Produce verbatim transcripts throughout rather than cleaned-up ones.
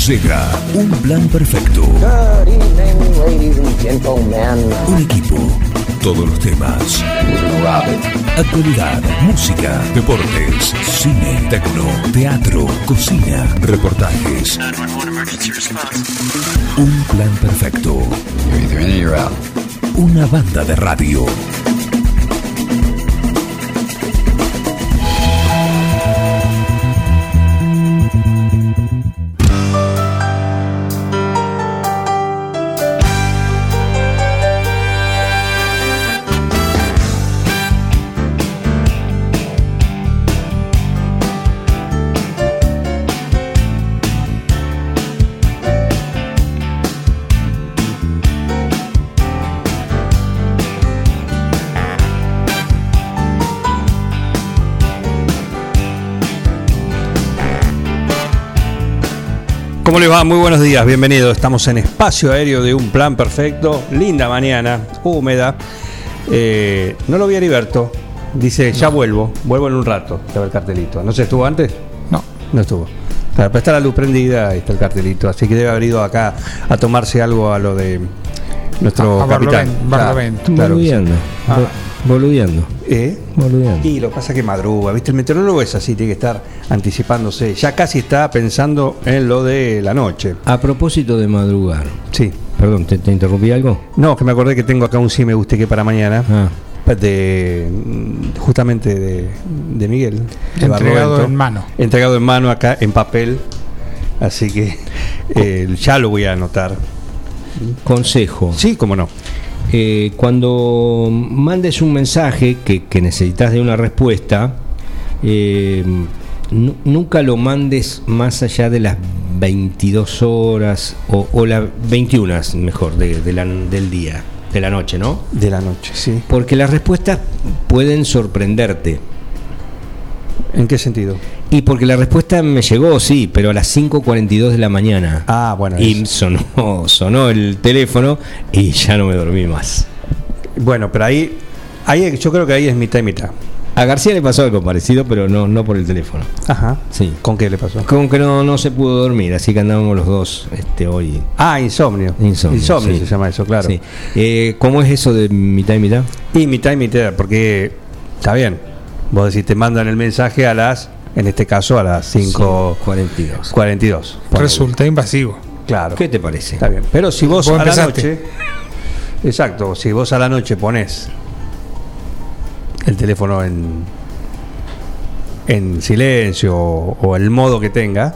Llega un plan perfecto. Good evening, ladies and gentlemen. Un equipo, todos los temas. Actualidad, música, deportes, cine, tecno, teatro, cocina, reportajes. Un plan perfecto. You're either in or you're out. Una banda de radio. ¿Cómo les va? Muy buenos días, bienvenidos. Estamos en Espacio Aéreo de Un Plan Perfecto. Linda mañana, húmeda. Eh, no lo vi a Heriberto. Dice, ya no. vuelvo, vuelvo en un rato. Estaba el cartelito. ¿No se estuvo antes? No. No estuvo. Claro, pero está la luz prendida y está el cartelito. Así que debe haber ido acá a tomarse algo a lo de nuestro a, a capitán. Barlovento. Claro, Boludeando. claro. Boludeando. ¿Eh? Boludeando. Y lo que pasa es que madruga, ¿viste? El meteorólogo es así, tiene que estar anticipándose. Ya casi está pensando en lo de la noche. A propósito de madrugar. Sí. Perdón, ¿te, te interrumpí algo? No, que me acordé que tengo acá un sí me guste que para mañana. Ah. De justamente de, de Miguel. De Entregado Barlovento. en mano. Entregado en mano acá en papel. Así que eh, ya lo voy a anotar. Consejo. Sí, cómo no. Eh, cuando mandes un mensaje que, que necesitas de una respuesta, eh, n- nunca lo mandes más allá de las veintidós horas o, o las veintiuna, mejor, de, de la, del día, de la noche, ¿no? De la noche, sí. Porque las respuestas pueden sorprenderte. ¿En qué sentido? Y porque la respuesta me llegó, sí, pero a las cinco cuarenta y dos de la mañana. Ah, bueno. Y eso. sonó, sonó el teléfono y ya no me dormí más. Bueno, pero ahí, ahí yo creo que ahí es mitad y mitad. A García le pasó algo parecido, pero no, no por el teléfono. Ajá. Sí. ¿Con qué le pasó? Como que no, no se pudo dormir, así que andábamos los dos este, hoy. Ah, insomnio. Insomnio, Insomnio sí. se llama eso, claro. Sí. Eh, ¿Cómo es eso de mitad y mitad? Y mitad y mitad, porque está bien. Vos decís, te mandan el mensaje a las, en este caso, a las cinco cuarenta y dos. cuarenta y dos. Resulta invasivo. Claro. ¿Qué te parece? Está bien. Pero si vos, Vos a empezaste. la noche. Exacto, si vos a la noche pones el teléfono en en silencio o, o el modo que tenga,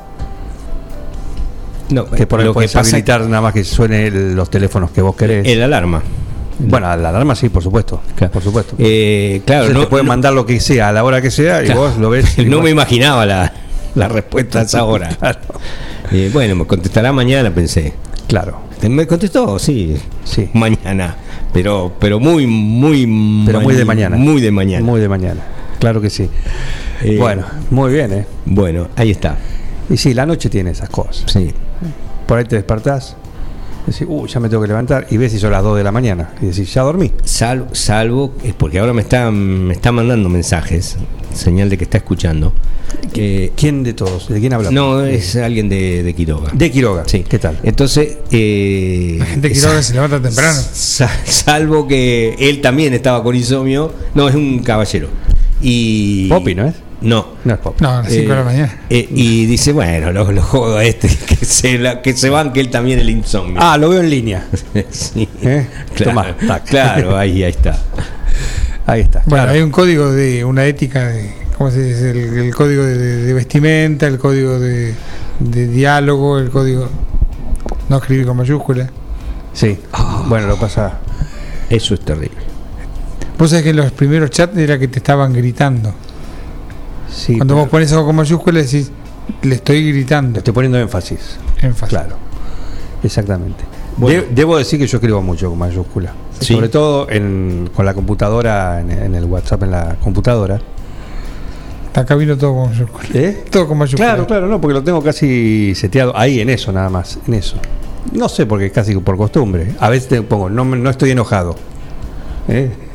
No, que por ahí lo que puedes pasa habilitar nada más que suene el- los teléfonos que vos querés. el alarma. Bueno, la alarma sí, por supuesto. Claro. Por supuesto. Eh, claro, Entonces no te pueden no- mandar lo que sea a la hora que sea y Claro. vos lo ves. y No vos- me imaginaba la, la respuesta a esa hora. Claro. Eh, bueno, me contestará mañana, pensé. Claro. Me contestó, sí, Sí. mañana, pero pero muy muy Pero muy de mañana. muy de mañana. Muy de mañana. Claro que sí. Eh, Bueno, muy bien, ¿eh? bueno, ahí está. Y sí, la noche tiene esas cosas. Sí. Por ahí te despertás, decís, uh, ya me tengo que levantar, y ves si son las dos de la mañana, y decís, ya dormí. Salvo, salvo es porque ahora me está me está mandando mensajes, señal de que está escuchando. Eh, ¿Quién de todos? ¿De quién hablamos? no, es alguien de, de Quiroga. De Quiroga. Sí. ¿Qué tal? Entonces, eh, La gente de Quiroga se levanta temprano. sa- salvo que él también estaba con insomnio. No, es un caballero. Y Popi, ¿no es? No. No es Pop. No, a las cinco de la mañana. Eh, y dice, bueno, lo, lo jodo a este, que se, la, que se van, que él también el insomnio. Ah, lo veo en línea. sí. ¿Eh? Claro, Tomá, tac. claro, ahí, ahí está. Ahí está. Bueno, claro. hay un código de una ética de, ¿cómo se dice? El, el código de, de- de vestimenta, el código de, de diálogo, el código no escribir con mayúsculas. Sí. Bueno, lo pasa. Eso es terrible. Vos sabés que en los primeros chats era que te estaban gritando. Sí, Cuando pero vos pones algo con mayúsculas decís, le estoy le gritando. estoy poniendo énfasis. Énfasis. Claro. Exactamente. Bueno. De- debo decir que yo escribo mucho con mayúscula. Sí. Sobre todo en, con la computadora, en, en el WhatsApp, en la computadora. Acá vino todo con mayúsculas. ¿Eh? Todo con mayúsculas. Claro, claro, no, porque lo tengo casi seteado ahí en eso, nada más, en eso. No sé, porque casi por costumbre. A veces te pongo, no, me- no estoy enojado. ¿Eh?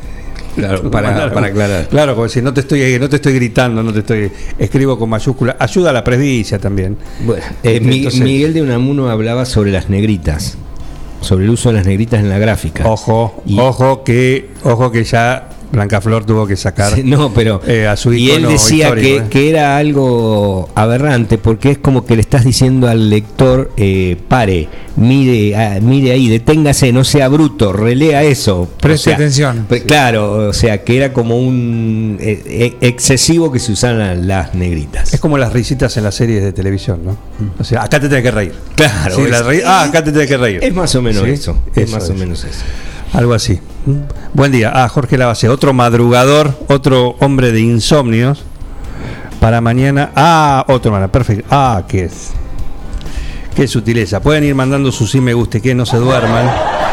Claro, para, para aclarar. Claro, como si no te estoy no te estoy gritando, no te estoy escribo con mayúscula. Ayuda a la presbicia también. Bueno, eh, Entonces, Miguel de Unamuno hablaba sobre las negritas, sobre el uso de las negritas en la gráfica. Ojo, Y- ojo que ojo que ya Blancaflor tuvo que sacar Sí, no, pero eh, a su y él icono decía histórico, que, eh. que era algo aberrante porque es como que le estás diciendo al lector eh, pare, mire, ah, mire ahí, deténgase, no sea bruto, relea eso, Preste atención. pre- Claro, o sea que era como un eh, eh, excesivo que se usaran las negritas. Es como las risitas en las series de televisión, ¿no? O sea, acá te tenés que reír. Claro, Sí, es- la reí- ah, acá te tenés que reír. Es más o menos ¿Sí? eso, es Eso más o es. menos eso. Algo así. Buen día. Ah, Jorge Lavacé, otro madrugador, otro hombre de insomnios. Para mañana. Ah, otro mañana. Perfecto. Ah, qué es. Qué sutileza. Pueden ir mandando su sí me guste, que no se duerman.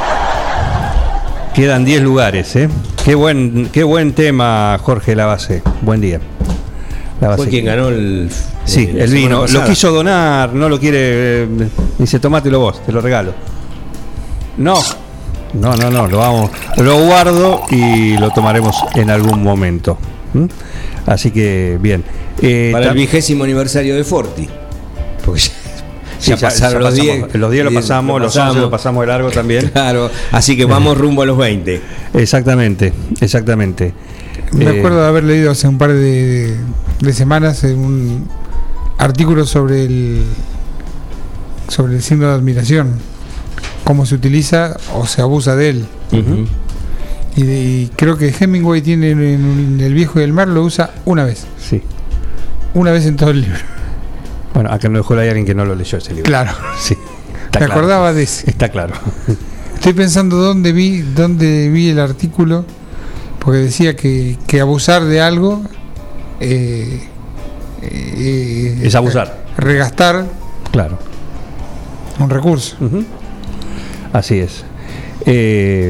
Quedan diez lugares, ¿eh? Qué buen, qué buen tema, Jorge Lavacé. Buen día. Lavacé. Fue quien ganó el Sí, eh, la el semana vino. Lo pasada. quiso donar, no lo quiere. eh, dice, tomátelo vos, te lo regalo. No, no, no, no, lo vamos, lo guardo y lo tomaremos en algún momento. ¿Mm? Así que, bien. Eh, Para el tam- vigésimo aniversario de Forti. Porque ya, sí, ya ya- pasaron ya los pasamos. diez. Los diez lo pasamos, los once lo pasamos de largo también. Claro, así que vamos rumbo a los veinte. Exactamente, exactamente. Me Eh, acuerdo de haber leído hace un par de, de semanas en un artículo sobre el sobre el signo de admiración, cómo se utiliza o se abusa de él. Ujú. Y, de- y creo que Hemingway tiene en, en El Viejo y el Mar lo usa una vez, Sí. una vez en todo el libro. Bueno, acá no dejó hay alguien que no lo leyó ese libro. Claro, Sí. Está me claro. acordaba de ese. Está claro. Estoy pensando dónde vi dónde vi el artículo, porque decía que, que abusar de algo eh, eh, Es abusar. regastar Claro. un recurso. Ujú. Así es. Eh,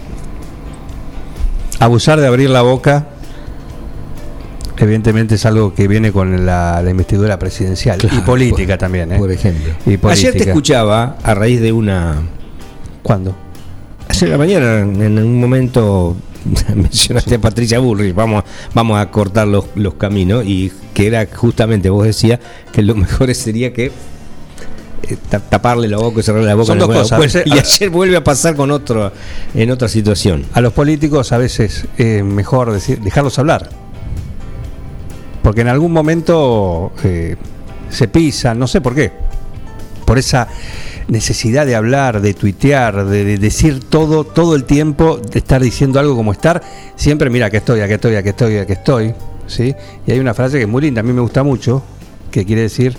abusar de abrir la boca, evidentemente es algo que viene con la, la investidura presidencial Claro, y política por- también. ¿eh? Por ejemplo. Y política. Ayer te escuchaba a raíz de una. ¿Cuándo? Ayer a la mañana, en un momento, mencionaste a Patricia Bullrich, vamos, vamos a cortar los, los caminos, y que era justamente, vos decías, que lo mejor sería que eh, ta- taparle la boca y cerrarle la boca. Son en dos el- cosas. Bueno, A veces- y ayer vuelve a pasar con otro, en otra situación. A los políticos a veces es mejor decir, dejarlos hablar. Porque en algún momento eh, se pisan, no sé por qué. Por esa necesidad de hablar, de tuitear, de, de decir todo, todo el tiempo, de estar diciendo algo como estar, siempre mira, aquí estoy, aquí estoy, aquí estoy, aquí estoy, ¿sí? Y hay una frase que es muy linda, a mí me gusta mucho, que quiere decir,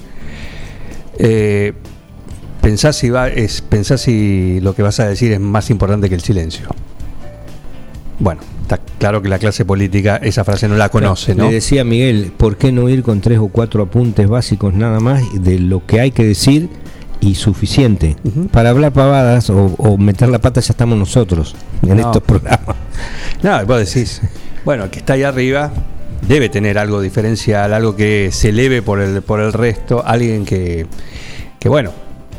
eh, pensá si va, es, pensá si lo que vas a decir es más importante que el silencio. Bueno, está claro que la clase política esa frase no la conoce, ¿no? Le decía a Miguel, ¿por qué no ir con tres o cuatro apuntes básicos nada más de lo que hay que decir y suficiente? Ujú. Para hablar pavadas o, o meter la pata ya estamos nosotros en No. estos programas. No, y vos decís, bueno, el que está ahí arriba debe tener algo diferencial, algo que se eleve por el, por el resto, alguien que, que, bueno,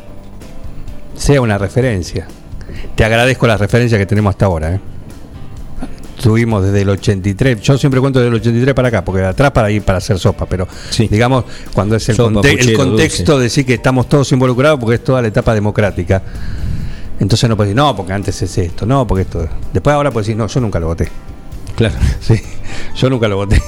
sea una referencia. Te agradezco las referencias que tenemos hasta ahora, ¿eh? Tuvimos desde el ochenta y tres, yo siempre cuento desde el ochenta y tres para acá, porque de atrás para ir para hacer sopa, pero Sí. digamos, cuando es el, Sopa, conte- el puchero, contexto dulce. de decir que estamos todos involucrados, porque es toda la etapa democrática. Entonces no puedes decir, no, porque antes es esto, no, porque esto. Después ahora puedes decir, no, yo nunca lo voté. Claro. Sí, yo nunca lo voté.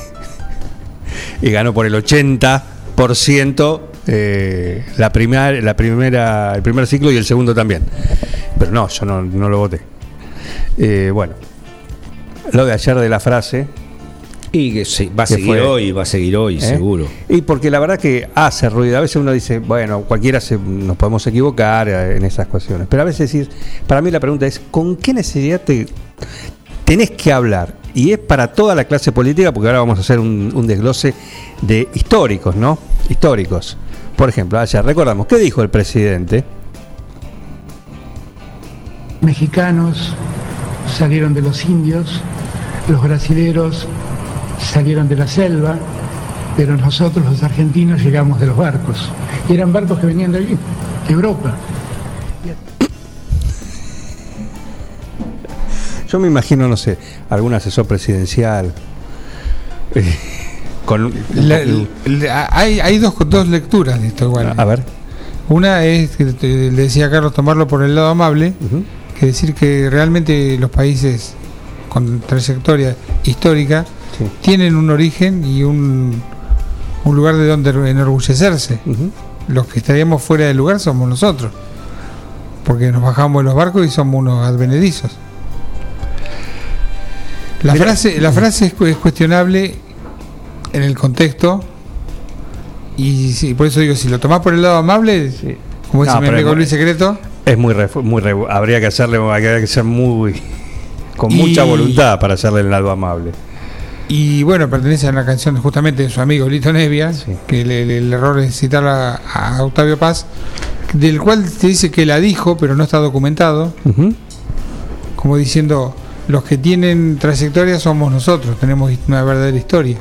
Y ganó por el ochenta por ciento eh, la, primera, la primera, el primer ciclo y el segundo también. Pero no, yo no, no lo voté. Eh, bueno, lo de ayer de la frase. Y que se- va a Que seguir fue- hoy, va a seguir hoy, ¿eh? seguro. Y porque la verdad que hace ruido. A veces uno dice, bueno, cualquiera se, nos podemos equivocar eh, en esas cuestiones. Pero a veces decir, para mí la pregunta es, ¿con qué necesidad te tenés que hablar? Y es para toda la clase política, porque ahora vamos a hacer un, un desglose de históricos, ¿no? Históricos. Por ejemplo, ayer recordamos, ¿qué dijo el presidente? Mexicanos salieron de los indios, los brasileros salieron de la selva, pero nosotros los argentinos llegamos de los barcos. Y eran barcos que venían de allí, de Europa. Yo me imagino, no sé, algún asesor presidencial. Eh, con, La- la- hay hay dos, dos lecturas de esto igual. a ver. Una es, que te- le decía a Carlos, tomarlo por el lado amable, Ujú. que decir que realmente los países con trayectoria histórica Sí. tienen un origen y un, un lugar de donde enorgullecerse. Ujú. Los que estaríamos fuera del lugar somos nosotros, porque nos bajamos de los barcos y somos unos advenedizos. La Mira, frase, la frase es, cu- es cuestionable en el contexto, y sí, por eso digo, si lo tomás por el lado amable, Sí. como dice No, mi pero amigo es muy- Luis Secreto, Es muy, refu- muy refu- habría que hacerle, habría que ser muy con Y- mucha voluntad para hacerle el lado amable. y bueno, pertenece a una canción justamente de su amigo Lito Nevia, Sí. que el, el- el error es citar a, a Octavio Paz, del cual se dice que la dijo, pero no está documentado, Ujú. como diciendo, los que tienen trayectoria somos nosotros, tenemos una verdadera historia.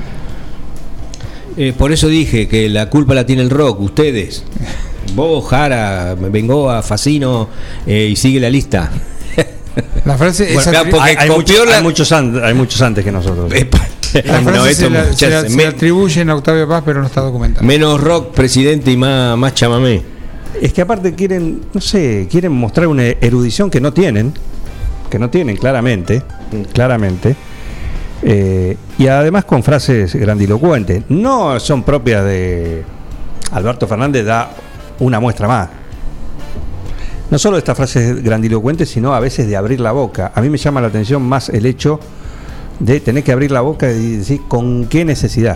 Eh, por eso dije que la culpa la tiene el rock, ustedes. Vos, Jara, Bengoa, Facino, eh, y sigue la lista. La frase Bueno, es claro, porque Hay, hay copió muchos, la- hay, muchos an- hay muchos antes que nosotros. Eh, la no, frase esto, se, la, se la- muchachos, se me- la atribuyen a Octavio Paz, pero no está documentado. menos rock, presidente, y más, más chamamé. Es que aparte quieren, no sé, quieren mostrar una erudición que no tienen, que no tienen claramente, claramente, eh, y además con frases grandilocuentes. No son propias de Alberto Fernández, da una muestra más. No solo de estas frases grandilocuentes, sino a veces de abrir la boca. A mí me llama la atención más el hecho de tener que abrir la boca y decir con qué necesidad.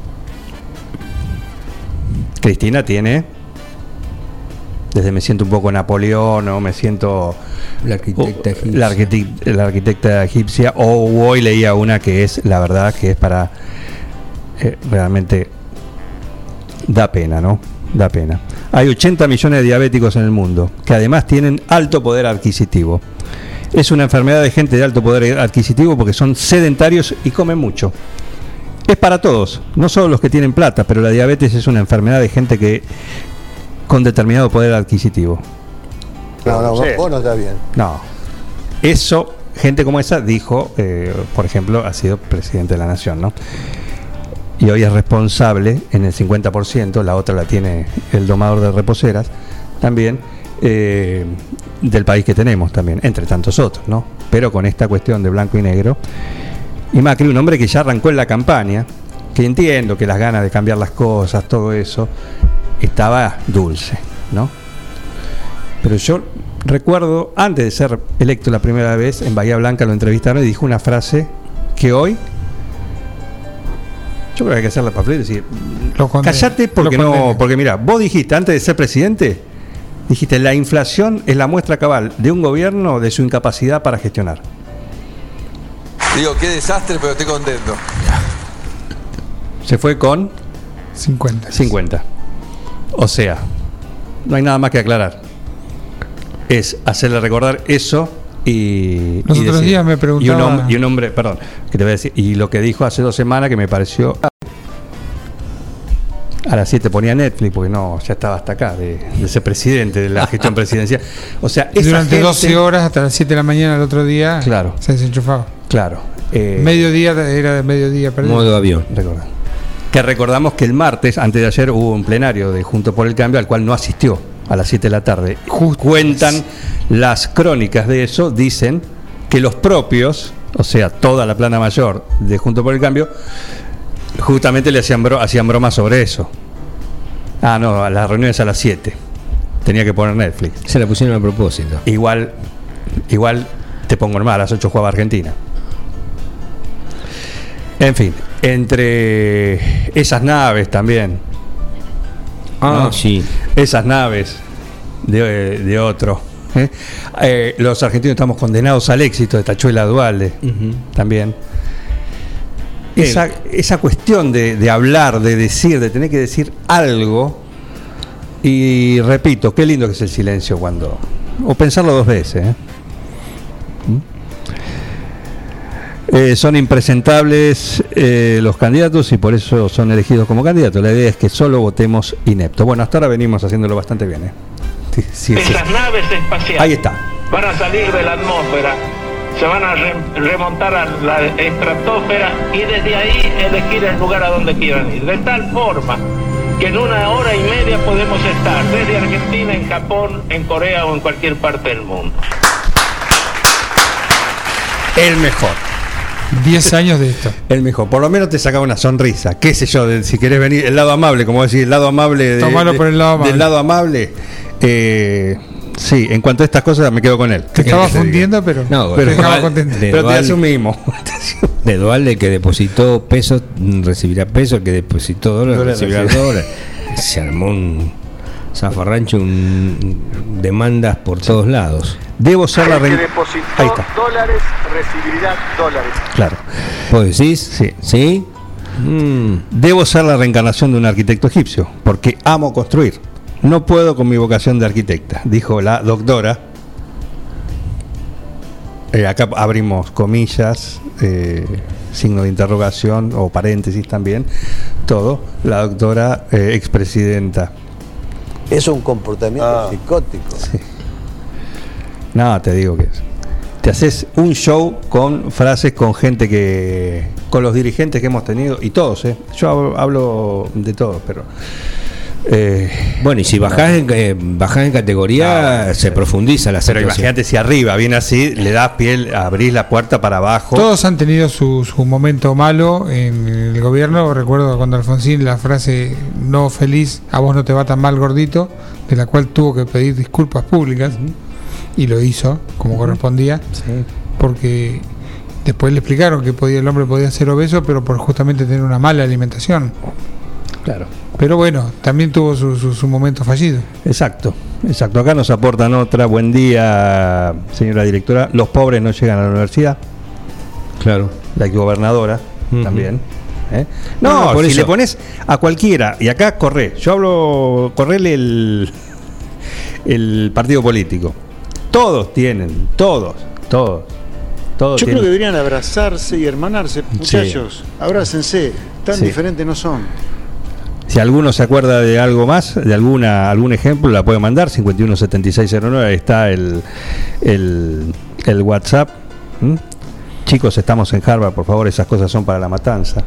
Cristina tiene, desde me siento un poco Napoleón o me siento La arquitecta o- egipcia. la, arquitect- la arquitecta egipcia, o hoy leía una que es la verdad que es para eh, realmente da pena, ¿no? Da pena. Hay ochenta millones de diabéticos en el mundo que además tienen alto poder adquisitivo. Es una enfermedad de gente de alto poder adquisitivo porque son sedentarios y comen mucho. Es para todos, no solo los que tienen plata, pero la diabetes es una enfermedad de gente que con determinado poder adquisitivo. No, no, Sí. vos no estás bien. No. Eso, gente como esa dijo, eh, por ejemplo, ha sido presidente de la nación, ¿no? Y hoy es responsable en el cincuenta por ciento, la otra la tiene el domador de reposeras, también, eh, del país que tenemos también, entre tantos otros, ¿no? Pero con esta cuestión de blanco y negro. Y Macri, un hombre que ya arrancó en la campaña, que entiendo que las ganas de cambiar las cosas, todo eso, estaba dulce, ¿no? Pero yo recuerdo, antes de ser electo la primera vez, en Bahía Blanca lo entrevistaron y dijo una frase que hoy, yo creo que hay que hacerla para y decir, Lo condeno, cállate porque lo no, condeno. porque mira, vos dijiste antes de ser presidente, dijiste la inflación es la muestra cabal de un gobierno de su incapacidad para gestionar. Digo, qué desastre, pero estoy contento. Se fue con cincuenta. cincuenta. O sea, no hay nada más que aclarar. Es hacerle recordar eso y. Los y otros decir- días me Y un, preguntaba- hombre, y un hombre, perdón, que te voy a decir, y lo que dijo hace dos semanas que me pareció. A las siete ponía Netflix, porque no, ya estaba hasta acá, de, de ser presidente de la gestión presidencial. O sea, Y esa durante gente- doce horas hasta las siete de la mañana el otro día Claro. se desenchufaba. Claro. eh, Mediodía era de mediodía perdido. Modo avión. Recordá. Que recordamos que el martes, antes de ayer, hubo un plenario de Juntos por el Cambio al cual no asistió a las siete de la tarde. Justo. Cuentan las crónicas de eso, dicen que los propios, o sea, toda la plana mayor de Juntos por el Cambio, justamente le hacían, bro- hacían bromas sobre eso. Ah, no, a las reuniones a las siete. Tenía que poner Netflix. Se la pusieron a propósito. Igual, igual te pongo normal, a las ocho jugaba Argentina. En fin, entre esas naves también. Ah, ¿no? sí. Esas naves de, de otro. ¿eh? Eh, los argentinos estamos condenados al éxito de Tachuela Dualde también. Esa, esa cuestión de, de hablar, de decir, de tener que decir algo. Y repito, qué lindo que es el silencio cuando. O pensarlo dos veces. ¿eh? Eh, son impresentables eh, los candidatos y por eso son elegidos como candidatos. La idea es que solo votemos ineptos. Bueno, hasta ahora venimos haciéndolo bastante bien. ¿eh? Sí, sí, sí. Esas naves espaciales Ahí está. van a salir de la atmósfera se van a re- remontar a la estratosfera y desde ahí elegir el lugar a donde quieran ir. De tal forma que en una hora y media podemos estar desde Argentina, en Japón, en Corea o en cualquier parte del mundo. El mejor. diez años de esto. El mejor. Por lo menos te sacaba una sonrisa. ¿Qué sé yo? De, si querés venir, el lado amable, como decir, el lado amable. De, Tomalo de, por el lado amable. Del lado amable. Eh, sí, en cuanto a estas cosas me quedo con él. Te estaba fundiendo, pero, No, pero de estaba Dual- contento. de Pero te Dual- hace un mimo. De Dual, el que depositó pesos recibirá pesos, el que depositó dólares Dólares recibirá recibirá. dólares. Se armó un zafarrancho, un, demandas por todos lados. Debo ser la El que ren- depositó Ahí está. dólares recibirá dólares. Claro. ¿Vos decís? Sí. ¿Sí? Mm. Debo ser la reencarnación de un arquitecto egipcio, porque amo construir. No puedo con mi vocación de arquitecta, dijo la doctora. Eh, acá abrimos comillas, eh, signo de interrogación o paréntesis también, todo. La doctora eh, expresidenta. Es un comportamiento Ah. psicótico. Sí. No, te digo que es. Te haces un show con frases con gente que. Con los dirigentes que hemos tenido, y todos, ¿eh? Yo hablo, hablo de todos, pero. Eh, Bueno, y si bajás en, eh, bajás en categoría, No, se sí. profundiza la pero situación. imagínate si arriba viene así, le das piel, abrís la puerta para abajo. Todos han tenido su, su momento malo en el gobierno. Recuerdo cuando Alfonsín, la frase no feliz, a vos no te va tan mal gordito, de la cual tuvo que pedir disculpas públicas, y lo hizo como correspondía, Sí. porque después le explicaron que podía, el hombre podía ser obeso, pero por justamente tener una mala alimentación. Claro. Pero bueno, también tuvo su, su, su momento fallido. Exacto, exacto. Acá nos aportan otra. Buen día, señora directora. Los pobres no llegan a la universidad. Claro. La exgobernadora Ujú. también. ¿eh? No, No, no, por si eso. le pones a cualquiera, y acá corre, yo hablo, correle el, el partido político. Todos tienen, todos, todos. todos Yo creo tienen. que deberían abrazarse y hermanarse. Muchachos, abrácense. Tan Sí. diferentes no son. Si alguno se acuerda de algo más, de alguna algún ejemplo, la puede mandar, cincuenta y uno setenta y seis cero nueve, ahí está el, el, el WhatsApp. ¿Mm? Chicos, estamos en Harvard, por favor, esas cosas son para la matanza.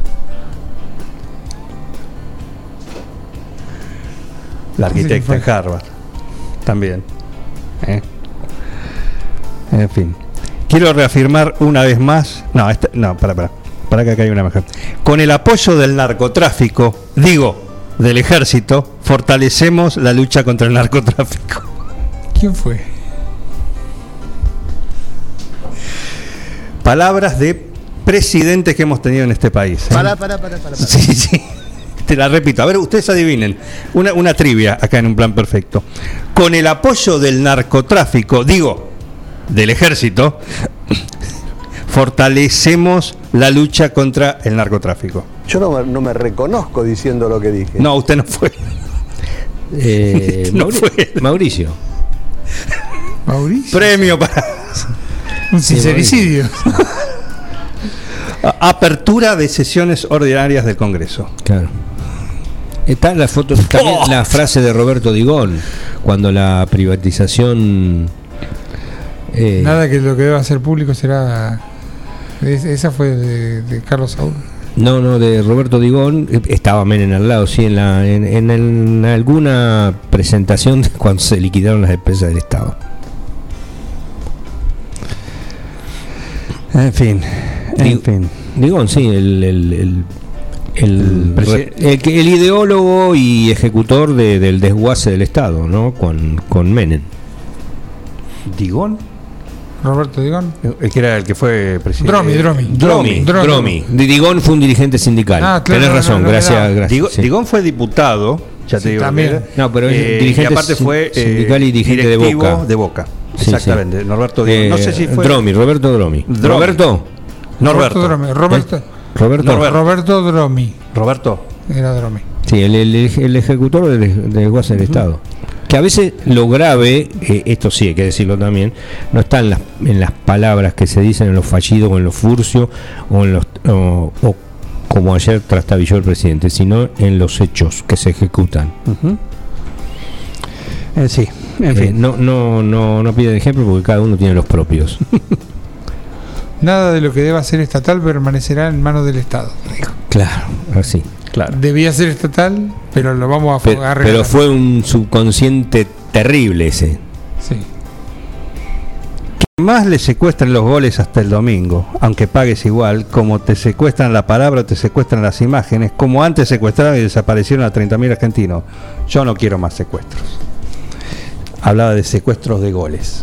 La arquitecta en Harvard, también. ¿eh? En fin. Quiero reafirmar una vez más, no, esta, no, para, para, para que acá hay una mejor. Con el apoyo del narcotráfico, digo, del ejército, fortalecemos la lucha contra el narcotráfico. ¿Quién fue? Palabras de presidentes que hemos tenido en este país. ¿eh? Pará, pará, pará, pará. Sí, sí. Te la repito. A ver, ustedes adivinen. Una, una trivia acá en Un Plan Perfecto. Con el apoyo del narcotráfico, digo, del ejército, fortalecemos la lucha contra el narcotráfico. Yo no, me- no me reconozco diciendo lo que dije. No, usted no fue. Eh, No Mauri- fue. Mauricio. Mauricio. Premio para Un sincericidio. A- apertura de sesiones ordinarias del Congreso. Claro. Está la foto, también Oh. la frase de Roberto Digón, cuando la privatización. eh, Nada que lo que deba hacer público será. es- Esa fue de, de Carlos Saúl. No, no, de Roberto Digón, eh, estaba Menem al lado, sí, en, la, en, en, en alguna presentación de cuando se liquidaron las empresas del Estado. En fin. En Digo- fin. Digón, sí, el, el, el, el, El presi- el que- el ideólogo y ejecutor de- del desguace del Estado, ¿no? Con, con Menem. ¿Digón? Roberto Digón. El que era el que fue presidente. Dromi, Dromi. Dromi, Dromi. Dromi. Digón fue un dirigente sindical. Ah, claro, Tenés no, razón, no, no, gracias, no. gracias. Digo- sí. Digón fue diputado, ya te Sí, digo. también. que era. No, pero es Eh, dirigente y aparte fue sin- sindical y dirigente de directivo Boca. de Boca. Sí, Exactamente, sí. Norberto Digón. Eh, no sé si fue. Dromi, Roberto Dromi. Dromi. Roberto. Norberto. Dromi. Roberto, Roberto. Norberto. Roberto Dromi. Roberto. Era Dromi. Sí, el, el, el ejecutor del, del desguace del Estado. Que a veces lo grave, eh, esto sí hay que decirlo también, no está en las, en las palabras que se dicen, en los fallidos o en los furcios o en los o, o como ayer trastabilló el presidente, sino en los hechos que se ejecutan. Ujú. Eh, sí, en Eh, fin. no, no, no, no piden ejemplo porque cada uno tiene los propios. Nada de lo que deba ser estatal permanecerá en manos del Estado, dijo. Claro, así. Claro. Debía ser estatal, pero lo vamos a Pero, arreglar. pero fue un subconsciente terrible ese. Sí. Que más le secuestran los goles hasta el domingo, aunque pagues igual, como te secuestran la palabra, te secuestran las imágenes, como antes secuestraron y desaparecieron a treinta mil argentinos. Yo no quiero más secuestros. Hablaba de secuestros de goles.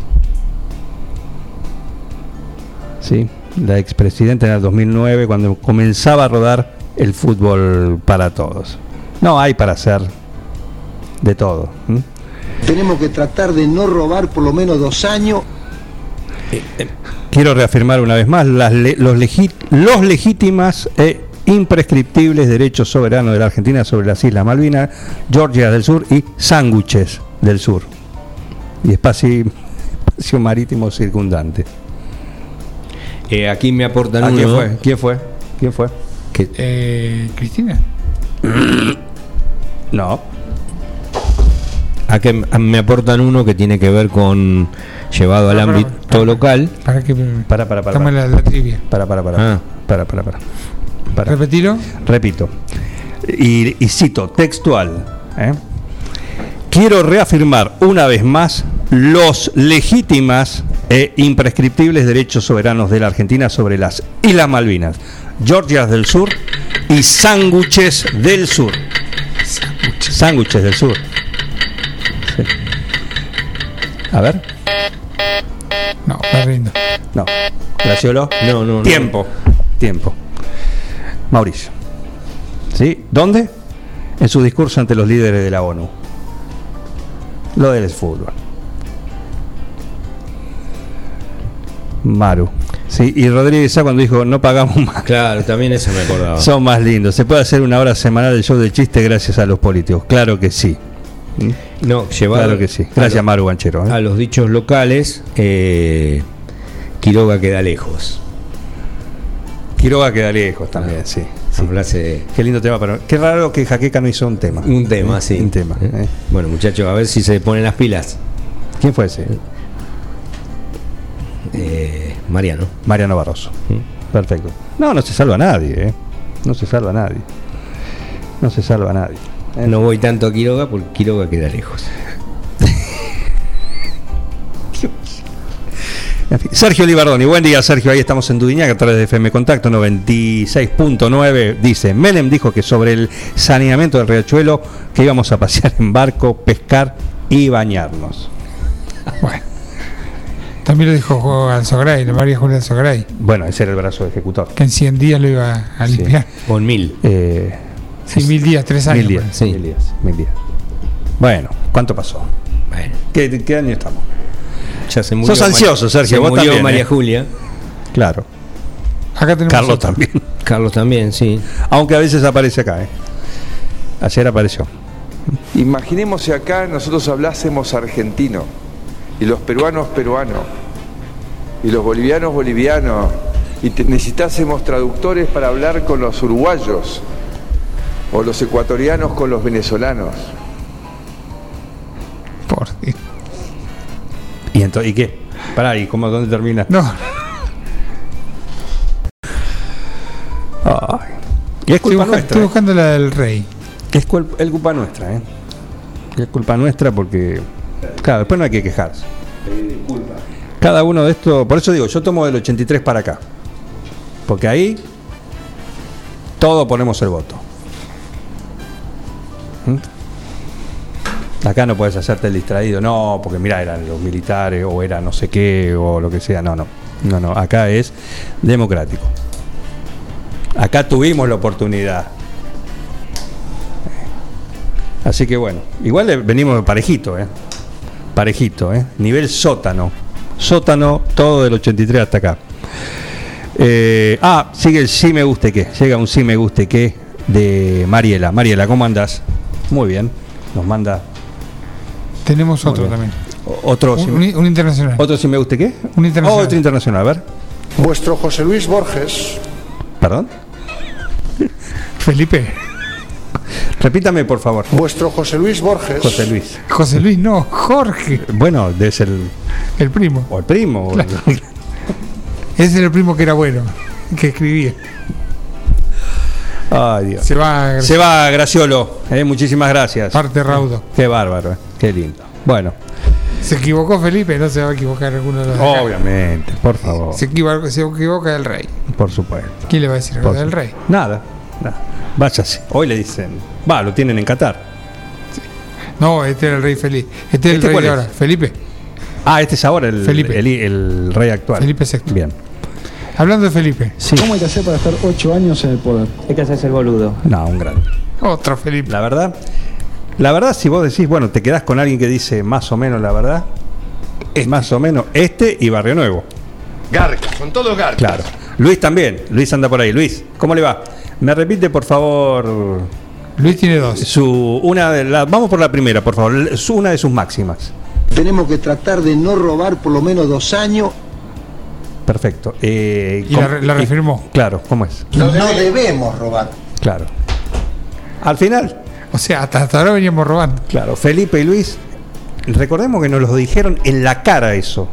Sí, la expresidenta en el dos mil nueve, cuando comenzaba a rodar el fútbol para todos. No hay para hacer de todo. ¿Mm? Tenemos que tratar de no robar por lo menos dos años. Quiero reafirmar una vez más las le, los, legi, los legítimas e imprescriptibles derechos soberanos de la Argentina sobre las Islas Malvinas, Georgia del Sur y sándwiches del sur y espacio, espacio marítimo circundante. Eh, aquí me aportan ¿A uno. quién fue? ¿Quién fue? ¿Quién fue? Que, Eh, Cristina. No. Aquí me aportan uno que tiene que ver con llevado al Para, para, ámbito para, local. Para que Para, para, para. estamos en la, la trivia. Para, para, para. Ah. Para, para, para. para. Repetilo. Repito. Y, y cito textual. ¿eh? Quiero reafirmar una vez más los legítimas e imprescriptibles derechos soberanos de la Argentina sobre las Islas Malvinas, Georgias del Sur y sándwiches del Sur. Sándwiches del Sur. Sí. A ver. No, me rindo. No. Graciolo. No, no, no. Tiempo. Tiempo. Mauricio. ¿Sí? ¿Dónde? En su discurso ante los líderes de la ONU. Lo del fútbol. Maru. Sí, y Rodríguez Sá cuando dijo no pagamos más. Claro, también eso me acordaba. Son más lindos. Se puede hacer una hora semanal del show de chiste gracias a los políticos. Claro que sí. No, llevar Claro que sí. Gracias, a lo, Maru Banchero. ¿eh? A los dichos locales, eh, Quiroga queda lejos. Quiroga queda lejos también, sí. sí. Frase, Qué lindo tema, pero qué raro que Jaqueca no hizo un tema. un tema, ¿Eh? sí. Un tema. ¿eh? Bueno, muchachos, a ver si se ponen las pilas. ¿Quién fue ese? Eh, Mariano. Mariano Barroso. ¿Mm? Perfecto. No, no se salva nadie, ¿eh? No se salva nadie. No se salva nadie. ¿eh? No voy tanto a Quiroga porque Quiroga queda lejos. En fin. Sergio Libardoni, buen día Sergio, ahí estamos en Dudiñac a través de F M Contacto noventa y seis punto nueve. Dice, Menem dijo que sobre el saneamiento del riachuelo que íbamos a pasear en barco, pescar y bañarnos. Bueno. También lo dijo Alzogray, la María Julia Alzogray. Bueno, ese era el brazo ejecutor. Que en cien días lo iba a limpiar. Sí. O en mil. Eh, sí, mil días, tres años. Mil días, pues. sí. mil días, mil días. Bueno, ¿cuánto pasó? Bueno, ¿Qué, qué año estamos? ya se murió. Sos ansioso, Sergio, Se vos murió también, María ¿eh? Julia. Claro. Acá tenemos Carlos otro. también. Carlos también, sí. Aunque a veces aparece acá, ¿eh? Ayer apareció. Imaginemos si acá nosotros hablásemos argentino y los peruanos peruanos y los bolivianos bolivianos y te- necesitásemos traductores para hablar con los uruguayos o los ecuatorianos con los venezolanos. Por Dios. ¿Y, entonces, ¿y qué? Pará, ¿y cómo, dónde termina? No, Ay. Y es estoy, culpa busca- nuestra. estoy ¿eh? buscando la del rey. Que es cul- es culpa nuestra, ¿eh? Que es culpa nuestra porque, claro, después no hay que quejarse. Cada uno de estos, por eso digo, yo tomo del ochenta y tres para acá. Porque ahí todos ponemos el voto. ¿Mm? Acá no puedes hacerte el distraído, no, porque mira, eran los militares o era no sé qué o lo que sea, no, no, no, no, acá es democrático. Acá tuvimos la oportunidad. Así que bueno, igual le- venimos parejito, ¿eh? Parejito, ¿eh? Nivel sótano. Sótano, todo del ochenta y tres hasta acá. Eh, ah, sigue el sí me guste qué. Llega un sí me guste qué de Mariela. Mariela, ¿cómo andás? Muy bien. Nos manda Tenemos Muy otro bien. también. otro Un, sí, un- un internacional. otro sí me guste qué. Un internacional. Oh, otro internacional, a ver. Vuestro José Luis Borges, Perdón. Felipe. Repítame, por favor. vuestro José Luis Borges, José Luis. José Luis, no, Jorge, Bueno, debe ser el, el primo. o el primo. o el- Ese era el primo que era bueno, que escribía. Ay, Dios. Se va, Se va Graciolo, eh, muchísimas gracias. Parte raudo. Qué bárbaro, eh, qué lindo. Bueno. Se equivocó Felipe, no se va a equivocar alguno de los. Obviamente, por favor. Se equivoca, se equivoca el rey. Por supuesto. ¿Quién le va a decir algo del rey? Nada, nada. Váyase. Hoy le dicen, va, lo tienen en Qatar. Sí. No, este era el rey Felipe. Este es el ¿Este rey cuál de es? ahora, Felipe. Ah, este es ahora el, Felipe. el, el rey actual. Felipe sexto. Bien. Hablando de Felipe. Sí. ¿Cómo hay que hacer para estar ocho años en el poder? Hay que hacerse el boludo. No, un gran. Otro Felipe. La verdad, la verdad, si vos decís, bueno, te quedás con alguien que dice más o menos la verdad, es más o menos este y Barrio Nuevo. Garcas, son todos garcas. Claro. Luis también. Luis anda por ahí. Luis, ¿cómo le va? Me repite, por favor. Luis tiene dos. Su, una de la, vamos por la primera, por favor. Su, una de sus máximas. Tenemos que tratar de no robar por lo menos dos años. Perfecto. Eh, y ¿cómo, la, la reafirmó. Y, claro, ¿cómo es? No, no debemos robar. Claro. Al final. O sea, hasta, hasta ahora veníamos robando. Claro, Felipe y Luis, recordemos que nos lo dijeron en la cara eso.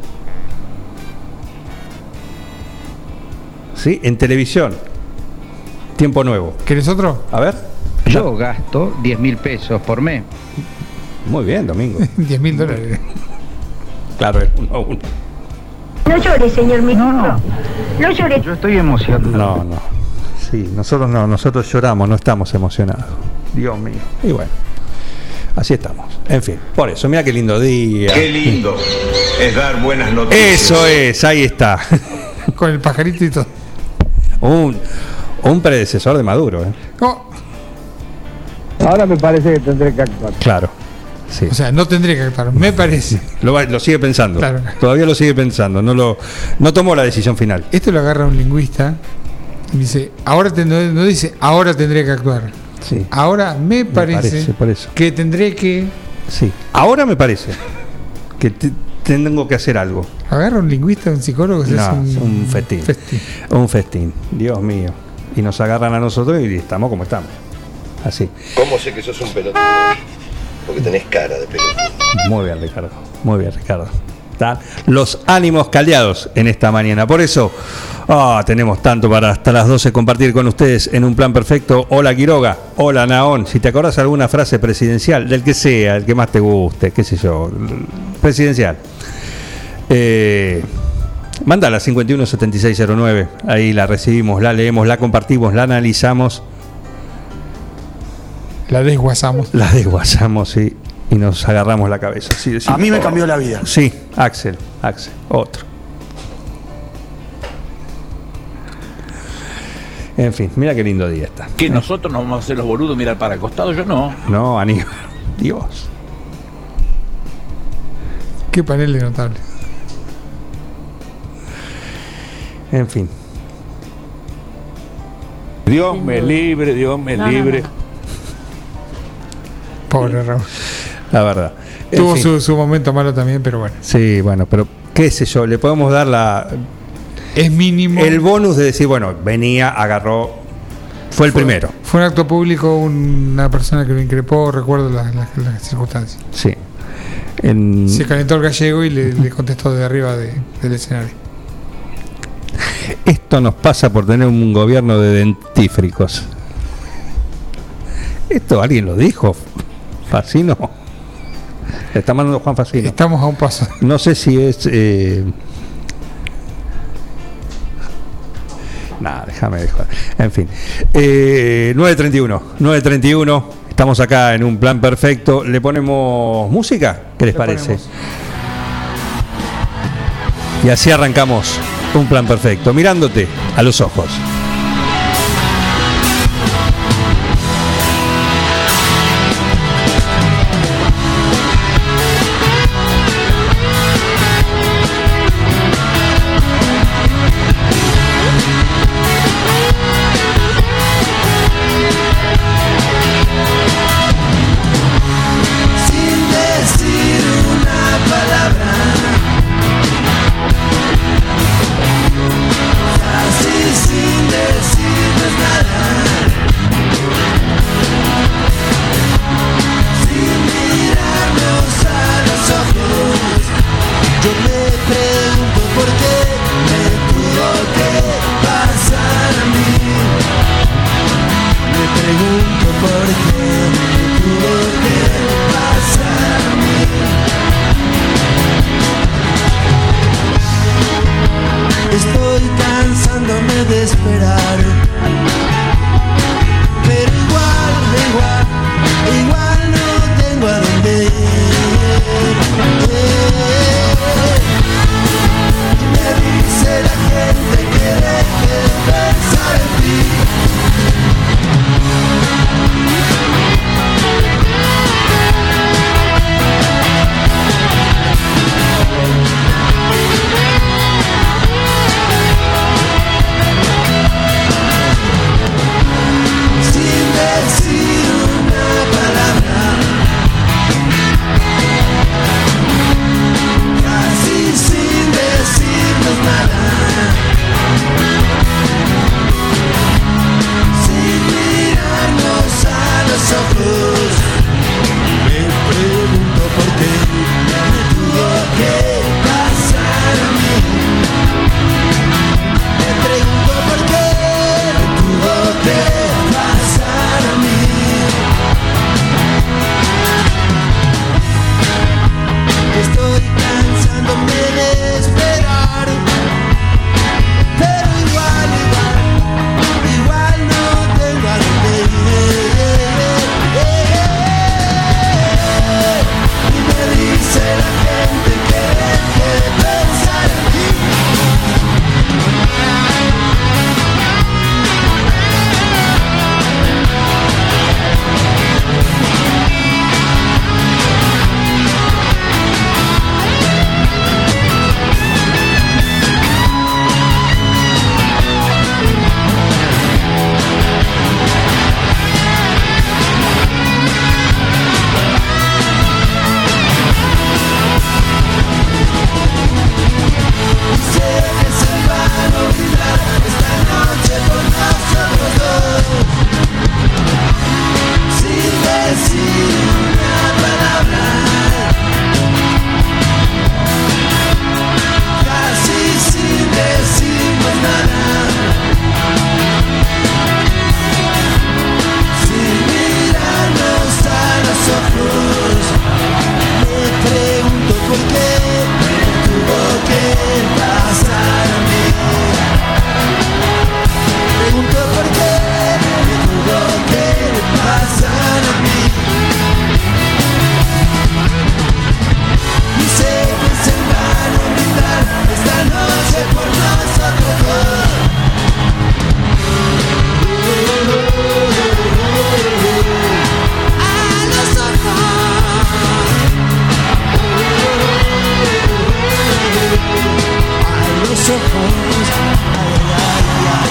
¿Sí? En televisión. Tiempo Nuevo. ¿Querés otro? A ver. Yo gasto diez mil pesos por mes. Muy bien, Domingo. diez mil dólares. Claro, es uno a uno. No llore, señor ministro. No, no. No llore. Yo estoy emocionado. No, no. Sí, nosotros no, nosotros lloramos, no estamos emocionados. Dios mío. Y bueno, así estamos. En fin, por eso, mira qué lindo día. Qué lindo es dar buenas noticias. Eso es, ahí está. Con el pajarito y todo. Un, un predecesor de Maduro, ¿eh? Oh. Ahora me parece que tendré que actuar. Claro. Sí. O sea, no tendría que actuar, me parece. Lo, va, lo sigue pensando. Claro. Todavía lo sigue pensando. No lo, no tomó la decisión final. Esto lo agarra un lingüista y dice, ahora te, no, no dice, ahora tendré que actuar. Sí. Ahora me parece, me parece por eso. que tendré que. Sí. Ahora me parece que te, tengo que hacer algo. Agarra un lingüista, un psicólogo, no, es un, un festín. festín. Un festín. Dios mío. Y nos agarran a nosotros y estamos como estamos. Así. ¿Cómo sé que sos un pelotudo? Porque tenés cara de pelotudo. Muy bien, Ricardo. Muy bien, Ricardo. ¿Está? Los ánimos caldeados en esta mañana. Por eso, oh, tenemos tanto para hasta las doce compartir con ustedes en un plan perfecto. Hola, Quiroga. Hola, Naón. Si te acordás alguna frase presidencial, del que sea, el que más te guste, qué sé yo, presidencial. Eh, mándala cincuenta y uno setenta y seis cero nueve. Ahí la recibimos, la leemos, la compartimos, la analizamos. La desguazamos. La desguazamos, sí. Y nos agarramos la cabeza. Sí, sí. A mí me cambió la vida. Sí, Axel, Axel, otro. En fin, mira qué lindo día está. Que nosotros nos vamos a hacer los boludos, mirar para el costado, yo no. No, Aníbal. Dios. Qué panel de notable. En fin. Dios me libre, Dios me No, libre. no, no. Pobre Raúl. La verdad. Tuvo su, su momento malo también, pero bueno. Sí, bueno, pero qué sé yo, le podemos dar la... Es mínimo. El bonus de decir, bueno, venía, agarró, fue el fue, primero. Fue un acto público, una persona que lo increpó, recuerdo las, las, las circunstancias. Sí. En... Se calentó el gallego y le, le contestó de arriba de, del escenario. Esto nos pasa por tener un gobierno de dentífricos. Esto alguien lo dijo. Facino. Le está mandando Juan Facino. Estamos a un paso. No sé si es... Eh... Nada, déjame dejar. En fin. Eh, nueve treinta y uno. nueve treinta y uno. Estamos acá en un plan perfecto. ¿Le ponemos música? ¿Qué les Le parece? Ponemos. Y así arrancamos un plan perfecto. Mirándote a los ojos. Sin de esperar. Pero igual, igual, igual no tengo a dónde ir. Me dice la gente que deje de pensar en ti. Sin decir una palabra, casi sin decirnos nada, sin mirarnos a los ojos, me pregunto por qué me tuvo que pasar a mí. Me pregunto por qué me tuvo que pasar a mí. Estoy cansándome de esperar, pero igual, igual, igual no tengo a dónde ir. Y me dice la gente que deje de pensar en ti. Sé que se van a olvidar esta noche por nosotros dos, sin decir una palabra, casi sin decirnos nada, sin mirarnos a los ojos. Me pregunto por qué me tuvo que pasar a mí. Pregunto por qué me tuvo que pasar a mí. Y sé que se van a olvidar esta noche por nosotros dos. A los ojos, a los ojos, ay, ay, ay,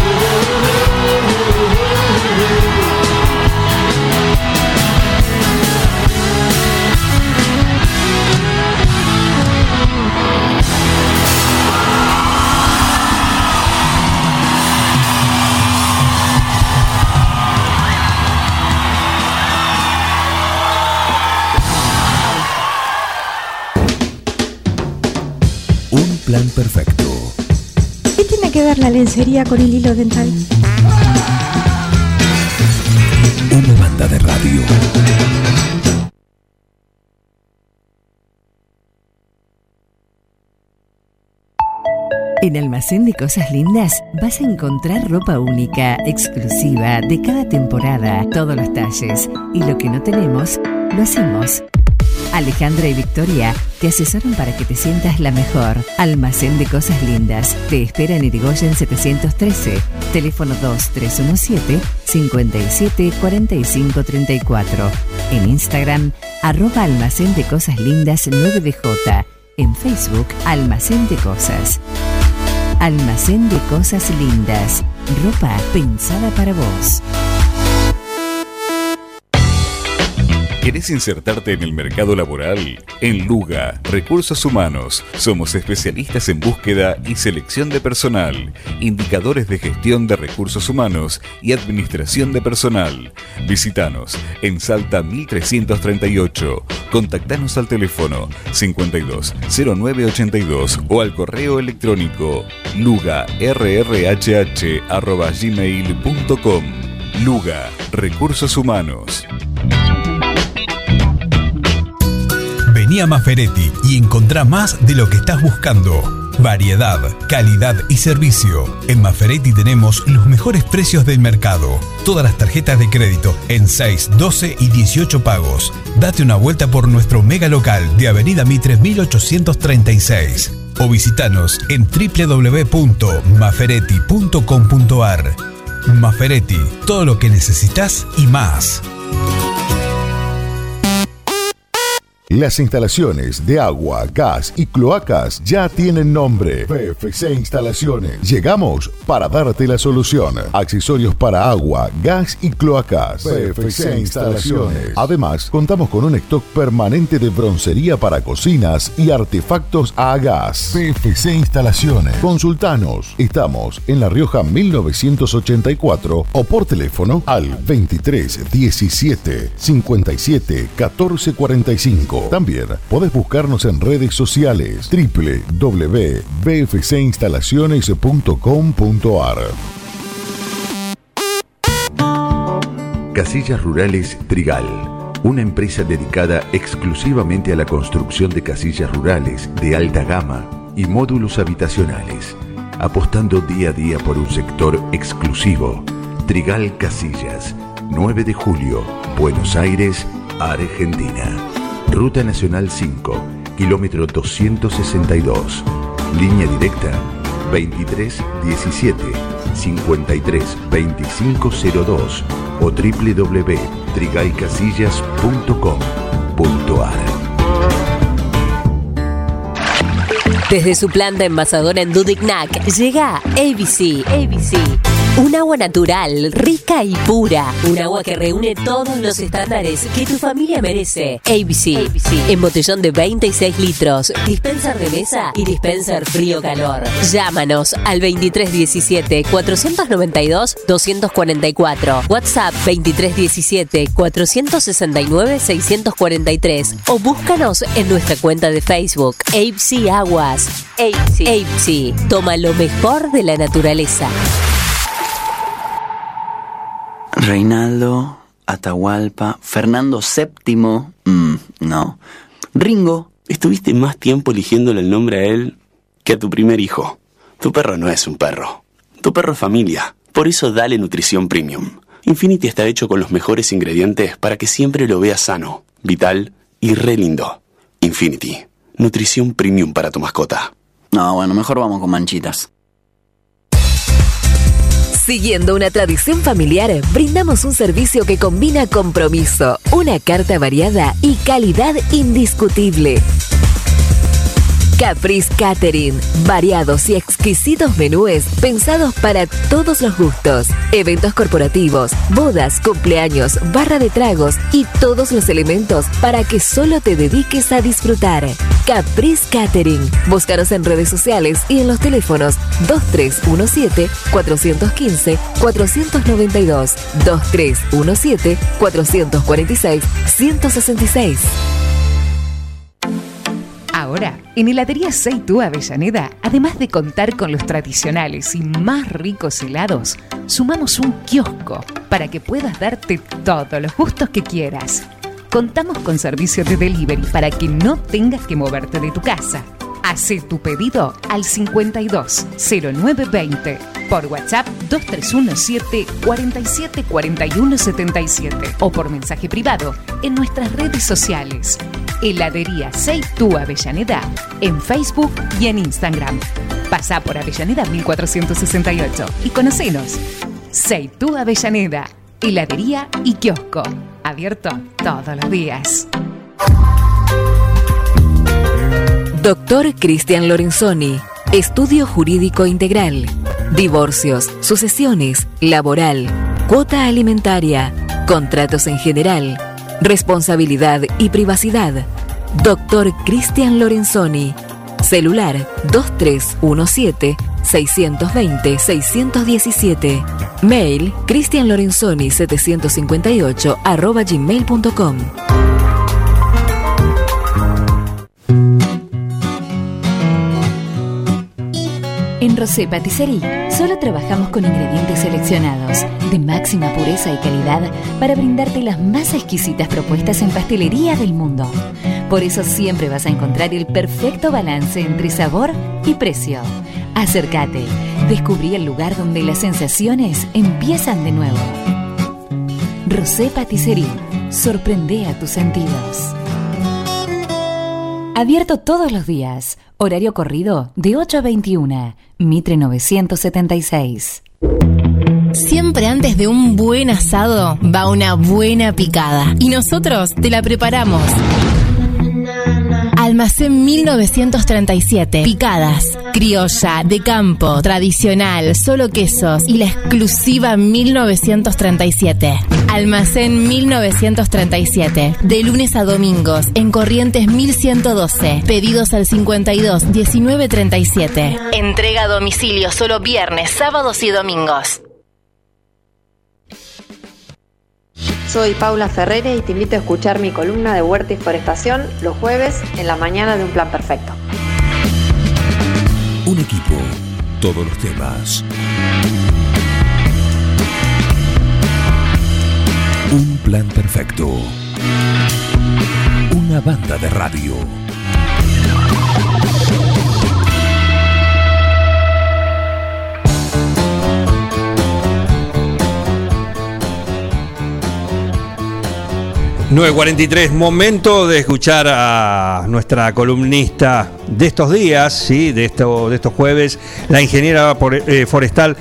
Un plan perfecto. ¿Qué tiene que ver la lencería con el hilo dental? Una banda de radio. En Almacén de Cosas Lindas vas a encontrar ropa única, exclusiva, de cada temporada, todos los talles. Y lo que no tenemos, lo hacemos. Alejandra y Victoria te asesoran para que te sientas la mejor. Almacén de Cosas Lindas. Te espera en Irigoyen setecientos trece. Teléfono dos tres uno siete, cinco siete, cuatro cinco tres cuatro. En Instagram, arroba Almacén de Cosas Lindas nueve D J. En Facebook, Almacén de Cosas. Almacén de Cosas Lindas. Ropa pensada para vos. ¿Querés insertarte en el mercado laboral? En Luga, Recursos Humanos, somos especialistas en búsqueda y selección de personal, indicadores de gestión de recursos humanos y administración de personal. Visítanos en Salta mil trescientos treinta y ocho. Contactanos al teléfono cincuenta y dos cero nueve ochenta y dos o al correo electrónico luga r r h h arroba gmail punto com. Luga, Recursos Humanos. Vení a Maferetti y encontrá más de lo que estás buscando. Variedad, calidad y servicio. En Maferetti tenemos los mejores precios del mercado. Todas las tarjetas de crédito en seis, doce y dieciocho pagos. Date una vuelta por nuestro mega local de Avenida Mitre mil ochocientos treinta y seis o visitanos en doble u doble u doble u punto maferetti punto com punto a r. Maferetti, todo lo que necesitas y más. Las instalaciones de agua, gas y cloacas ya tienen nombre. P F C Instalaciones. Llegamos para darte la solución. Accesorios para agua, gas y cloacas. P F C Instalaciones. Además, contamos con un stock permanente de broncería para cocinas y artefactos a gas. P F C Instalaciones. Consultanos. Estamos en La Rioja mil novecientos ochenta y cuatro o por teléfono al veintitrés diecisiete cincuenta y siete catorce cuarenta y cinco. También podés buscarnos en redes sociales doble u doble u doble u punto b f c instalaciones punto com punto a r. Casillas Rurales Trigal, una empresa dedicada exclusivamente a la construcción de casillas rurales de alta gama y módulos habitacionales, apostando día a día por un sector exclusivo. Trigal Casillas, nueve de julio, Buenos Aires, Argentina. Ruta Nacional cinco, kilómetro doscientos sesenta y dos. Línea directa veintitrés diecisiete cincuenta y tres veinticinco cero dos o doble u doble u doble u punto trigal casillas punto com punto a r. Desde su planta envasadora en Dudignac llega A B C. A B C. Un agua natural, rica y pura. Un agua que reúne todos los estándares que tu familia merece. A B C. A B C. En botellón de veintiséis litros. Dispenser de mesa y dispenser frío-calor. Llámanos al veintitrés diecisiete cuatrocientos noventa y dos doscientos cuarenta y cuatro. WhatsApp veintitrés diecisiete cuatrocientos sesenta y nueve seiscientos cuarenta y tres. O búscanos en nuestra cuenta de Facebook. A B C Aguas. A B C. A B C. Toma lo mejor de la naturaleza. Reinaldo, Atahualpa, Fernando séptimo, mm, no. Ringo, estuviste más tiempo eligiéndole el nombre a él que a tu primer hijo. Tu perro no es un perro. Tu perro es familia. Por eso dale nutrición premium. Infinity está hecho con los mejores ingredientes para que siempre lo veas sano, vital y re lindo. Infinity, nutrición premium para tu mascota. No, bueno, mejor vamos con manchitas. Siguiendo una tradición familiar, brindamos un servicio que combina compromiso, una carta variada y calidad indiscutible. Caprice Catering, variados y exquisitos menúes pensados para todos los gustos. Eventos corporativos, bodas, cumpleaños, barra de tragos y todos los elementos para que solo te dediques a disfrutar. Caprice Catering. Búscanos en redes sociales y en los teléfonos dos tres uno siete cuatro uno cinco cuatro nueve dos, dos tres uno siete cuatro cuatro seis uno seis seis. Ahora, en Heladería Seitú Avellaneda, además de contar con los tradicionales y más ricos helados, sumamos un kiosco para que puedas darte todos los gustos que quieras. Contamos con servicio de delivery para que no tengas que moverte de tu casa. Hacé tu pedido al cincuenta y dos cero nueve veinte, por WhatsApp dos tres uno siete cuatro siete cuatro uno siete siete o por mensaje privado en nuestras redes sociales. Heladería Seitú Avellaneda en Facebook y en Instagram. Pasá por Avellaneda mil cuatrocientos sesenta y ocho y conocenos. Seitú Avellaneda, heladería y kiosco. Abierto todos los días. Doctor Cristian Lorenzoni, Estudio Jurídico Integral, Divorcios, Sucesiones, Laboral, Cuota Alimentaria, Contratos en General, Responsabilidad y Privacidad. Doctor Cristian Lorenzoni, celular dos tres uno siete seis dos cero seis uno siete, mail cristianlorenzoni setecientos cincuenta y ocho arroba gmail punto com. En Rosé Patisserie solo trabajamos con ingredientes seleccionados de máxima pureza y calidad para brindarte las más exquisitas propuestas en pastelería del mundo. Por eso siempre vas a encontrar el perfecto balance entre sabor y precio. Acércate, descubrí el lugar donde las sensaciones empiezan de nuevo. Rosé Patisserie, sorprende a tus sentidos. Abierto todos los días, horario corrido de ocho a veintiuna, Mitre novecientos setenta y seis. Siempre antes de un buen asado va una buena picada y nosotros te la preparamos. Almacén mil novecientos treinta y siete. Picadas, criolla, de campo, tradicional, solo quesos y la exclusiva mil novecientos treinta y siete. Almacén mil novecientos treinta y siete. De lunes a domingos en Corrientes mil ciento doce. Pedidos al cincuenta y dos diecinueve treinta y siete. Entrega a domicilio solo viernes, sábados y domingos. Soy Paula Ferrere y te invito a escuchar mi columna de Huerta y Forestación los jueves en la mañana de Un Plan Perfecto. Un equipo, todos los temas. Un plan perfecto. Una banda de radio. nueve cuarenta y tres, momento de escuchar a nuestra columnista de estos días, ¿sí? de, esto, de estos jueves, la ingeniera por, eh, forestal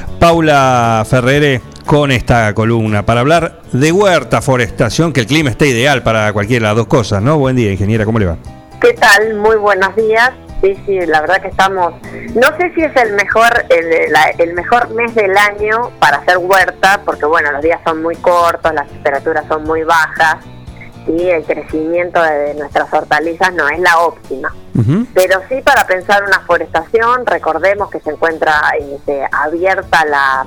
Paula Ferrere, con esta columna para hablar de huerta, forestación, que el clima esté ideal para cualquiera de las dos cosas, ¿no? Buen día, ingeniera, ¿cómo le va? ¿Qué tal? Muy buenos días. Sí, sí, la verdad que estamos, no sé si es el mejor el, la, el mejor mes del año para hacer huerta, porque bueno, los días son muy cortos, las temperaturas son muy bajas y el crecimiento de nuestras hortalizas no es la óptima. Uh-huh. Pero sí para pensar una forestación, recordemos que se encuentra este, abierta la,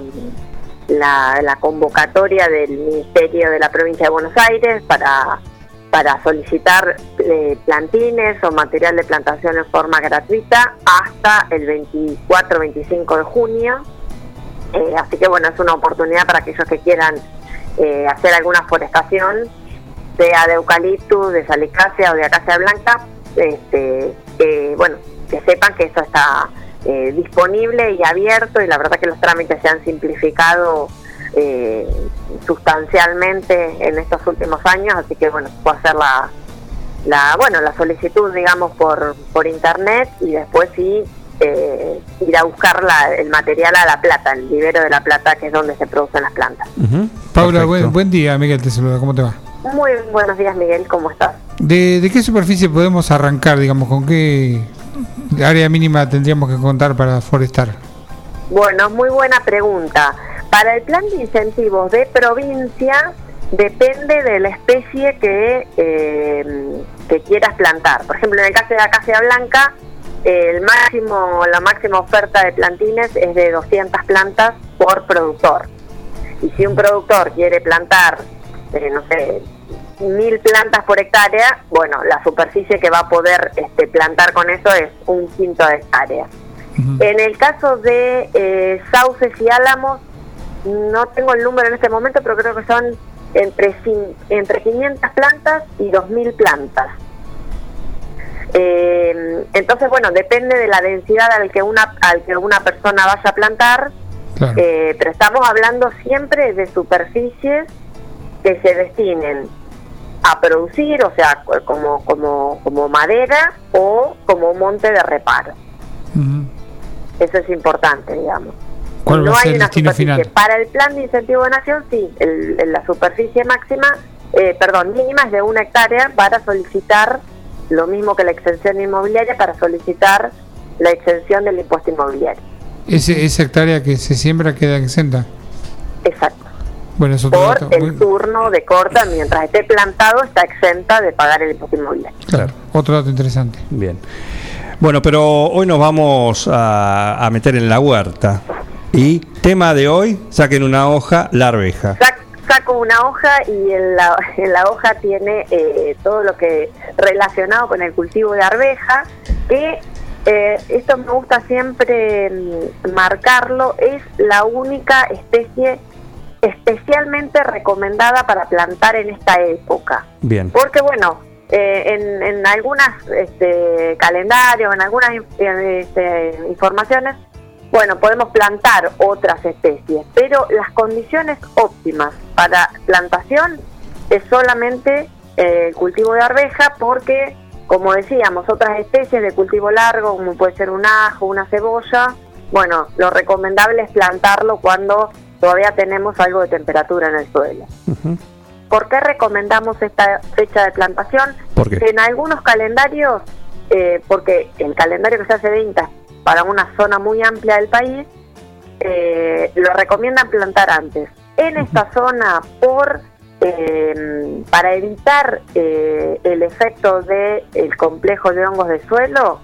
la, la convocatoria del Ministerio de la Provincia de Buenos Aires para... para solicitar eh, plantines o material de plantación en forma gratuita hasta el veinticuatro veinticinco de junio. Eh, así que bueno, es una oportunidad para aquellos que quieran eh, hacer alguna forestación, sea de eucaliptus, de salicácea o de acacia blanca, este, eh, bueno, que sepan que eso está eh, disponible y abierto, y la verdad que los trámites se han simplificado Eh, sustancialmente en estos últimos años, así que bueno, puedo hacer la, la bueno la solicitud, digamos, por por internet, y después sí eh, ir a buscar la, el material a La Plata, el vivero de La Plata, que es donde se producen las plantas. Uh-huh. Paula, buen, buen día, Miguel te saluda, ¿cómo te va? Muy buenos días, Miguel, ¿cómo estás? ¿De, de qué superficie podemos arrancar, digamos, con qué área mínima tendríamos que contar para forestar? Bueno, muy buena pregunta. Para el plan de incentivos de provincia depende de la especie que, eh, que quieras plantar. Por ejemplo, en el caso de la acacia blanca, el máximo, la máxima oferta de plantines es de doscientas plantas por productor. Y si un productor quiere plantar, eh, no sé, mil plantas por hectárea, bueno, la superficie que va a poder este, plantar con eso es un quinto de hectárea. Uh-huh. En el caso de eh, sauces y álamos, no tengo el número en este momento, pero creo que son entre, entre quinientas plantas y dos mil plantas. Eh, entonces, bueno, depende de la densidad al que una al que una persona vaya a plantar, claro. eh, pero estamos hablando siempre de superficies que se destinen a producir, o sea, como como como madera o como monte de reparo. Uh-huh. Eso es importante, digamos. ¿Cuál no va a ser hay el una destino superficie. final? Para el plan de incentivo de nación, sí, el, el, la superficie máxima, eh, perdón, mínima es de una hectárea para solicitar, lo mismo que la exención inmobiliaria, para solicitar la exención del impuesto inmobiliario. Ese, esa hectárea que se siembra queda exenta. Exacto. Bueno, eso por dato, el muy... turno de corta, mientras esté plantado, está exenta de pagar el impuesto inmobiliario. Claro, otro dato interesante. Bien. Bueno, pero hoy nos vamos a, a meter en la huerta. Y tema de hoy, saquen una hoja, la arveja. Sac, saco una hoja y en la, en la hoja tiene eh, todo lo que relacionado con el cultivo de arveja, que eh, esto me gusta siempre mm, marcarlo, es la única especie especialmente recomendada para plantar en esta época. Bien. Porque bueno, eh, en, en algunas este, calendarios, en algunas este, informaciones, bueno, podemos plantar otras especies, pero las condiciones óptimas para plantación es solamente eh, el cultivo de arveja, porque, como decíamos, otras especies de cultivo largo, como puede ser un ajo, una cebolla, bueno, lo recomendable es plantarlo cuando todavía tenemos algo de temperatura en el suelo. Uh-huh. ¿Por qué recomendamos esta fecha de plantación? ¿Por qué? En algunos calendarios, eh, porque el calendario que se hace de INTA para una zona muy amplia del país, eh, lo recomiendan plantar antes. En esta zona, por eh, para evitar eh, el efecto del complejo de hongos de suelo,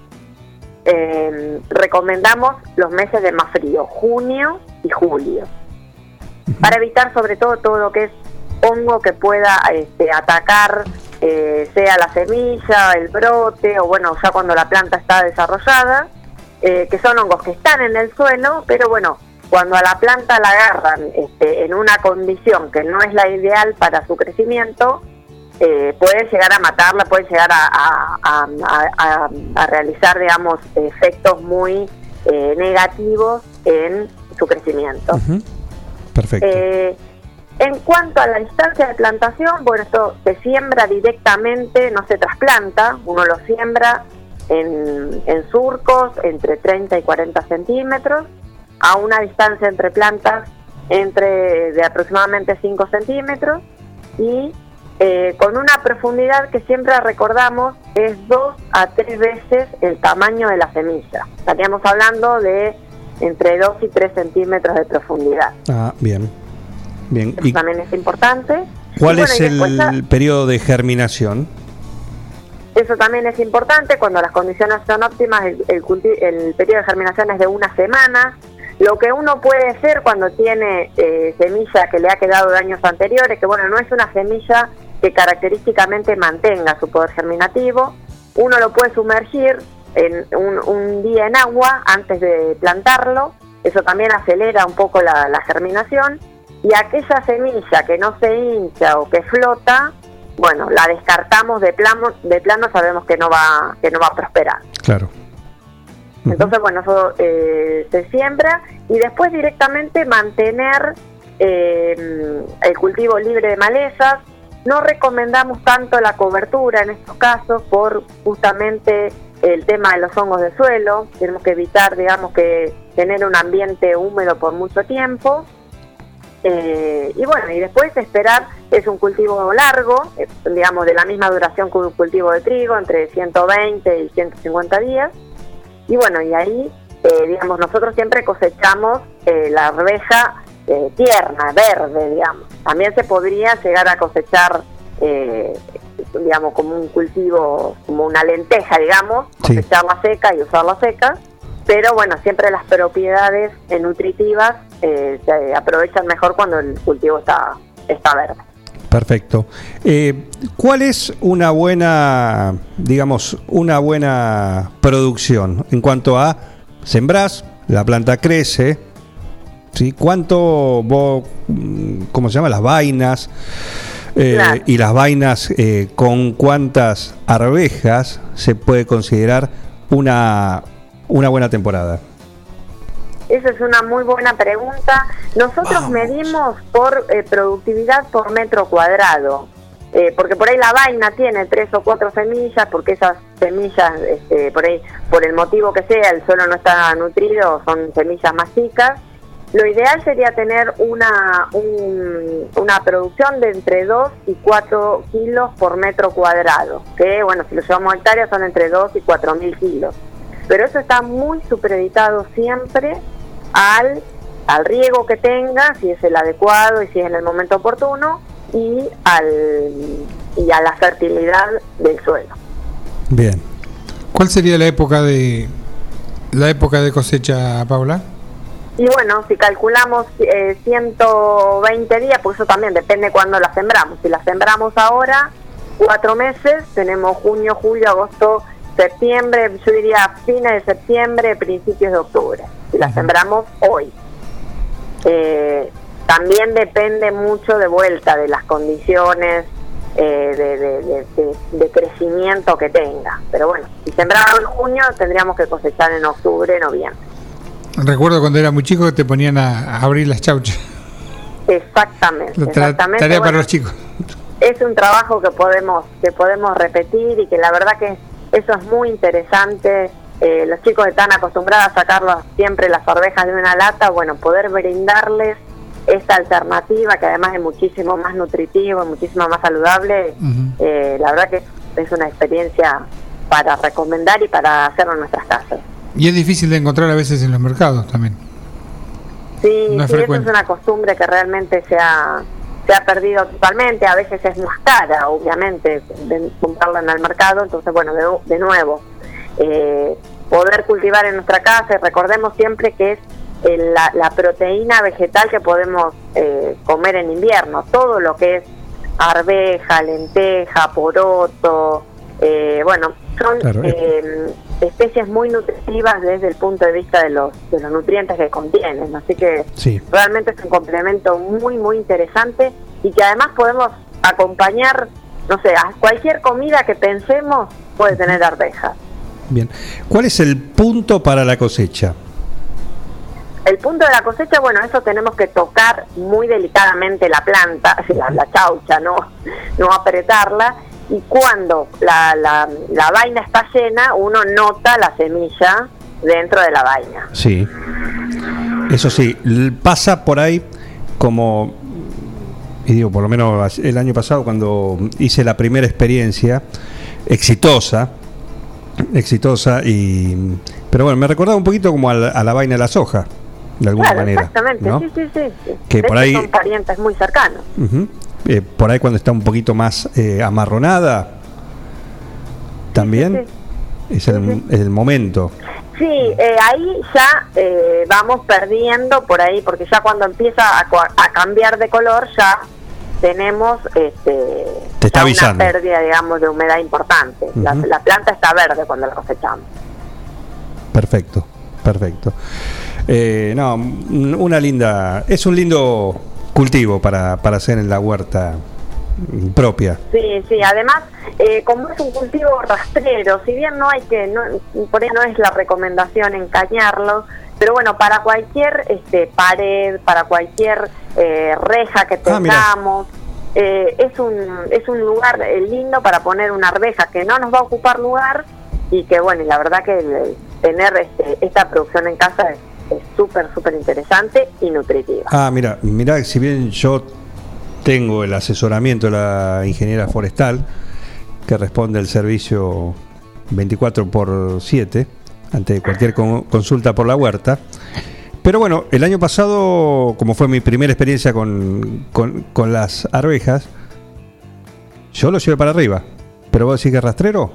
eh, recomendamos los meses de más frío, junio y julio, para evitar sobre todo todo lo que es hongo que pueda este, atacar, eh, sea la semilla, el brote, o bueno, ya cuando la planta está desarrollada, eh, que son hongos que están en el suelo, pero bueno, cuando a la planta la agarran este, en una condición que no es la ideal para su crecimiento, eh, pueden llegar a matarla, pueden llegar a, a, a, a, a realizar, digamos, efectos muy eh, negativos en su crecimiento. Uh-huh. Perfecto. Eh, en cuanto a la distancia de plantación, bueno, esto se siembra directamente, no se trasplanta, uno lo siembra en, en surcos entre treinta y cuarenta centímetros, a una distancia entre plantas entre de aproximadamente cinco centímetros, y eh, con una profundidad que siempre recordamos es dos a tres veces el tamaño de la semilla. Estaríamos hablando de entre dos y tres centímetros de profundidad. Ah, bien. Bien. Eso también es importante. ¿Cuál y bueno, es y el después, periodo de germinación? Eso también es importante. Cuando las condiciones son óptimas, el, el, culti- el periodo de germinación es de una semana. Lo que uno puede hacer cuando tiene eh, semilla que le ha quedado de años anteriores, que bueno, no es una semilla que característicamente mantenga su poder germinativo, uno lo puede sumergir en un, un día en agua antes de plantarlo. Eso también acelera un poco la, la germinación, y aquella semilla que no se hincha o que flota, bueno, la descartamos de plano, de plano sabemos que no va que no va a prosperar. Claro. Uh-huh. Entonces, bueno, eso eh, se siembra, y después directamente mantener eh, el cultivo libre de malezas. No recomendamos tanto la cobertura en estos casos por justamente el tema de los hongos de suelo. Tenemos que evitar, digamos, que tener un ambiente húmedo por mucho tiempo. Eh, y bueno, y después esperar, es un cultivo largo, eh, digamos de la misma duración que un cultivo de trigo, entre ciento veinte y ciento cincuenta días. Y bueno, y ahí, eh, digamos, nosotros siempre cosechamos eh, la arveja eh, tierna, verde, digamos. También se podría llegar a cosechar, eh, digamos, como un cultivo, como una lenteja, digamos, sí, cosecharla seca y usarla seca. Pero bueno, siempre las propiedades eh, nutritivas eh, se aprovechan mejor cuando el cultivo está, está verde. Perfecto. Eh, ¿Cuál es una buena, digamos, una buena producción en cuanto a sembrás, la planta crece, ¿sí? ¿Cuánto vos, cómo se llama, las vainas? Eh, claro. Y las vainas, eh, ¿con cuántas arvejas se puede considerar una una buena temporada? Esa es una muy buena pregunta. Nosotros Vamos. medimos por eh, productividad por metro cuadrado, eh, porque por ahí la vaina tiene tres o cuatro semillas, porque esas semillas, este, por ahí, por el motivo que sea, el suelo no está nutrido, son semillas más chicas. Lo ideal sería tener una un, una producción de entre dos y cuatro kilos por metro cuadrado, que bueno, si lo llevamos a hectáreas son entre dos y cuatro mil kilos. Pero eso está muy supeditado siempre al, al riego que tenga, si es el adecuado y si es en el momento oportuno, y al y a la fertilidad del suelo. Bien. ¿Cuál sería la época de la época de cosecha, Paula? Y bueno, si calculamos eh, ciento veinte días, pues eso también depende cuándo la sembramos. Si la sembramos ahora, cuatro meses, tenemos junio, julio, agosto, septiembre, yo diría fines de septiembre, principios de octubre, si la sembramos hoy. Eh, también depende mucho de vuelta de las condiciones eh, de, de, de, de, de crecimiento que tenga. Pero bueno, si sembramos en junio tendríamos que cosechar en octubre, noviembre. Recuerdo cuando era muy chico que te ponían a, a abrir las chauchas. Exactamente, La tra- exactamente. Tarea Bueno, para los chicos. es un trabajo que podemos que podemos repetir y que la verdad que eso es muy interesante. Eh, los chicos están acostumbrados a sacarlos siempre las arvejas de una lata, bueno, poder brindarles esta alternativa que además es muchísimo más nutritivo, muchísimo más saludable, Uh-huh. eh, la verdad que es una experiencia para recomendar y para hacerlo en nuestras casas. Y es difícil de encontrar a veces en los mercados también. Sí, No es sí, eso frecuente. es una costumbre que realmente se ha, se ha perdido totalmente. A veces es más cara, obviamente, de comprarla en el mercado. Entonces, bueno, de, de nuevo, eh, poder cultivar en nuestra casa. Y recordemos siempre que es eh, la, la proteína vegetal que podemos eh, comer en invierno. Todo lo que es arveja, lenteja, poroto, eh, bueno, son Claro. eh, especies muy nutritivas desde el punto de vista de los, de los nutrientes que contienen. Así que Sí. realmente es un complemento muy, muy interesante y que además podemos acompañar, no sé, a cualquier comida que pensemos puede tener arvejas. Bien. ¿Cuál es el punto para la cosecha? El punto de la cosecha, bueno, eso tenemos que tocar muy delicadamente la planta, la, la chaucha, no, no apretarla, y cuando la, la, la vaina está llena, uno nota la semilla dentro de la vaina. Sí. Eso sí, l- pasa por ahí como, y digo, por lo menos el año pasado cuando hice la primera experiencia exitosa, exitosa y, pero bueno, me recordaba un poquito como a la, a la vaina de la soja, de alguna Claro, manera, exactamente, ¿no? sí, sí, sí. sí. Que De por hecho, ahí- son parientes muy cercanos. Ujú. Eh, por ahí cuando está un poquito más eh, amarronada, también es el, es el momento. Sí, eh, ahí ya eh, vamos perdiendo por ahí, porque ya cuando empieza a, cua- a cambiar de color ya tenemos este, Te está ya avisando. una pérdida, digamos, de humedad importante. la, Ujú. la planta está verde cuando la cosechamos. Perfecto, perfecto. Eh, no, un- una linda, es un lindo cultivo para, para hacer en la huerta propia. Sí, sí, además, eh, como es un cultivo rastrero, si bien no hay que, no, por ahí no es la recomendación encañarlos, pero bueno, para cualquier este, pared, para cualquier eh, reja que Ah, mira. tengamos, eh, es un es un lugar eh, lindo para poner una arveja que no nos va a ocupar lugar y que bueno, y la verdad que el- tener este, esta producción en casa es es súper, súper interesante y nutritiva. Ah, mira, mira, si bien yo tengo el asesoramiento de la ingeniera forestal, que responde al servicio veinticuatro por siete, ante cualquier con- consulta por la huerta. Pero bueno, el año pasado, como fue mi primera experiencia con, con, con las arvejas, yo lo llevé para arriba. ¿Pero vos decís que es rastrero?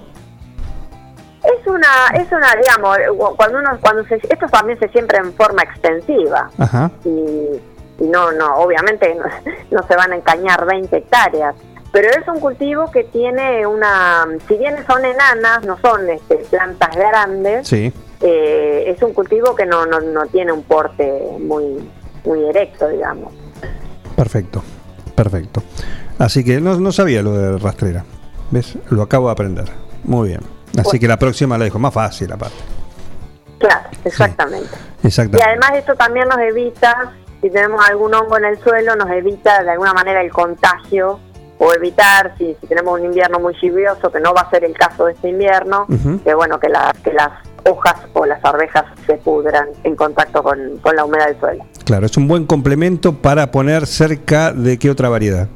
Es una, es una, digamos, cuando uno, cuando se, esto también se siembra en forma extensiva. Ajá. y, y no, no, obviamente no, no se van a encañar veinte hectáreas, pero es un cultivo que tiene una, si bien son enanas, no son este, plantas grandes, Sí. eh, es un cultivo que no, no, no tiene un porte muy, muy erecto, digamos. Perfecto, perfecto. Así que no, no sabía lo de rastrera. ¿Ves? Lo acabo de aprender. Muy bien. Así Bueno. que la próxima la dejo más fácil aparte. Claro, exactamente. Y Exactamente. además esto también nos evita, si tenemos algún hongo en el suelo, nos evita de alguna manera el contagio, o evitar, si, si tenemos un invierno muy lluvioso, que no va a ser el caso de este invierno, Ujú. que bueno, que, la, que las hojas o las arvejas se pudran en contacto con, con la humedad del suelo. Claro, es un buen complemento para poner cerca de qué otra variedad.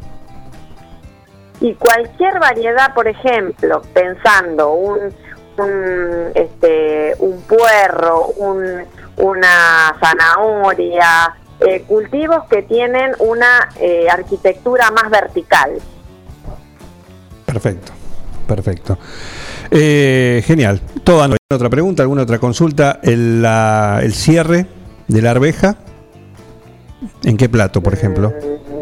Y cualquier variedad, por ejemplo, pensando un, un, este, un puerro, un, una zanahoria, eh, cultivos que tienen una eh, arquitectura más vertical. Perfecto, perfecto. Eh, genial. Toda ¿alguna otra pregunta, alguna otra consulta? El, la- el cierre de la arveja, ¿en qué plato, por ejemplo?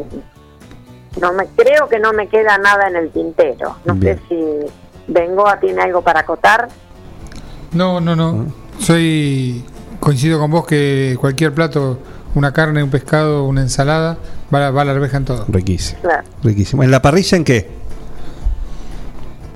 No me creo que no me queda nada en el tintero. No Bien. sé si Bengoa tiene algo para acotar. No, no, no. Soy coincido con vos que cualquier plato, una carne, un pescado, una ensalada, va, va la arveja en todo. Riquísimo. Claro. Riquísimo. ¿En la parrilla en qué?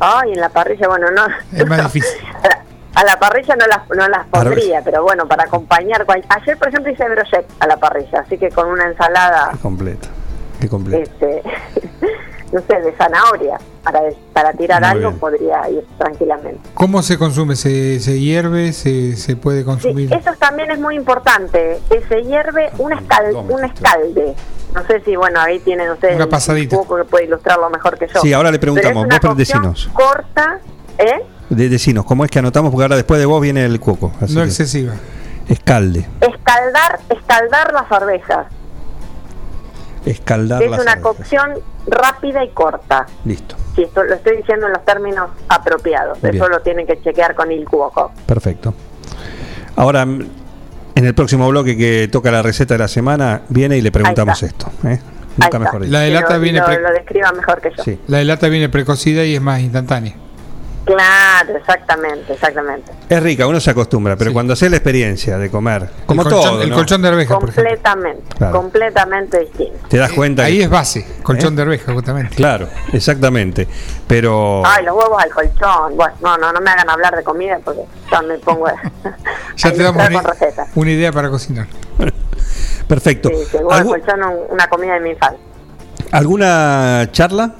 Ay, en la parrilla, bueno, no. Es más difícil. A la parrilla no las, no las pondría, pero bueno, para acompañar. cual- Ayer, por ejemplo, hice brochette a la parrilla, así que con una ensalada, Qué completa. Qué completa. este, no sé, de zanahoria, para, para tirar Muy algo bien. podría ir tranquilamente. ¿Cómo se consume? ¿Se, se hierve? ¿Se, se puede Sí, consumir? eso también es muy importante, que se hierve un, escal, un escalde. No sé si, bueno, ahí tienen ustedes Una pasadita. un poco que puede ilustrarlo mejor que yo. Sí, ahora le preguntamos, Pero es vos una cocción decinos. corta, ¿eh? De, decinos, ¿cómo es que anotamos? Porque ahora después de vos viene el cuoco. Así No que- excesiva. Escalde. Escaldar, escaldar las arvejas. Escaldar Es las una arvejas. cocción rápida y corta. Listo, Si esto lo estoy diciendo en los términos apropiados. Bien. Eso lo tienen que chequear con il cuoco. perfecto. Ahora, mm, en el próximo bloque que toca la receta de la semana, viene y le preguntamos Ahí esto. ¿eh? Nunca mejor dicho. La de Que lata lo, viene lo, pre- lo describan mejor que yo. Sí. La de lata viene precocida y es más instantánea. Claro, exactamente, exactamente. Es rica, uno se acostumbra, pero Sí. cuando hace la experiencia de comer, como el colchón, todo, el ¿no? colchón de arveja, por ejemplo. Completamente, Claro. completamente distinto. te das cuenta. Ahí que- es base, colchón ¿Eh? de arveja, justamente. Claro, exactamente. Pero Ay, los huevos al colchón. Bueno, no, no, no me hagan hablar de comida porque ya me pongo a, Ya a te damos ilustrar con una, recetas. una idea para cocinar. perfecto. Sí, sí, el huevo al ¿Algu- colchón es un- una comida de mi infancia. ¿Alguna charla?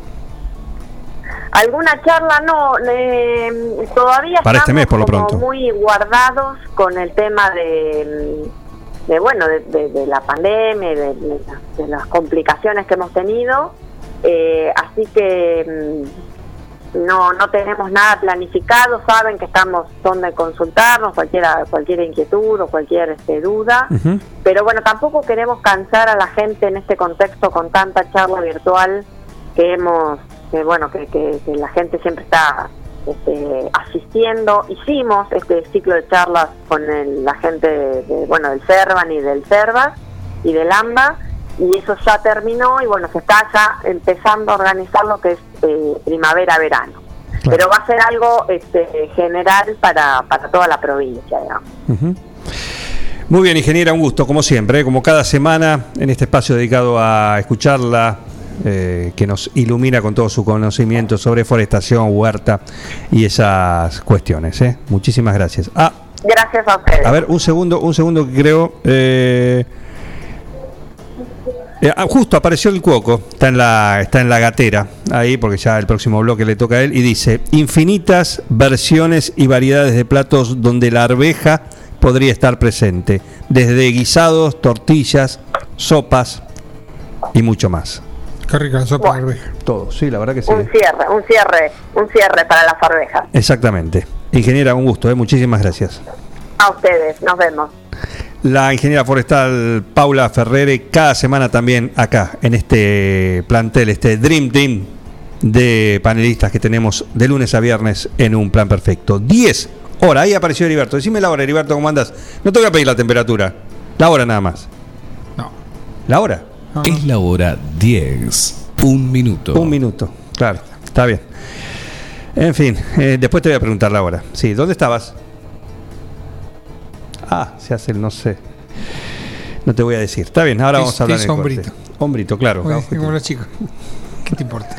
¿Alguna charla? No, eh, todavía Para este estamos mes, por lo como pronto. muy guardados con el tema de, de bueno, de, de- de la pandemia, y de, de la- de las complicaciones que hemos tenido. Eh, así que mm, no no tenemos nada planificado. Saben que estamos donde consultarnos, cualquiera, cualquier inquietud o cualquier este, duda. Ujú. Pero bueno, tampoco queremos cansar a la gente en este contexto con tanta charla virtual que hemos, que bueno, que, que, que la gente siempre está este, asistiendo. Hicimos este ciclo de charlas con el- la gente de, de, bueno, del CERVAN y del CERVAS y del AMBA, y eso ya terminó y bueno, se está ya empezando a organizar lo que es eh, primavera-verano. Claro. Pero va a ser algo este, general para, para toda la provincia, digamos. Ujú. Muy bien, ingeniera, un gusto, como siempre, ¿eh? Como cada semana, en este espacio dedicado a escucharla, eh, que nos ilumina con todo su conocimiento sobre forestación, huerta y esas cuestiones. ¿eh? Muchísimas gracias. Ah, Gracias a ustedes. a ver, un segundo, un segundo que creo. eh, eh, ah, justo apareció el cuoco, está en la, está en la gatera, ahí, porque ya el próximo bloque le toca a él, y dice: infinitas versiones y variedades de platos donde la arveja podría estar presente, desde guisados, tortillas, sopas y mucho más. Qué rica la sopa Bueno. de arveja. Todo, sí, la verdad que sí. Un cierre, un cierre, un cierre para las arvejas. Exactamente. Ingeniera, un gusto, ¿eh? Muchísimas gracias. A ustedes, nos vemos. La ingeniera forestal Paula Ferrere, cada semana también acá, en este plantel, este Dream Team de panelistas que tenemos de lunes a viernes en Un Plan Perfecto. diez horas, ahí apareció Heriberto. Decime la hora, Heriberto, ¿cómo andas? No te voy a pedir la temperatura, la hora nada más. No. ¿La hora? No, Es la hora diez. Un minuto. Un minuto, claro, está bien. En fin, eh, después te voy a preguntar la hora. Sí, ¿dónde estabas? Ah, se hace el no sé. No te voy a decir. Está bien, ahora ¿Qué vamos es- a hablar qué en es el corte. hombrito? Hombrito, claro. Oye, Ojo, como los chicos. ¿Qué te importa?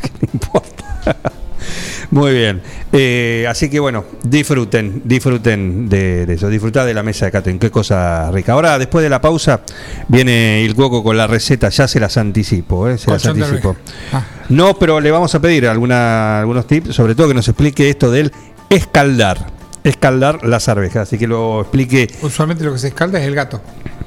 Muy bien. Eh, así que bueno, disfruten, disfruten de, de eso, disfrutar de la mesa de catering, qué cosa rica. Ahora, después de la pausa, viene el cuoco con la receta, ya se las anticipo, ¿eh? se las Colchón de anticipo. arveja. Ah. No, pero le vamos a pedir alguna, algunos tips, sobre todo que nos explique esto del escaldar, escaldar las arvejas, así que lo explique. Usualmente lo que se escalda es el gato.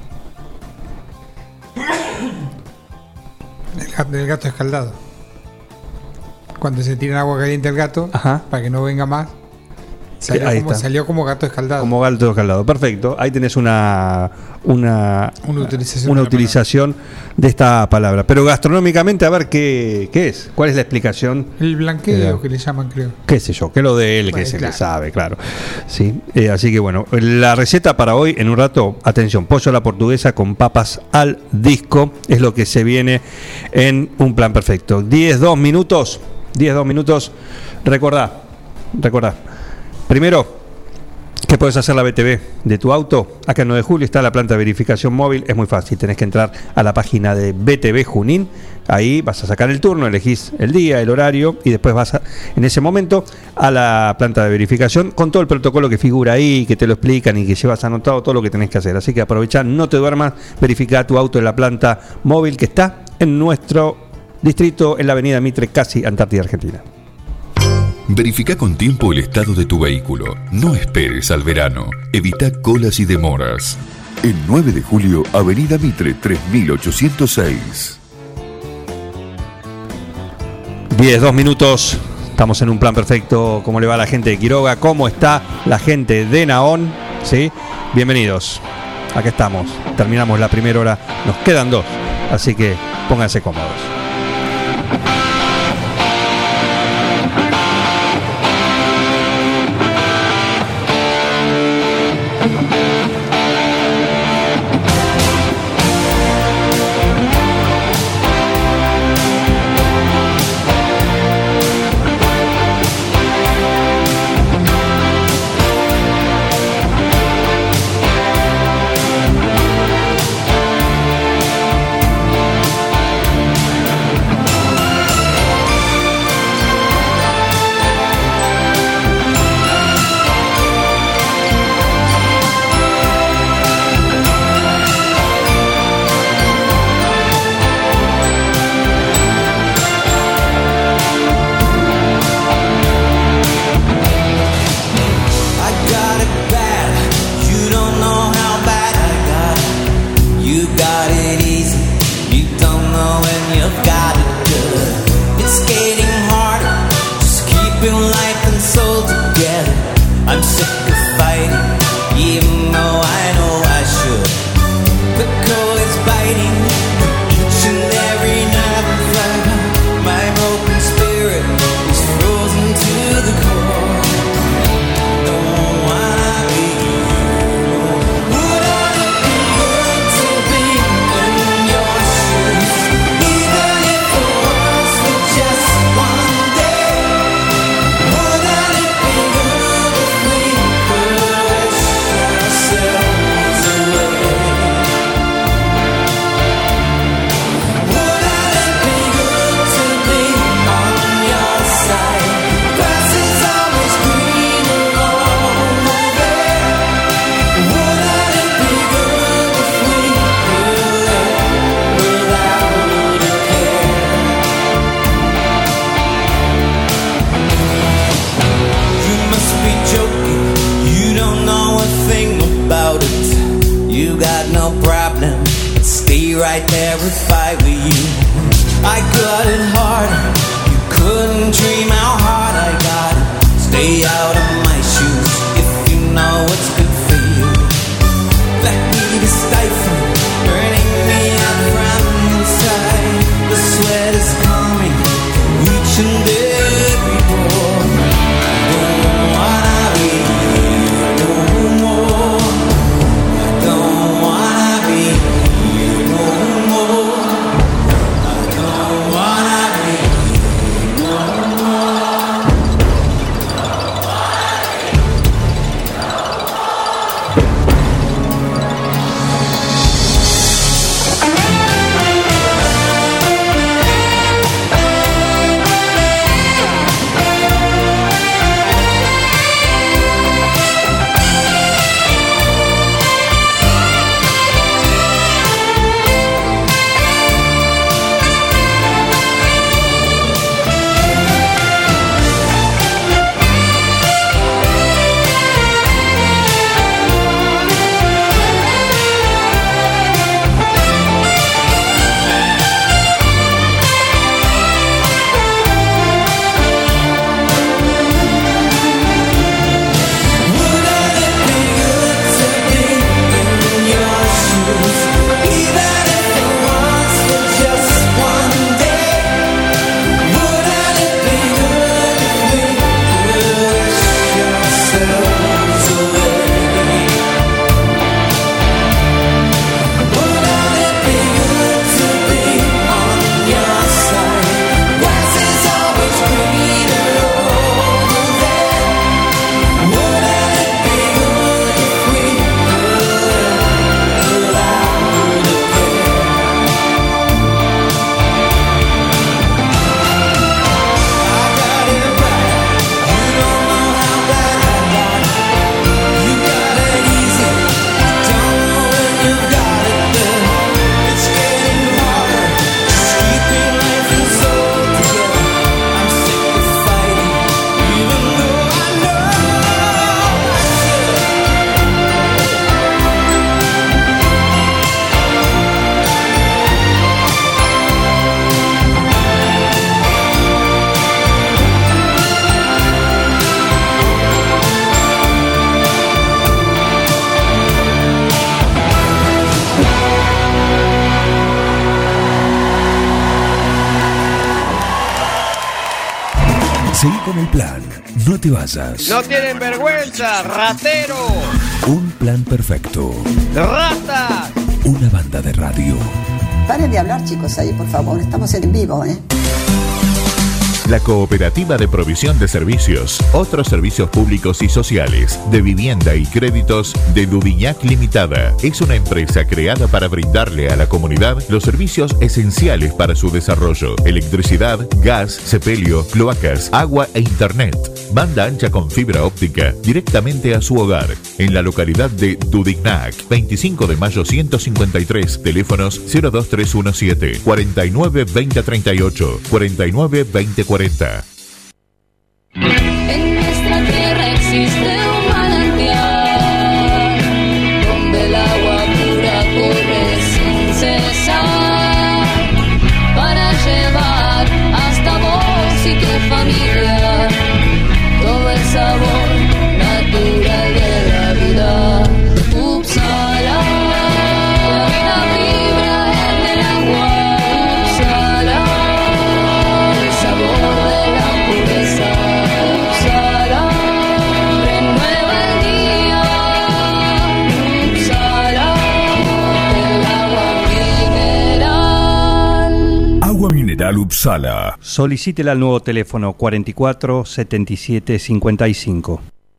El gato, el gato escaldado. Cuando se tira agua caliente al gato, Ajá. para que no venga más, salió, Ahí como, está. salió como gato escaldado. Como gato escaldado, perfecto. Ahí tenés una una, Una utilización una de la utilización de esta palabra. Pero gastronómicamente, a ver qué, qué es, cuál es la explicación. El blanqueo Eh, que le llaman, creo. Qué sé yo, que lo de él, Bueno, que es el que claro. sabe, claro. Sí, eh, así que bueno, la receta para hoy, en un rato, atención, pollo a la portuguesa con papas al disco, es lo que se viene en Un Plan Perfecto. diez, dos minutos, diez, dos minutos, recordá, recordá. Primero, ¿Qué puedes hacer la B T V de tu auto? Acá en nueve de julio está la planta de verificación móvil. Es muy fácil, tenés que entrar a la página de B T V Junín. Ahí vas a sacar el turno, elegís el día, el horario y después vas a, en ese momento a la planta de verificación con todo el protocolo que figura ahí, que te lo explican y que llevas anotado todo lo que tenés que hacer. Así que aprovechá, no te duermas, verifica tu auto en la planta móvil que está en nuestro distrito en la avenida Mitre, casi Antártida, Argentina. Verifica con tiempo el estado de tu vehículo. No esperes al verano. Evita colas y demoras. En nueve de julio, avenida Mitre tres mil ochocientos seis. diez, dos minutos. Estamos en un plan perfecto. ¿Cómo le va a la gente de Quiroga? ¿Cómo está la gente de Naón? ¿Sí? Bienvenidos. Aquí estamos. Terminamos la primera hora. Nos quedan dos. Así que pónganse cómodos. con el plan. No te vayas. ¡No tienen vergüenza, ratero! Un plan perfecto. ¡Rata! Una banda de radio. Paren de hablar, chicos, ahí, por favor. Estamos en vivo, ¿eh? La Cooperativa de Provisión de Servicios, otros servicios públicos y sociales, de vivienda y créditos de Dudignac Limitada. Es una empresa creada para brindarle a la comunidad los servicios esenciales para su desarrollo: electricidad, gas, sepelio, cloacas, agua e internet. Banda ancha con fibra óptica directamente a su hogar. En la localidad de Dudignac, veinticinco de mayo ciento cincuenta y tres, teléfonos cero dos tres uno siete, cuarenta y nueve veinte treinta y ocho, cuarenta y nueve veinte cuarenta. En nuestra tierra existe un manantial donde el agua pura corre sin cesar para llevar hasta vos y tu familia todo el sabor natural de la vida. Upsala, la vida vibra en el agua. Upsala, el sabor de la pureza. Upsala, renueva el día. Upsala, el agua mineral. Agua mineral Upsala. Solicítela al nuevo teléfono cuarenta y cuatro setenta y siete cincuenta y cinco.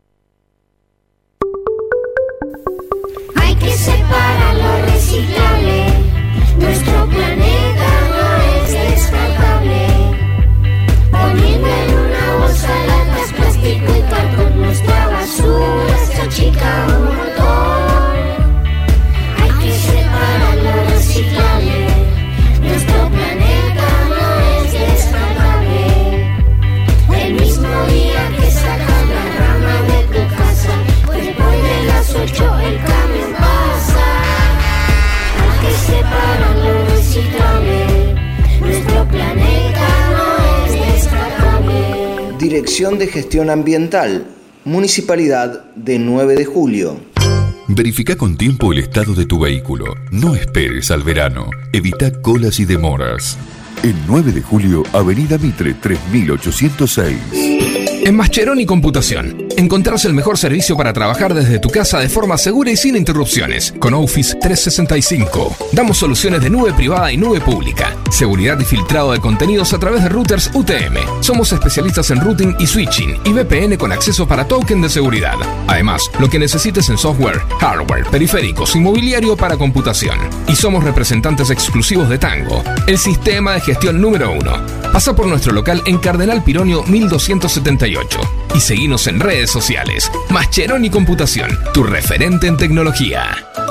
Hay que separar lo reciclable. Nuestro planeta no es descartable. Poniendo en una bolsa latas, plástico y cartón, nuestra basura se achica un montón. Hay que separar lo reciclable. Nuestro planeta no es descartable. El mismo día que sacas la rama de tu casa, después de las ocho el camión pasa. Hay que separar lo reciclable. Nuestro planeta no es descartable. Dirección de Gestión Ambiental, Municipalidad de nueve de julio. Verifica con tiempo el estado de tu vehículo. No esperes al verano. Evita colas y demoras. En nueve de julio, Avenida Mitre tres mil ochocientos seis. En Mascheroni Computación, encontrás el mejor servicio para trabajar desde tu casa de forma segura y sin interrupciones. Con Office trescientos sesenta y cinco, damos soluciones de nube privada y nube pública, seguridad y filtrado de contenidos a través de routers U T M. Somos especialistas en routing y switching y V P N con acceso para token de seguridad. Además, lo que necesites en software, hardware, periféricos y mobiliario para computación. Y somos representantes exclusivos de Tango, el sistema de gestión número uno. Pasa por nuestro local en Cardenal Pironio mil doscientos setenta y ocho y seguinos en redes sociales. Mascheroni Computación, tu referente en tecnología.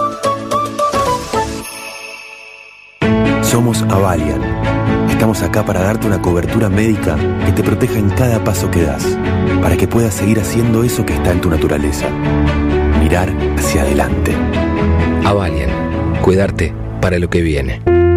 Somos Avalian. Estamos acá para darte una cobertura médica que te proteja en cada paso que das, para que puedas seguir haciendo eso que está en tu naturaleza: mirar hacia adelante. Avalian, cuidarte para lo que viene.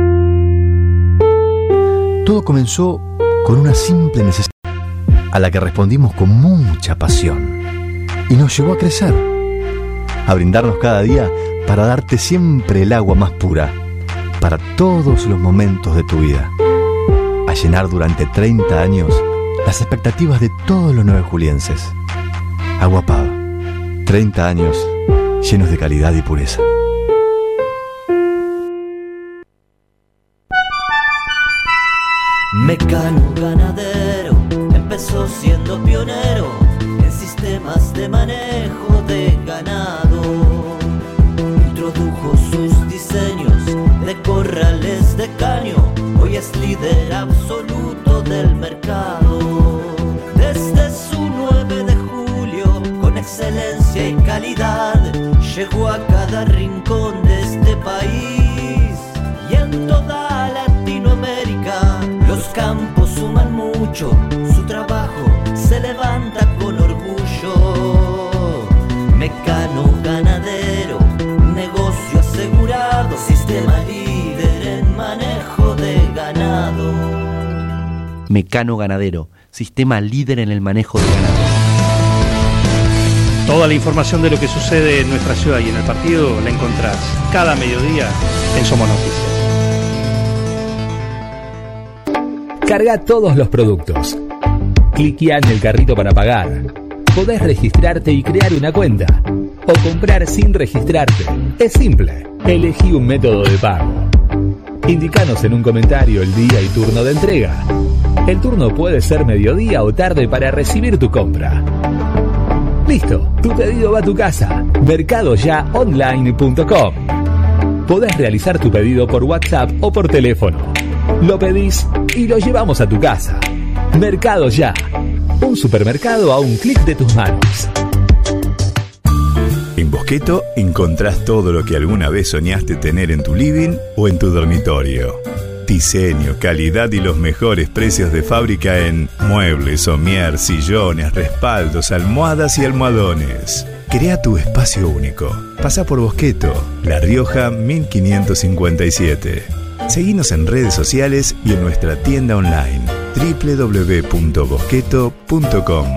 Todo comenzó con una simple necesidad, a la que respondimos con mucha pasión, y nos llevó a crecer, a brindarnos cada día para darte siempre el agua más pura, para todos los momentos de tu vida, a llenar durante treinta años las expectativas de todos los nueve julienses. Agua Pava, treinta años llenos de calidad y pureza. Mecano ganadero empezó siendo pionero en sistemas de manejo de ganado. Introdujo sus diseños de corrales de caño, hoy es líder absoluto del mercado. Desde su nueve de julio, con excelencia y calidad, llegó a cada rincón de este país y en toda Latinoamérica. Los campos suman mucho, su trabajo se levanta con orgullo. Mecano ganadero, negocio asegurado, sistema líder en manejo de ganado. Mecano ganadero, sistema líder en el manejo de ganado. Toda la información de lo que sucede en nuestra ciudad y en el partido la encontrás cada mediodía en Somos Noticias. Carga todos los productos. Cliquea en el carrito para pagar. Podés registrarte y crear una cuenta. O comprar sin registrarte. Es simple. Elegí un método de pago. Indicanos en un comentario el día y turno de entrega. El turno puede ser mediodía o tarde para recibir tu compra. Listo, tu pedido va a tu casa. mercado ya online punto com. Podés realizar tu pedido por WhatsApp o por teléfono. Lo pedís y lo llevamos a tu casa. Mercado Ya. Un supermercado a un clic de tus manos. En Bosqueto encontrás todo lo que alguna vez soñaste tener en tu living o en tu dormitorio. Diseño, calidad y los mejores precios de fábrica en muebles, somier, sillones, respaldos, almohadas y almohadones. Crea tu espacio único. Pasa por Bosqueto, La Rioja mil quinientos cincuenta y siete. Seguinos en redes sociales y en nuestra tienda online doble u doble u doble u punto bosqueto punto com.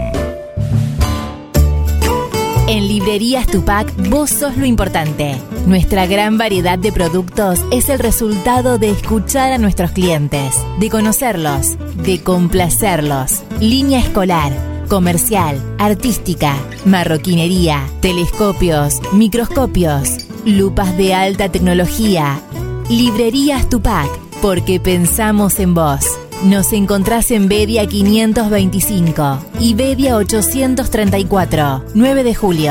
En Librerías Tupac, vos sos lo importante. Nuestra gran variedad de productos es el resultado de escuchar a nuestros clientes, de conocerlos, de complacerlos. Línea escolar, comercial, artística, marroquinería, telescopios, microscopios, lupas de alta tecnología. Librerías Tupac, porque pensamos en vos. Nos encontrás en Bedia quinientos veinticinco y Bedia ochocientos treinta y cuatro, nueve de julio.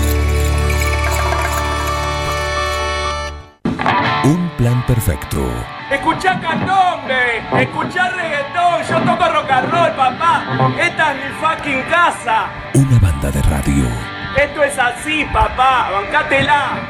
Un plan perfecto. Escuchá candombe, escuchá reggaetón, yo toco rock and roll, papá. Esta es mi fucking casa. Una banda de radio. Esto es así, papá, bancátela.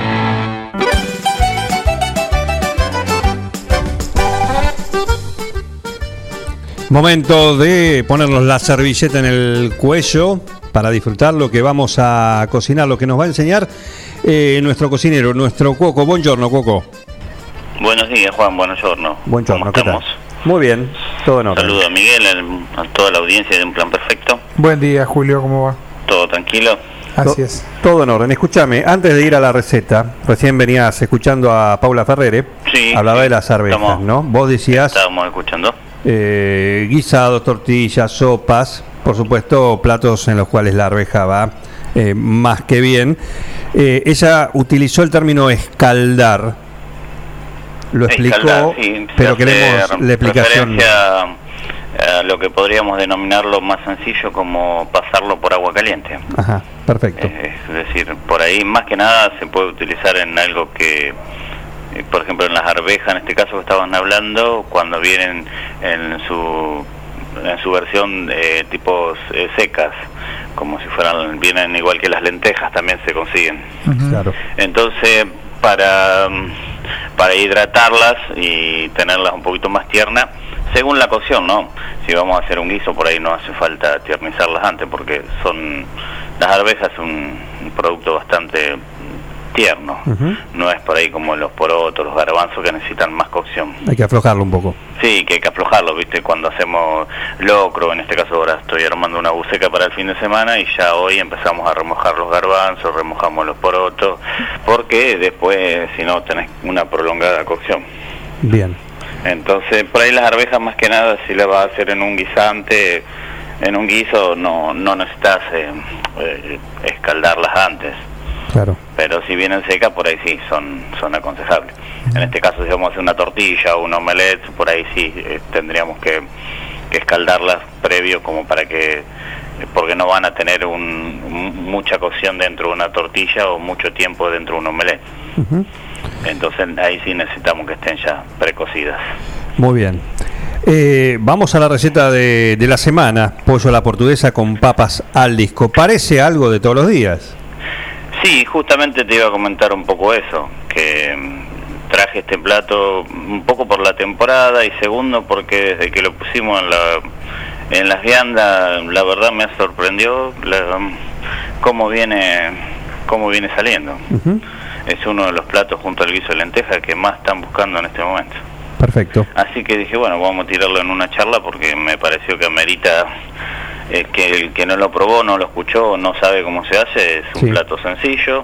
Momento de ponernos la servilleta en el cuello para disfrutar lo que vamos a cocinar, lo que nos va a enseñar eh, nuestro cocinero, nuestro Cuoco. Buongiorno, Cuoco. Buenos días, Juan. Buongiorno. Buongiorno, ¿qué tal? Muy bien, todo en orden. Saludo a Miguel, a toda la audiencia de Un Plan Perfecto. Buen día, Julio, ¿cómo va? ¿Todo tranquilo? Así es. Todo en orden. Escúchame, antes de ir a la receta, recién venías escuchando a Paula Ferrere. Sí. Hablaba sí, de las arvejas, estamos, ¿no? Vos decías... Estábamos escuchando. Eh, guisados, tortillas, sopas, por supuesto platos en los cuales la arveja va eh, más que bien. Eh, ella utilizó el término escaldar, lo explicó, Escaldar, sí, pero hace queremos la explicación. referencia a lo que podríamos denominarlo más sencillo como pasarlo por agua caliente. Ajá, perfecto. Eh, es decir, por ahí más que nada se puede utilizar en algo que... Por ejemplo, en las arvejas, en este caso que estaban hablando, cuando vienen en su en su versión eh, tipos eh, secas, como si fueran, vienen igual que las lentejas, también se consiguen. Uh-huh. Claro. Entonces, para, para hidratarlas y tenerlas un poquito más tiernas, según la cocción, ¿no? Si vamos a hacer un guiso, por ahí no hace falta tiernizarlas antes, porque son las arvejas son un producto bastante tierno, uh-huh. No es por ahí como los porotos, los garbanzos que necesitan más cocción. Hay que aflojarlo un poco. Sí, que hay que aflojarlo, ¿viste? Cuando hacemos locro, en este caso ahora estoy armando una buceca para el fin de semana y ya hoy empezamos a remojar los garbanzos, remojamos los porotos, porque después, si no, tenés una prolongada cocción. Bien. Entonces, por ahí las arvejas más que nada, si las vas a hacer en un guisante, en un guiso, no, no necesitas eh, eh, escaldarlas antes. Claro. Pero si vienen secas, por ahí sí, son son aconsejables. Uh-huh. En este caso, si vamos a hacer una tortilla o un omelette, por ahí sí eh, tendríamos que, que escaldarlas previo como para que, porque no van a tener un, un, mucha cocción dentro de una tortilla o mucho tiempo dentro de un omelette. Uh-huh. Entonces ahí sí necesitamos que estén ya precocidas. Muy bien. Eh, vamos a la receta de, de la semana, pollo a la portuguesa con papas al disco. Parece algo de todos los días. Sí, justamente te iba a comentar un poco eso, que traje este plato un poco por la temporada y segundo porque desde que lo pusimos en la en las viandas, la verdad me sorprendió la, cómo viene cómo viene saliendo. Uh-huh. Es uno de los platos junto al guiso de lenteja que más están buscando en este momento. Perfecto. Así que dije, bueno, vamos a tirarlo en una charla porque me pareció que amerita... Eh, que el que no lo probó, no lo escuchó, no sabe cómo se hace, es un sí. plato sencillo,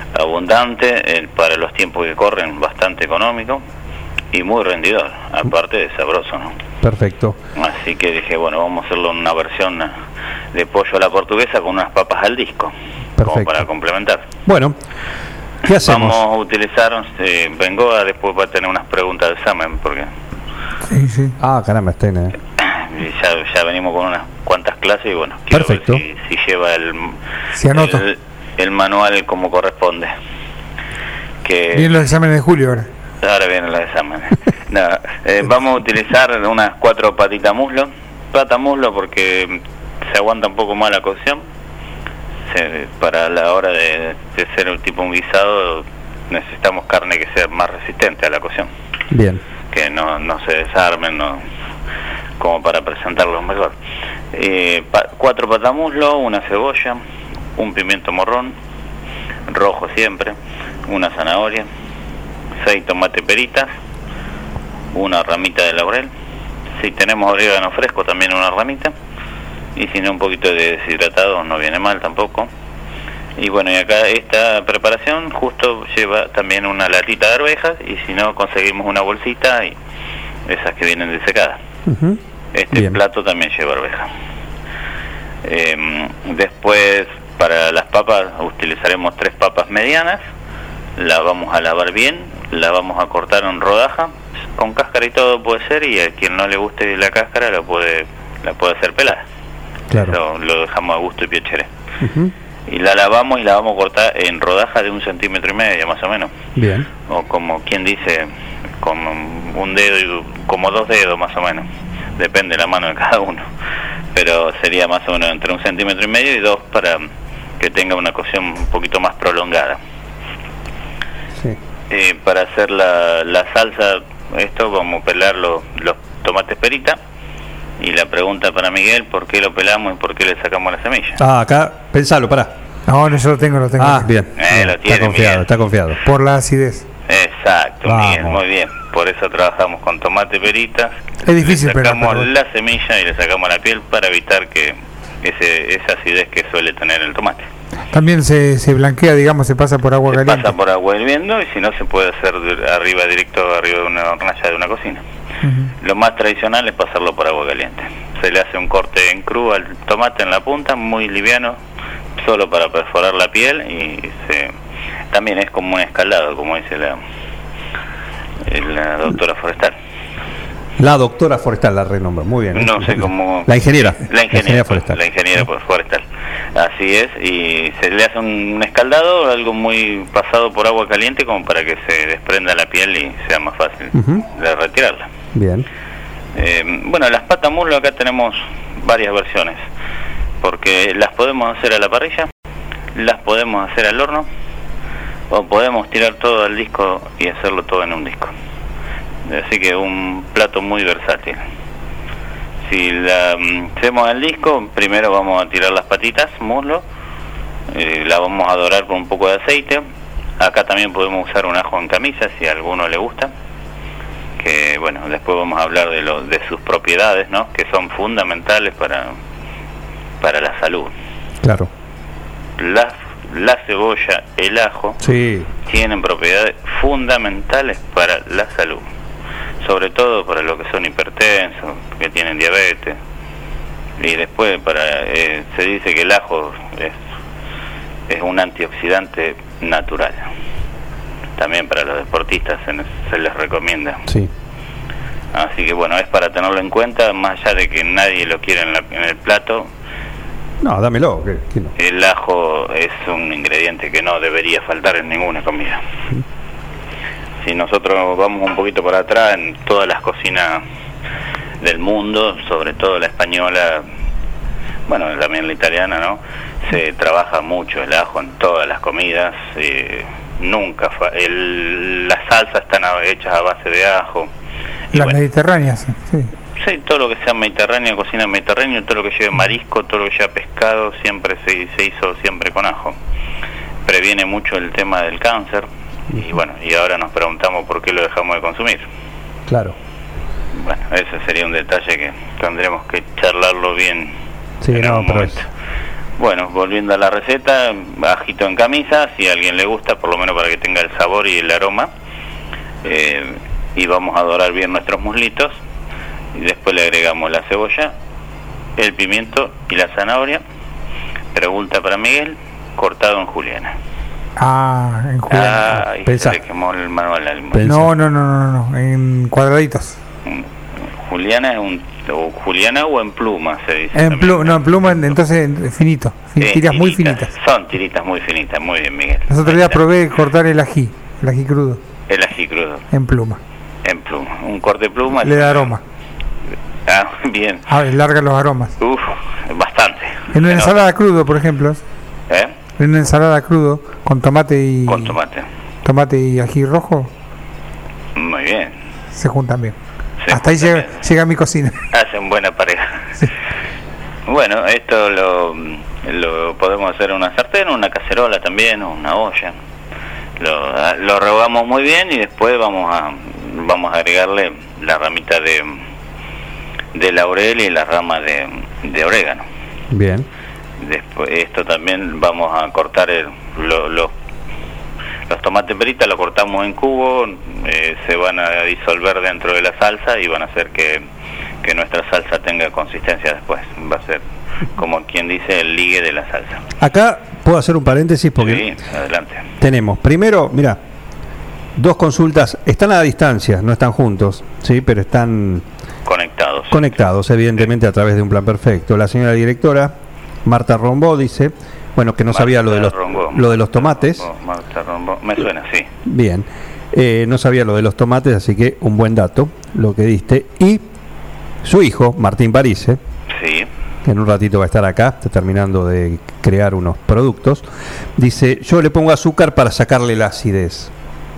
abundante, eh, para los tiempos que corren, bastante económico y muy rendidor, aparte de sabroso, ¿no? Perfecto. Así que dije, bueno, vamos a hacerlo en una versión de pollo a la portuguesa con unas papas al disco. Perfecto. Como para complementar. Bueno, ¿qué hacemos? Vamos a utilizar, eh, vengo a después va a tener unas preguntas de examen, porque Sí, sí. Ah, caramba, está en... eh. ya, ya venimos con unas cuantas clases y bueno, quiero Perfecto. ver si, si lleva el, Si anoto. el, el manual como corresponde. Que Vienen los exámenes de julio ahora. ahora vienen los exámenes. No, eh, vamos a utilizar unas cuatro patitas muslo, pata muslo porque se aguanta un poco más la cocción. Se, para la hora de, de hacer un tipo un guisado necesitamos carne que sea más resistente a la cocción, Bien. que no, no se desarmen, no, como para presentarlos mejor. Eh, pa, cuatro patamuslo, una cebolla, un pimiento morrón, rojo siempre, una zanahoria, seis tomates peritas, una ramita de laurel, si tenemos orégano fresco también una ramita, y si no un poquito de deshidratado no viene mal tampoco. Y bueno, y acá esta preparación justo lleva también una latita de arvejas, y si no conseguimos una bolsita y esas que vienen desecadas. Uh-huh. Este Bien. plato también lleva arveja. Eh, después para las papas utilizaremos tres papas medianas, la vamos a lavar bien, la vamos a cortar en rodaja, con cáscara y todo puede ser, y a quien no le guste la cáscara la puede, la puede hacer pelada. Claro. Lo, lo dejamos a gusto y piacere. Uh-huh. Y la lavamos y la vamos a cortar en rodajas de un centímetro y medio más o menos, Bien. o como quien dice, como un dedo y como dos dedos más o menos, depende de la mano de cada uno, pero sería más o menos entre un centímetro y medio y dos para que tenga una cocción un poquito más prolongada. Sí. Eh, para hacer la, la salsa, esto vamos a pelar los, los tomates perita, y la pregunta para Miguel, ¿por qué lo pelamos y por qué le sacamos la semilla? Ah, acá, pensalo, pará. No, no, yo lo tengo, lo tengo. Ah, bien. Eh, bien. lo Está tiene, confiado, Miguel. está confiado. Por la acidez. Exacto, Vamos. Miguel, muy bien. Por eso trabajamos con tomate perita. Es difícil, le pero- sacamos pero- la semilla y le sacamos la piel para evitar que ese, esa acidez que suele tener el tomate. También se, se blanquea, digamos, se pasa por agua Se caliente. pasa por agua hirviendo, y si no se puede hacer de- arriba directo, arriba de una hornalla de una cocina. Ujú. Lo más tradicional es pasarlo por agua caliente. Se le hace un corte en cruz al tomate en la punta, muy liviano, solo para perforar la piel, y se, también es como un escaldado, como dice la, la doctora Forestal. La doctora Forestal la renombra, muy bien. No sé cómo... La ingeniera. La ingeniera, pues, Forestal. la ingeniera pues, Forestal. Así es, y se le hace un, un escaldado, algo muy pasado por agua caliente, como para que se desprenda la piel y sea más fácil Ujú. de retirarla. Bien. Eh, bueno, las patas muslo acá tenemos varias versiones, porque las podemos hacer a la parrilla, las podemos hacer al horno, o podemos tirar todo al disco y hacerlo todo en un disco. Así que un plato muy versátil. Si la mm, hacemos al disco, primero vamos a tirar las patitas, muslo, eh, la vamos a dorar con un poco de aceite. Acá también podemos usar un ajo en camisa si a alguno le gusta, que bueno, después vamos a hablar de, lo, de sus propiedades, ¿no?, que son fundamentales para, para la salud. Claro. La, la cebolla, el ajo, Sí. tienen propiedades fundamentales para la salud, sobre todo para los que son hipertensos, que tienen diabetes, y después para eh, se dice que el ajo es, es un antioxidante natural. También para los deportistas se, se les recomienda. Sí. Así que bueno, es para tenerlo en cuenta, más allá de que nadie lo quiere en, la, en el plato. No, dámelo. que- que no. El ajo es un ingrediente que no debería faltar en ninguna comida. Si nosotros vamos un poquito para atrás, en todas las cocinas del mundo, sobre todo la española, bueno, también la italiana, ¿no?, se trabaja mucho el ajo en todas las comidas. eh, nunca fa- el, las salsas están a- hechas a base de ajo. Y Las bueno, mediterráneas, sí. sí, todo lo que sea mediterráneo, cocina mediterránea, todo lo que lleve marisco, todo lo que lleve pescado, siempre se, se hizo siempre con ajo. Previene mucho el tema del cáncer, y bueno, y ahora nos preguntamos por qué lo dejamos de consumir. Claro. Bueno, ese sería un detalle que tendremos que charlarlo bien. Sí, en no, algún pero momento. es- Bueno, volviendo a la receta, ajito en camisa, si a alguien le gusta, por lo menos para que tenga el sabor y el aroma. Eh, y vamos a dorar bien nuestros muslitos. y después le agregamos la cebolla, el pimiento y la zanahoria. Pregunta para Miguel, cortado en juliana. Ah, en juliana. Ah, y se le quemó el manual al limón. No, no, no, no, no, en cuadraditos. Juliana es un o juliana o en pluma se dice. En pluma, no, en pluma, entonces en finito, fin, Sí, tiras muy tiritas. finitas. Son tiritas muy finitas, muy bien, Miguel. Los otros días probé cortar el ají, el ají crudo, El ají crudo, en pluma. en pluma. Un corte pluma. Le da aroma. Ah, bien. Ah, larga los aromas. Uf, bastante. En una ensalada crudo, por ejemplo. ¿Eh? En una ensalada crudo con tomate y Con tomate. tomate y ají rojo Muy bien. se juntan bien. Se Hasta ahí juntan llega, llega mi cocina. Hacen buena pareja. Bueno, esto lo, lo podemos hacer en una sartén, una cacerola también, o una olla. Lo, lo rehogamos muy bien y después vamos a vamos a agregarle la ramita de, de laurel y la rama de, de orégano. Bien. Después esto también vamos a cortar el, lo, lo, los tomates peritas, lo cortamos en cubo, eh, se van a disolver dentro de la salsa y van a hacer que, que nuestra salsa tenga consistencia después. Va a ser, como quien dice, el ligue de la salsa. Acá puedo hacer un paréntesis porque Sí, adelante. tenemos, primero, mira, dos consultas, están a distancia, no están juntos, sí, pero están Conectados. conectados, evidentemente, a través de un plan perfecto. La señora directora, Marta Rombó, dice, bueno, que no Marta sabía lo de los Rombó. lo de los tomates. Oh, Marta Rombó. Me suena, sí. Bien, eh, no sabía lo de los tomates, así que un buen dato, lo que diste. Y su hijo, Martín Parise, Sí. que en un ratito va a estar acá, está terminando de crear unos productos, dice, yo le pongo azúcar para sacarle la acidez.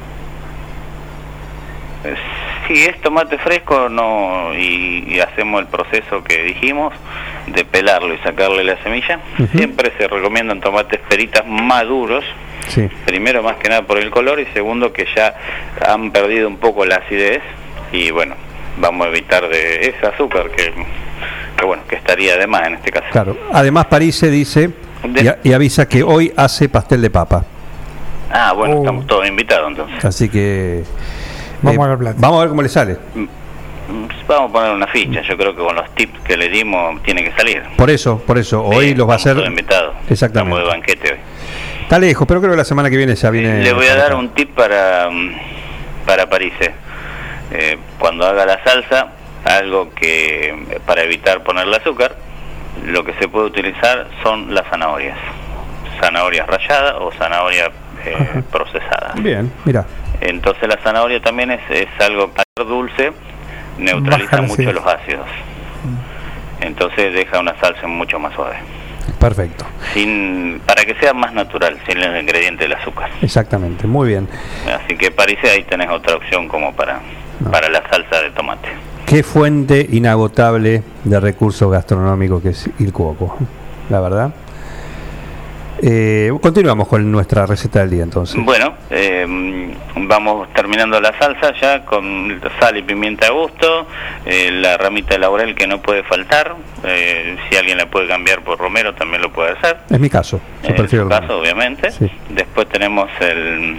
Eh, Si es tomate fresco no y, y hacemos el proceso que dijimos de pelarlo y sacarle la semilla, Ujú. siempre se recomiendan tomates peritas maduros, Sí. primero más que nada por el color y segundo que ya han perdido un poco la acidez y bueno, vamos a evitar de ese azúcar que, que bueno, que estaría de más en este caso. Claro. Además, Parise dice y, a- y avisa que hoy hace pastel de papa. Ah, bueno, Oh. estamos todos invitados entonces. Así que Vamos eh, a ver plata. vamos a ver cómo le sale. Vamos a poner una ficha, yo creo que con los tips que le dimos tiene que salir. Por eso, por eso, hoy Sí, los va a estamos hacer. todos invitados. Exactamente. Estamos de banquete hoy. Está lejos, pero creo que la semana que viene ya viene. Le voy a dar un tip para, mm, para Parise. Eh, cuando haga la salsa, algo que eh, para evitar ponerle azúcar, lo que se puede utilizar son las zanahorias. Zanahorias ralladas o zanahoria eh, procesada. Bien, mira. Entonces la zanahoria también es, es algo para ser dulce, neutraliza Baja la mucho acidez. los ácidos. Entonces deja una salsa mucho más suave. Perfecto. Sin, para que sea más natural, sin el ingrediente del azúcar. Exactamente, muy bien. Así que Parise, ahí tenés otra opción como para, para la salsa de tomate. Qué fuente inagotable de recursos gastronómicos que es Il Cuoco, la verdad. Eh, continuamos con nuestra receta del día entonces. Bueno, eh, vamos terminando la salsa ya con sal y pimienta a gusto, eh, la ramita de laurel que no puede faltar, eh, si alguien la puede cambiar por romero también lo puede hacer. Es mi caso, yo En prefiero su el caso, obviamente. Sí. Después tenemos el,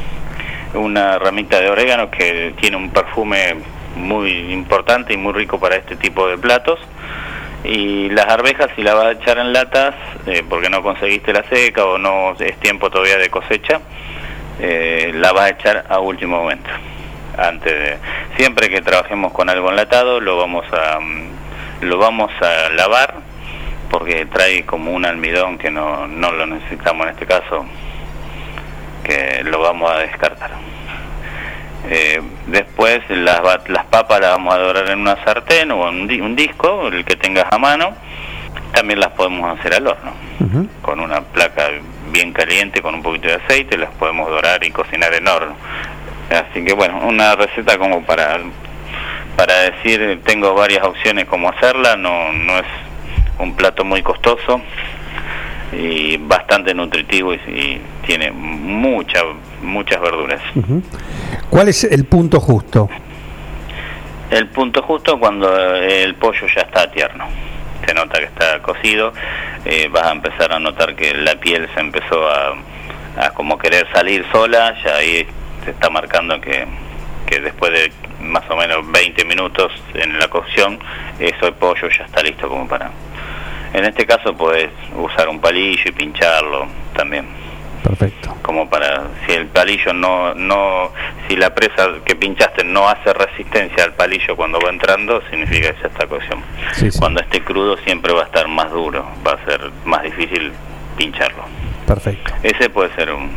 una ramita de orégano que tiene un perfume muy importante y muy rico para este tipo de platos. Y las arvejas, si las vas a echar en latas, eh, porque no conseguiste la seca o no es tiempo todavía de cosecha, eh, la vas a echar a último momento. Antes de, siempre que trabajemos con algo enlatado, lo vamos a mm, lo vamos a lavar, porque trae como un almidón que no, no lo necesitamos en este caso, que lo vamos a descartar. Eh, después las, las papas las vamos a dorar en una sartén o un, di, un disco, el que tengas a mano. También las podemos hacer al horno, Uh-huh. con una placa bien caliente, con un poquito de aceite, las podemos dorar y cocinar en horno. Así que bueno, una receta como para para decir, tengo varias opciones como hacerla, no, no es un plato muy costoso y bastante nutritivo y, y tiene mucha, muchas verduras. Uh-huh. ¿Cuál es el punto justo? El punto justo cuando el pollo ya está tierno, se nota que está cocido, eh, vas a empezar a notar que la piel se empezó a, a como querer salir sola, ya ahí se está marcando que, que después de más o menos veinte minutos en la cocción, eso el pollo ya está listo como para... En este caso puedes usar un palillo y pincharlo también. Perfecto. Como para, si el palillo no, no, si la presa que pinchaste no hace resistencia al palillo cuando va entrando, significa que ya está cocción. Sí, sí. Cuando esté crudo siempre va a estar más duro, va a ser más difícil pincharlo. Perfecto. Ese puede ser un,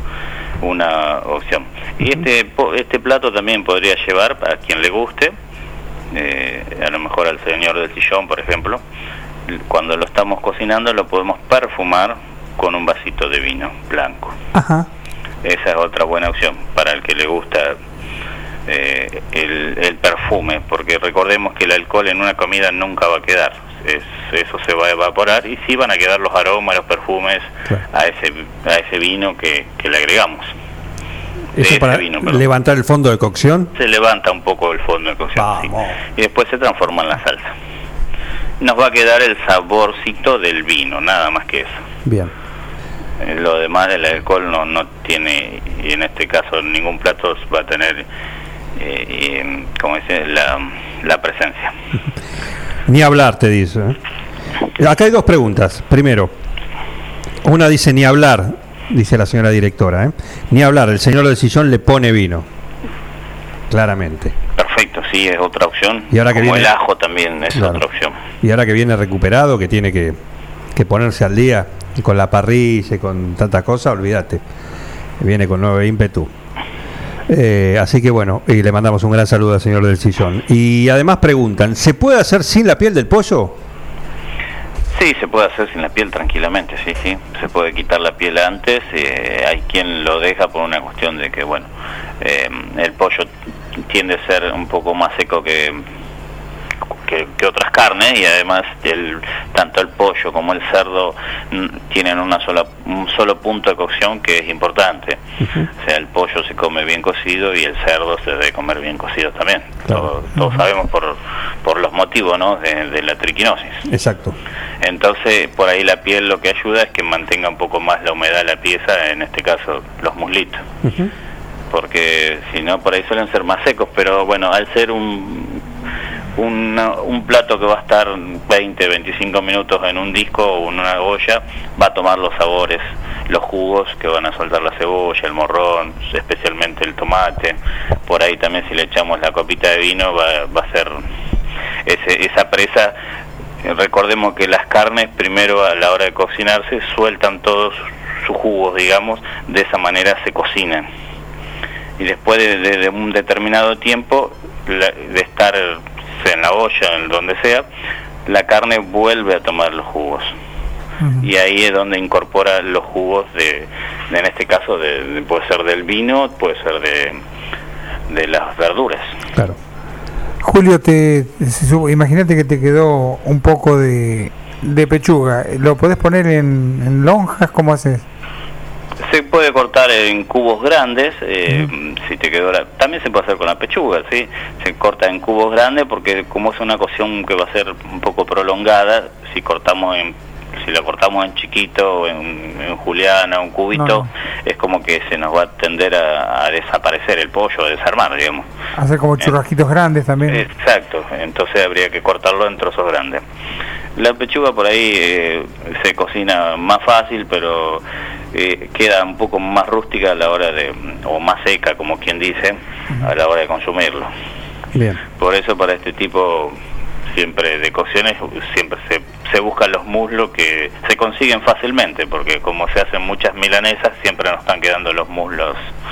una opción. Y este po- este plato también podría llevar, a quien le guste, eh, a lo mejor al señor del sillón, por ejemplo, cuando lo estamos cocinando lo podemos perfumar con un vasito de vino blanco. Ajá. Esa es otra buena opción para el que le gusta eh, el, el perfume, porque recordemos que el alcohol en una comida nunca va a quedar, es, eso se va a evaporar y sí van a quedar los aromas, los perfumes, claro, a ese a ese vino que, que le agregamos. ¿Eso ese para vino, levantar el fondo de cocción? Se levanta un poco el fondo de cocción, sí, y después se transforma en la salsa. Nos va a quedar el saborcito del vino, nada más que eso. Bien. Lo demás del alcohol no no tiene, y en este caso ningún plato va a tener, eh, eh, como dice, la, la presencia. Ni hablar, te dice. ¿eh? Acá hay dos preguntas. Primero, una dice ni hablar, dice la señora directora. ¿eh? Ni hablar, el señor del sillón le pone vino. Claramente. Perfecto, sí, es otra opción. Y ahora que como viene, el ajo también es claro, otra opción. Y ahora que viene recuperado, que tiene que, que ponerse al día con la parrilla y con tanta cosa, olvídate, viene con nuevo ímpetu. Eh, así que bueno, y le mandamos un gran saludo al señor del sillón. Y además preguntan, ¿se puede hacer sin la piel del pollo? Sí, se puede hacer sin la piel tranquilamente, sí, sí. Se puede quitar la piel antes, eh, hay quien lo deja por una cuestión de que, bueno, eh, el pollo tiende a ser un poco más seco que... Que, que otras carnes, y además el, tanto el pollo como el cerdo n- tienen una sola un solo punto de cocción que es importante. Uh-huh. O sea, el pollo se come bien cocido y el cerdo se debe comer bien cocido también. Claro. Todos, todos uh-huh. sabemos por por los motivos, ¿no?, de, de la triquinosis. Exacto. Entonces, por ahí la piel lo que ayuda es que mantenga un poco más la humedad de la pieza, en este caso los muslitos. Uh-huh. Porque si no, por ahí suelen ser más secos, pero bueno, al ser un Una, un plato que va a estar veinte, veinticinco minutos en un disco o en una olla, va a tomar los sabores, los jugos que van a soltar la cebolla, el morrón, especialmente el tomate. Por ahí también, si le echamos la copita de vino, va, va a ser ese, esa presa. Recordemos que las carnes, primero a la hora de cocinarse, sueltan todos sus jugos, digamos, de esa manera se cocinan. Y después de, de, de un determinado tiempo, la, de estar en la olla, en donde sea, la carne vuelve a tomar los jugos. Uh-huh. Y ahí es donde incorpora los jugos de, de en este caso, de, de, puede ser del vino, puede ser de, de las verduras. Claro. Julio, te, imagínate que te quedó un poco de, de pechuga. ¿Lo podés poner en, en lonjas? ¿Cómo haces? Se puede cortar en cubos grandes, eh, uh-huh. si te quedó la, también se puede hacer con la pechuga, ¿sí? Se corta en cubos grandes porque como es una cocción que va a ser un poco prolongada, si cortamos en, si la cortamos en chiquito, en, en juliana, un cubito, no. es como que se nos va a tender a, a desaparecer el pollo, a desarmar, digamos. Hacer como churrasquitos eh, grandes también. Exacto, entonces habría que cortarlo en trozos grandes. La pechuga por ahí eh, se cocina más fácil, pero eh, queda un poco más rústica a la hora de, o más seca, como quien dice, a la hora de consumirlo. Bien. Por eso para este tipo siempre de cocciones siempre se, se buscan los muslos que se consiguen fácilmente, porque como se hacen muchas milanesas, siempre nos están quedando los muslos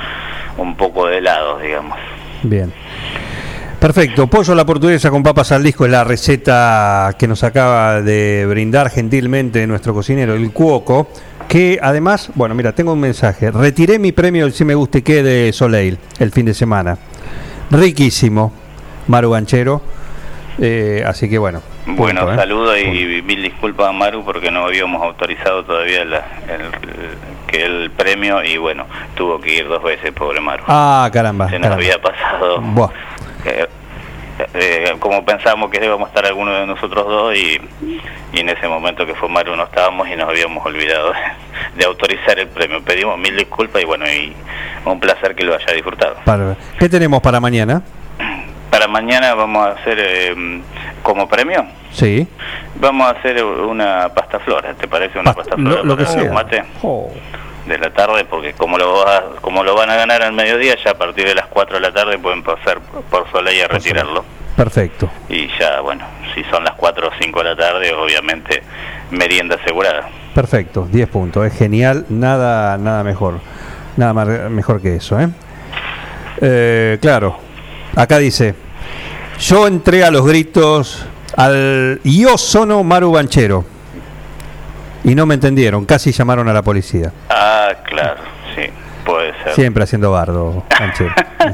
un poco de helados, digamos. Bien. Perfecto, pollo a la portuguesa con papas al disco es la receta que nos acaba de brindar gentilmente nuestro cocinero, el Cuoco, que además, bueno, mira, tengo un mensaje, retiré mi premio del Si Me Guste Que de Soleil el fin de semana, riquísimo, Maru Ganchero, eh, así que bueno. Bueno, punto, ¿eh? saludo y mil disculpas a Maru porque no habíamos autorizado todavía la, el, el, que el premio y bueno, tuvo que ir dos veces, pobre Maru. Ah, caramba. Se nos caramba. había pasado. Buah. Eh, eh, como pensábamos que íbamos a estar alguno de nosotros dos y, y en ese momento que fue Maru no estábamos y nos habíamos olvidado de, de autorizar el premio. Pedimos mil disculpas y bueno, y un placer que lo haya disfrutado. Para, ¿qué tenemos para mañana? para mañana vamos a hacer eh, como premio. Sí. Vamos a hacer una pasta flora, ¿te parece? Una Past- pasta flora lo- lo para que el sea. mate Oh. de la tarde, porque como lo va, como lo van a ganar al mediodía, ya a partir de las cuatro de la tarde pueden pasar por Soleil a retirarlo. Perfecto. Y ya, bueno, si son las cuatro o cinco de la tarde, obviamente merienda asegurada. Perfecto, diez puntos, es genial, nada nada mejor, nada más, mejor que eso, ¿eh? Eh, claro, acá dice, yo entré a los gritos al Yo sono Maru Banchero y no me entendieron, casi llamaron a la policía. Ah, claro, sí, puede ser. Siempre haciendo bardo, Banchero.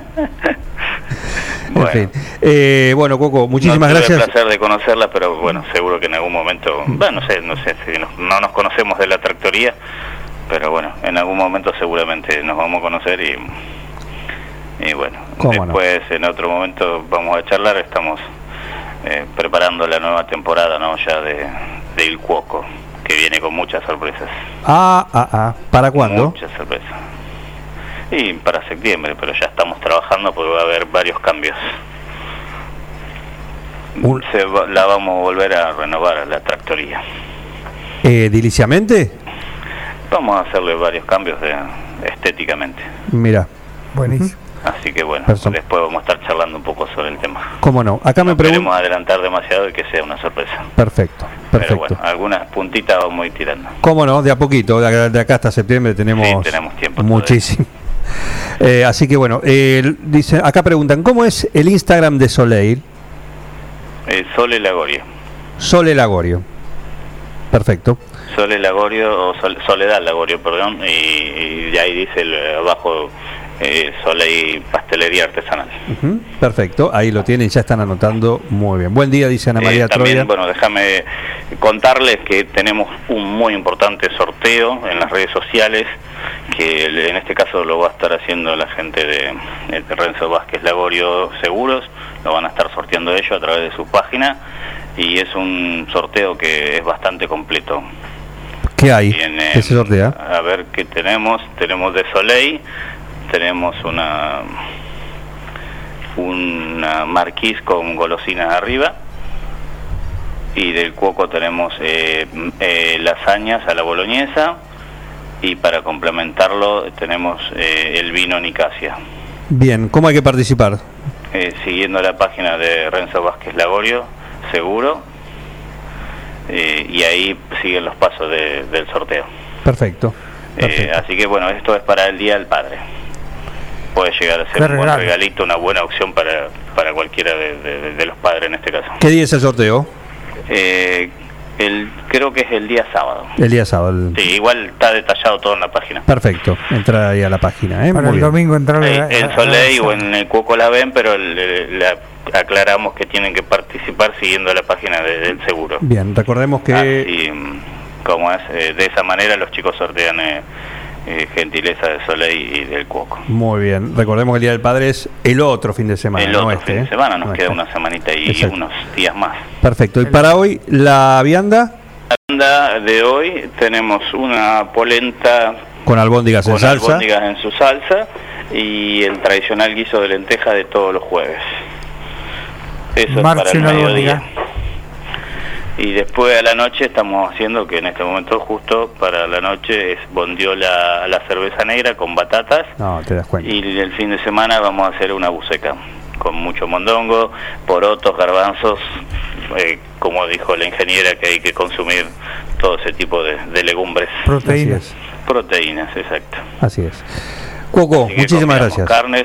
Bueno. En fin. Eh, bueno, Coco, muchísimas no tuve gracias. el placer de conocerla, pero bueno, seguro que en algún momento, bueno, no sé, no sé si nos- no nos conocemos de la tractoría, pero bueno, en algún momento seguramente nos vamos a conocer y, y bueno, ¿Cómo no? después en otro momento vamos a charlar. Estamos eh, preparando la nueva temporada, ¿no? Ya de, de Il Cuoco, que viene con muchas sorpresas. Ah, ah, ah. ¿Para cuándo? Muchas sorpresas. Y para septiembre, pero ya estamos trabajando porque va a haber varios cambios. Un- Se va- la vamos a volver a renovar a la tractoría. Eh, ¿Diliciamente? Vamos a hacerle varios cambios de, estéticamente. Mira. Buenísimo. Así que bueno, Perfecto. después vamos a estar charlando un poco sobre el tema. ¿Cómo no? Acá me No pregunto. queremos adelantar demasiado y que sea una sorpresa. Perfecto, Pero perfecto. bueno, algunas puntitas vamos a ir tirando. ¿Cómo no? De a poquito, de acá, de acá hasta septiembre tenemos, Sí, tenemos tiempo muchísimo. Eh, así que bueno, eh, dice, acá preguntan, ¿cómo es el Instagram de Soleil? Eh, Sole Lagorio. Sole Lagorio. Perfecto. Sole Lagorio, o Sol- Soledad Lagorio, perdón, y, y de ahí dice el, abajo eh, Soleil Pastelería Artesanal. Ujú, perfecto, ahí lo tienen, ya están anotando muy bien. Buen día, dice Ana María Eh, también, Troya. bueno, déjame contarles que tenemos un muy importante sorteo en las redes sociales, que el- en este caso lo va a estar haciendo la gente de, de Renzo Vázquez Lagorio Seguros, lo van a estar sorteando ellos a través de su página, y es un sorteo que es bastante completo. ¿Qué hay? Tiene, ¿Qué se sortea? A ver qué tenemos. Tenemos de Soleil, tenemos una una marquís con golosinas arriba, y del Cuoco tenemos eh, eh, lasañas a la boloñesa, y para complementarlo tenemos eh, el vino Nicasia. Bien, ¿cómo hay que participar? Eh, siguiendo la página de Renzo Vázquez Lagorio Seguro, eh, y ahí siguen los pasos de- del sorteo. Perfecto. Eh, así que bueno, esto es para el Día del Padre. Puede llegar a ser Qué un buen regalo. regalito, una buena opción para, para cualquiera de, de- de los padres en este caso. ¿Qué día es el sorteo? Eh, el, creo que es el día sábado. El día sábado. el- Sí, igual está detallado todo en la página. Perfecto, entrar ahí a la página. ¿eh? Para Muy el bien. domingo entrar Eh, a- en a- Soleil o en el Cuoco la ven, pero le, le aclaramos que tienen que participar siguiendo la página de- del seguro. Bien, recordemos que Así, mm, como es, eh, de esa manera los chicos sortean eh, eh, gentileza de Soleil y del Cuoco. muy bien, recordemos que el Día del Padre es el otro fin de semana, El no otro este. fin de ¿eh? semana nos No queda este. una semanita y Exacto. unos días más. Perfecto, y para hoy la vianda La banda de hoy tenemos una polenta con albóndigas en con salsa. albóndigas en su salsa y el tradicional guiso de lenteja de todos los jueves. Eso es Marche para el una mediodía. albóndiga. Y después a la noche estamos haciendo, que en este momento justo para la noche es bondiola a la cerveza negra con batatas, No, te das cuenta. y el fin de semana vamos a hacer una buceca con mucho mondongo, porotos, garbanzos, eh, como dijo la ingeniera, que hay que consumir todo ese tipo de, de legumbres. Proteínas. Así Proteínas, exacto. Así es. Cuoco, Así que muchísimas combinamos gracias. carnes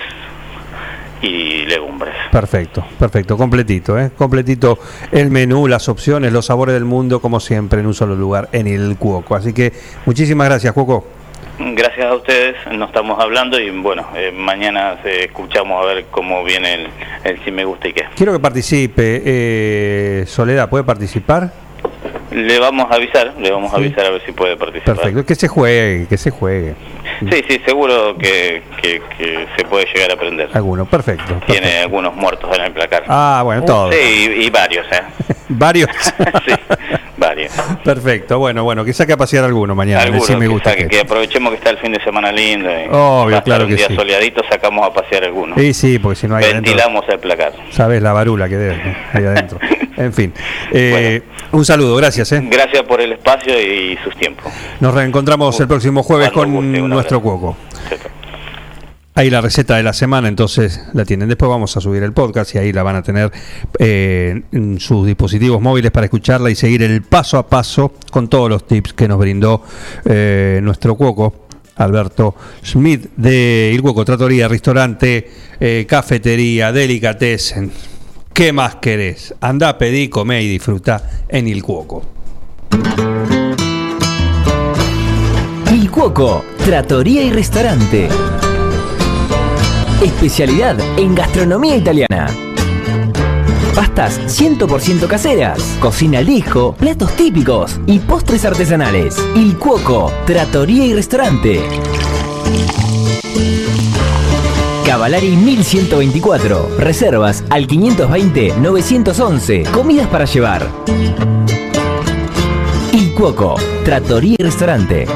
y legumbres. Perfecto, perfecto, completito, ¿eh? Completito el menú, las opciones, los sabores del mundo, como siempre, en un solo lugar, en el Cuoco. Así que muchísimas gracias, Cuoco. Gracias a ustedes, nos estamos hablando y bueno, eh, mañana eh, escuchamos a ver cómo viene el, el si me gusta y qué. Quiero que participe. Eh, Soledad, ¿puede participar? Le vamos a avisar, le vamos a Sí. avisar a ver si puede participar. Perfecto, que se juegue, que se juegue. Sí, sí, seguro que, que, que se puede llegar a aprender. Alguno, perfecto. Tiene algunos muertos en el placar. Ah, bueno, todo. Sí, y, y varios, ¿eh? Varios. Sí, varios. Perfecto, bueno, bueno, que saque a pasear alguno mañana. Alguno, sí me que, gusta. saque, que... que aprovechemos que está el fin de semana lindo. Y Obvio, claro un que día sí. soleadito, sacamos a pasear alguno. Sí, sí, porque si no hay ventilamos adentro, el placar. Sabes la varula que debe ahí adentro. En fin, eh, bueno, un saludo, gracias. ¿eh? Gracias por el espacio y sus tiempos. Nos reencontramos el próximo jueves con guste, nuestro cuoco. Ahí la receta de la semana, entonces la tienen. Después vamos a subir el podcast y ahí la van a tener eh, en sus dispositivos móviles para escucharla y seguir el paso a paso con todos los tips que nos brindó eh, nuestro cuoco, Alberto Schmidt, de Il Cuoco, Trattoria, Restaurante, eh, Cafetería, Delicatessen. ¿Qué más querés? Andá, pedí, comé y disfrutá en Il Cuoco. Il Cuoco, Trattoria y Restaurante. Especialidad en gastronomía italiana. Pastas cien por ciento caseras, cocina al disco, platos típicos y postres artesanales. Il Cuoco, Trattoria y Restaurante. Cavallari mil ciento veinticuatro. Reservas al quinientos veinte novecientos once. Comidas para llevar. Il Cuoco, Trattoria y Restaurante.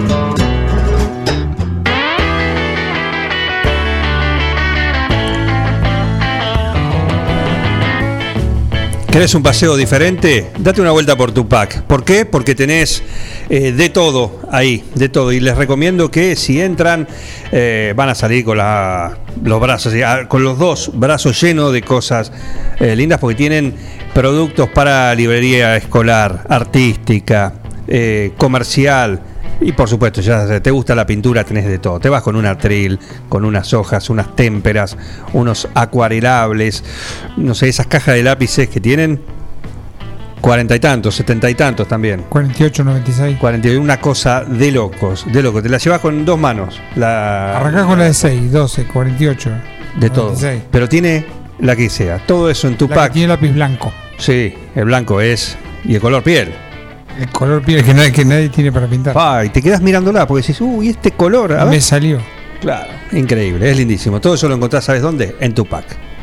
¿Querés un paseo diferente? Date una vuelta por Tupac. ¿Por qué? Porque tenés eh, de todo ahí, de todo. Y les recomiendo que si entran, eh, van a salir con la, los brazos, con los dos brazos llenos de cosas eh, lindas, porque tienen productos para librería escolar, artística, eh, comercial. Y por supuesto, ya te gusta la pintura, tenés de todo. Te vas con un atril, con unas hojas, unas témperas, unos acuarelables, no sé, esas cajas de lápices que tienen cuarenta y tantos, setenta y tantos también. cuarenta y ocho, noventa y seis. cuarenta y uno, una cosa de locos, de locos. Te la llevas con dos manos. La, Arrancás con la de seis, doce, cuarenta y ocho. De todo. noventa y seis. Pero tiene la que sea. Todo eso en tu pack. Tiene lápiz blanco. Sí, el blanco es. Y el color piel. El color piel que nadie, que nadie tiene para pintar. Ah, y te quedas mirándola porque decís, uy, este color. A Me ver. salió. Claro, increíble, es lindísimo. Todo eso lo encontrás, ¿sabes dónde? En Tupac.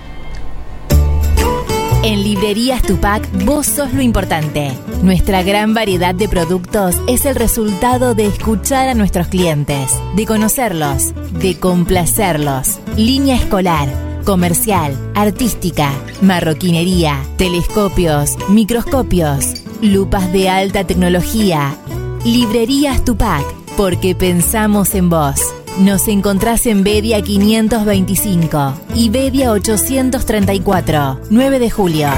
En Librerías Tupac, vos sos lo importante. Nuestra gran variedad de productos es el resultado de escuchar a nuestros clientes, de conocerlos, de complacerlos. Línea escolar, comercial, artística, marroquinería, telescopios, microscopios, lupas de alta tecnología. Librerías Tupac, porque pensamos en vos. Nos encontrás en Bedia quinientos veinticinco y Bedia ochocientos treinta y cuatro, nueve de julio.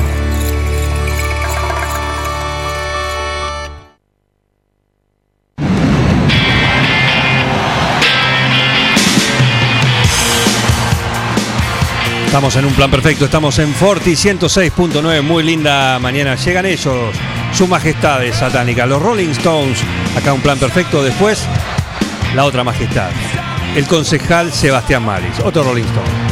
Estamos en un plan perfecto, estamos en Forti ciento seis punto nueve, muy linda mañana. Llegan ellos, su majestad satánica, los Rolling Stones. Acá un plan perfecto, después la otra majestad, el concejal Sebastián Maris, otro Rolling Stone.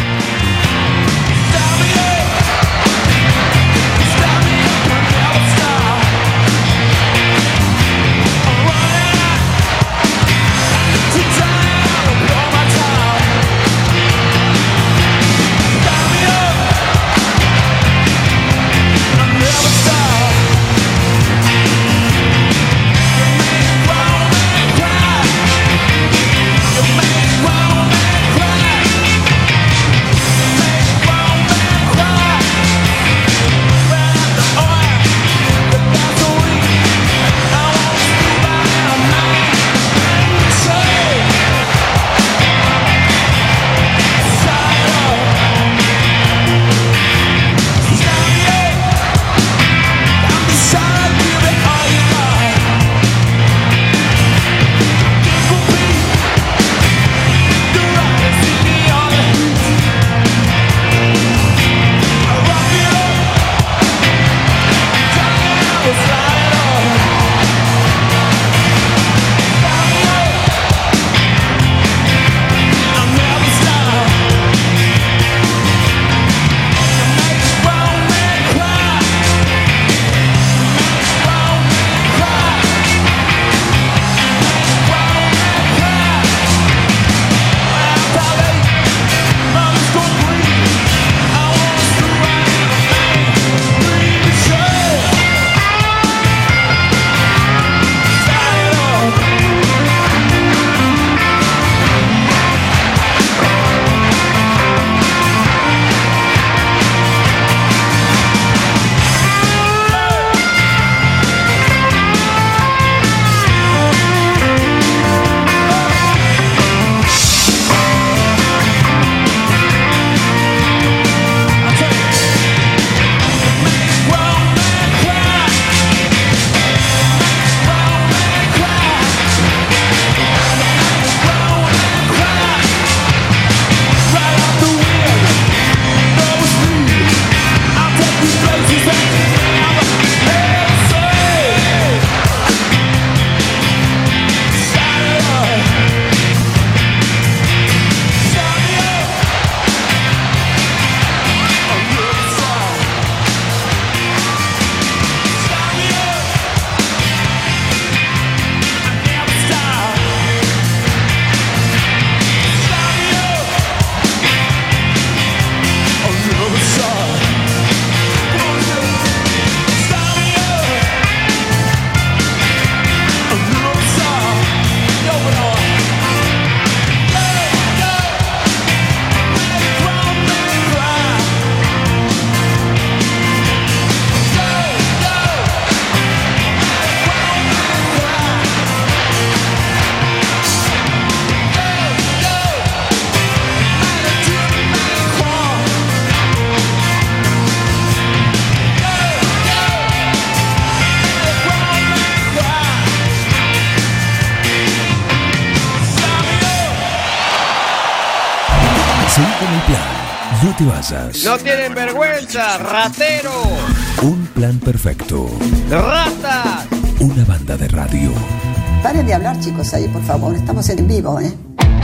Seguí con el plan. No te vayas. ¡No tienen vergüenza, ratero! Un plan perfecto. ¡Ratas! Una banda de radio. Paren de hablar, chicos, ahí, por favor. Estamos en vivo, ¿eh?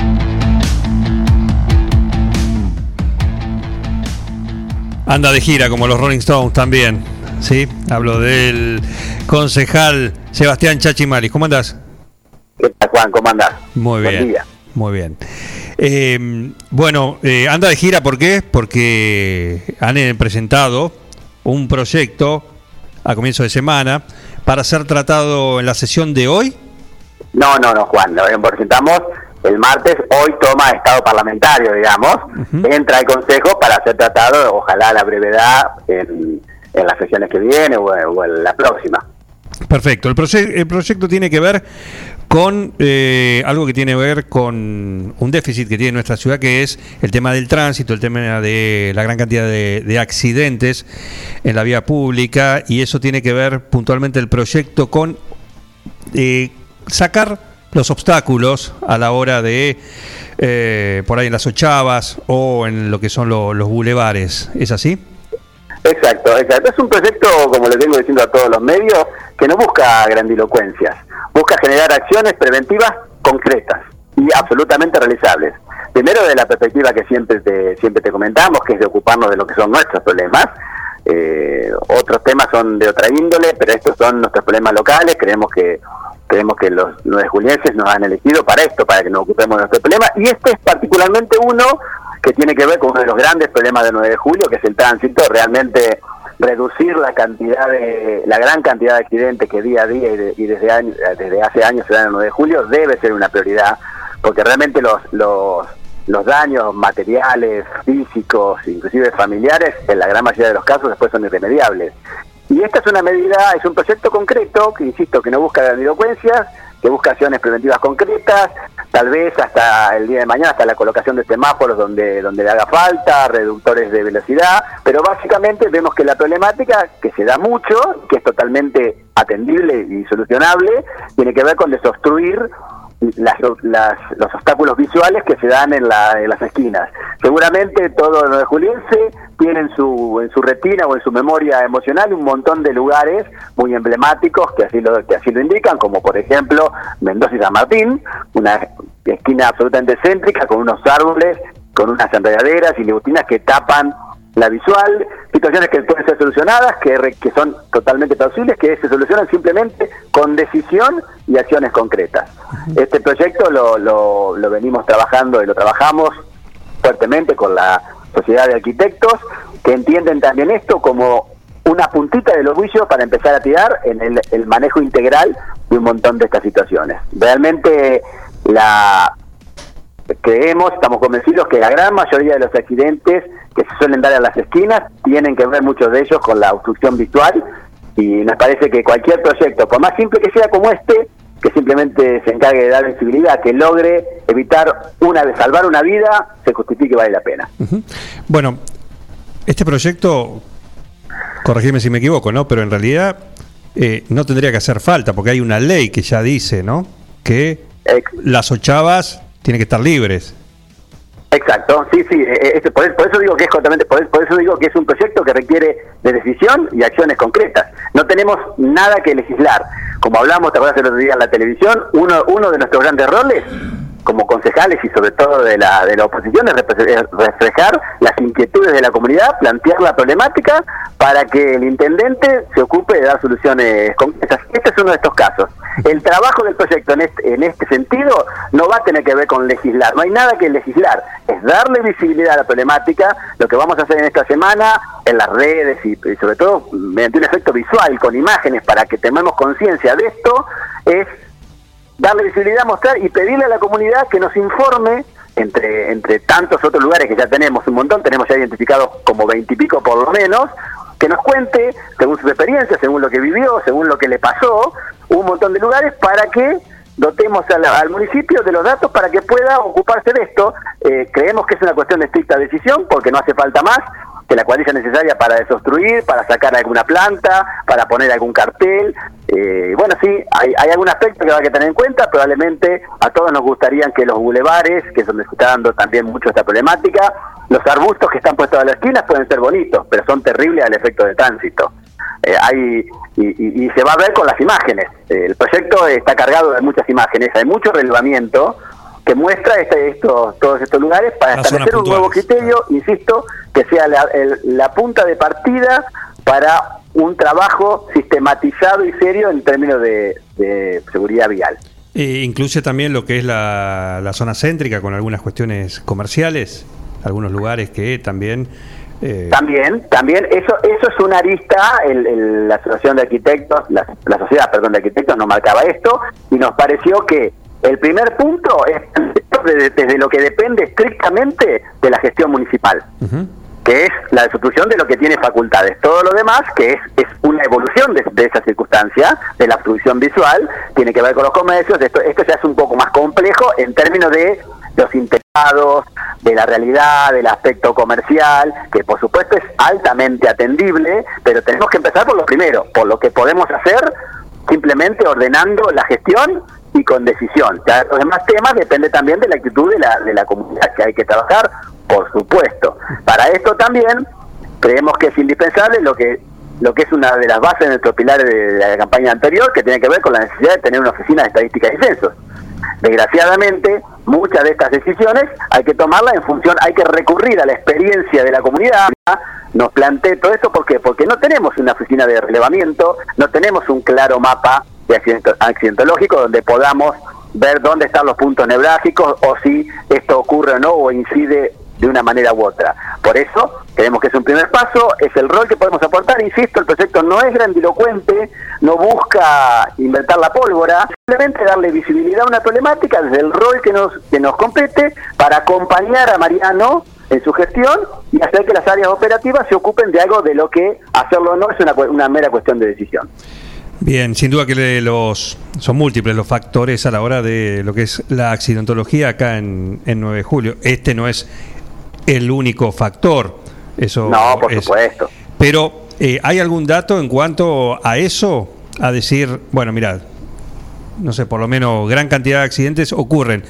Anda de gira como los Rolling Stones también, ¿sí? Hablo del concejal Sebastián Chachimari. ¿Cómo andás? ¿Qué tal, Juan? ¿Cómo andás? Muy Buen bien, día. muy bien. Eh, bueno, eh, anda de gira, ¿por qué? Porque han eh, presentado un proyecto a comienzo de semana para ser tratado en la sesión de hoy. No, no, no, Juan, lo presentamos el martes, hoy toma estado parlamentario, digamos, uh-huh. Entra al Consejo para ser tratado, ojalá a la brevedad, en, en las sesiones que vienen o, o en la próxima. Perfecto, el, proye- el proyecto tiene que ver con eh, algo que tiene que ver con un déficit que tiene nuestra ciudad, que es el tema del tránsito, el tema de la gran cantidad de, de accidentes en la vía pública, y eso tiene que ver puntualmente el proyecto con eh, sacar los obstáculos a la hora de, eh, por ahí en las ochavas o en lo que son lo, los bulevares. ¿Es así? Exacto, exacto. Es un proyecto, como le vengo diciendo a todos los medios, que no busca grandilocuencias. Busca generar acciones preventivas concretas y absolutamente realizables. Primero, de la perspectiva que siempre te, siempre te comentamos, que es de ocuparnos de lo que son nuestros problemas. Eh, otros temas son de otra índole, pero estos son nuestros problemas locales. Creemos que Creemos que los nueve julienses nos han elegido para esto, para que nos ocupemos de nuestro problema, y este es particularmente uno que tiene que ver con uno de los grandes problemas del nueve de julio, que es el tránsito. Realmente reducir la cantidad de, la gran cantidad de accidentes que día a día y, de, y desde, año, desde hace años se dan en el nueve de julio debe ser una prioridad, porque realmente los, los, los daños materiales, físicos, inclusive familiares, en la gran mayoría de los casos después son irremediables. Y esta es una medida, es un proyecto concreto, que insisto, que no busca grandilocuencias, que busca acciones preventivas concretas, tal vez hasta el día de mañana, hasta la colocación de semáforos donde, donde le haga falta, reductores de velocidad, pero básicamente vemos que la problemática, que se da mucho, que es totalmente atendible y solucionable, tiene que ver con desobstruir Las, las, los obstáculos visuales que se dan en, la, en las esquinas. Seguramente todo nueve juliense tiene en su, en su retina o en su memoria emocional un montón de lugares muy emblemáticos que así lo, que así lo indican, como por ejemplo Mendoza y San Martín, una esquina absolutamente céntrica con unos árboles, con unas enredaderas y libustinas que tapan la visual, situaciones que pueden ser solucionadas, que, re, que son totalmente plausibles, que se solucionan simplemente con decisión y acciones concretas. Este proyecto lo, lo, lo venimos trabajando y lo trabajamos fuertemente con la Sociedad de Arquitectos, que entienden también esto como una puntita del orgullo para empezar a tirar en el, el manejo integral de un montón de estas situaciones. Realmente la... creemos, estamos convencidos que la gran mayoría de los accidentes que se suelen dar en las esquinas tienen que ver muchos de ellos con la obstrucción visual, y nos parece que cualquier proyecto, por más simple que sea como este, que simplemente se encargue de dar visibilidad, que logre evitar una de salvar una vida, se justifique que vale la pena. Uh-huh. Bueno, este proyecto, corregime si me equivoco, ¿no? Pero en realidad eh, no tendría que hacer falta, porque hay una ley que ya dice, ¿no?, que Ex- las ochavas tienen que estar libres. Exacto, sí, sí, este, por, eso, por eso digo que es justamente, por, por eso digo que es un proyecto que requiere de decisión y acciones concretas. No tenemos nada que legislar. Como hablamos, te acuerdas el otro día en la televisión, uno, uno de nuestros grandes roles como concejales y sobre todo de la de la oposición es reflejar las inquietudes de la comunidad, plantear la problemática para que el intendente se ocupe de dar soluciones concretas. Este es uno de estos casos. El trabajo del proyecto en este, en este sentido no va a tener que ver con legislar, no hay nada que legislar, es darle visibilidad a la problemática. Lo que vamos a hacer en esta semana en las redes y, y sobre todo mediante un efecto visual con imágenes para que tomemos conciencia de esto es darle visibilidad, mostrar y pedirle a la comunidad que nos informe, entre entre tantos otros lugares que ya tenemos un montón, tenemos ya identificados como veintipico por lo menos, que nos cuente, según sus experiencias, según lo que vivió, según lo que le pasó, un montón de lugares para que dotemos al, al municipio de los datos para que pueda ocuparse de esto. Eh, creemos que es una cuestión de estricta decisión, porque no hace falta más que la cuadrilla necesaria para desobstruir, para sacar alguna planta, para poner algún cartel. Eh, bueno, sí, hay, hay algún aspecto que va a tener en cuenta. Probablemente a todos nos gustaría que los bulevares, que es donde se está dando también mucho esta problemática, los arbustos que están puestos a las esquinas pueden ser bonitos, pero son terribles al efecto de tránsito. Eh, hay y, y, y se va a ver con las imágenes. Eh, el proyecto está cargado de muchas imágenes, hay mucho relevamiento que muestra este, estos, todos estos lugares para Las establecer un nuevo criterio, insisto, que sea la, el, la punta de partida para un trabajo sistematizado y serio en términos de, de seguridad vial. Eh, incluye también lo que es la, la zona céntrica con algunas cuestiones comerciales, algunos lugares que también... Eh... También, también, eso eso es una arista, el, el, la asociación de arquitectos, la, la sociedad, perdón, de arquitectos nos marcaba esto y nos pareció que el primer punto es desde, desde lo que depende estrictamente de la gestión municipal, uh-huh. que es la desobstrucción de lo que tiene facultades. Todo lo demás, que es, es una evolución de, de esa circunstancia, de la obstrucción visual, tiene que ver con los comercios. Esto, esto ya es un poco más complejo en términos de los interesados, de la realidad, del aspecto comercial, que por supuesto es altamente atendible, pero tenemos que empezar por lo primero, por lo que podemos hacer simplemente ordenando la gestión y con decisión. Ya los demás temas depende también de la actitud de la, de la comunidad, que hay que trabajar, por supuesto. Para esto también creemos que es indispensable lo que lo que es una de las bases de nuestro pilar de, de la campaña anterior, que tiene que ver con la necesidad de tener una oficina de estadística y censos. Desgraciadamente, muchas de estas decisiones hay que tomarlas en función, hay que recurrir a la experiencia de la comunidad. Nos plantea todo esto, ¿por qué? Porque no tenemos una oficina de relevamiento, no tenemos un claro mapa de accident- accidentológico donde podamos ver dónde están los puntos nevrálgicos o si esto ocurre o no o incide de una manera u otra. Por eso, creemos que es un primer paso, es el rol que podemos aportar. Insisto, el proyecto no es grandilocuente, no busca inventar la pólvora, simplemente darle visibilidad a una problemática desde el rol que nos, que nos compete para acompañar a Mariano en su gestión y hacer que las áreas operativas se ocupen de algo de lo que hacerlo o no es una, una mera cuestión de decisión. Bien, sin duda que los son múltiples los factores a la hora de lo que es la accidentología acá en, en nueve de julio. Este no es el único factor. Eso no, por es, supuesto. Pero, eh, ¿hay algún dato en cuanto a eso? A decir, bueno, mirad, no sé, por lo menos gran cantidad de accidentes ocurren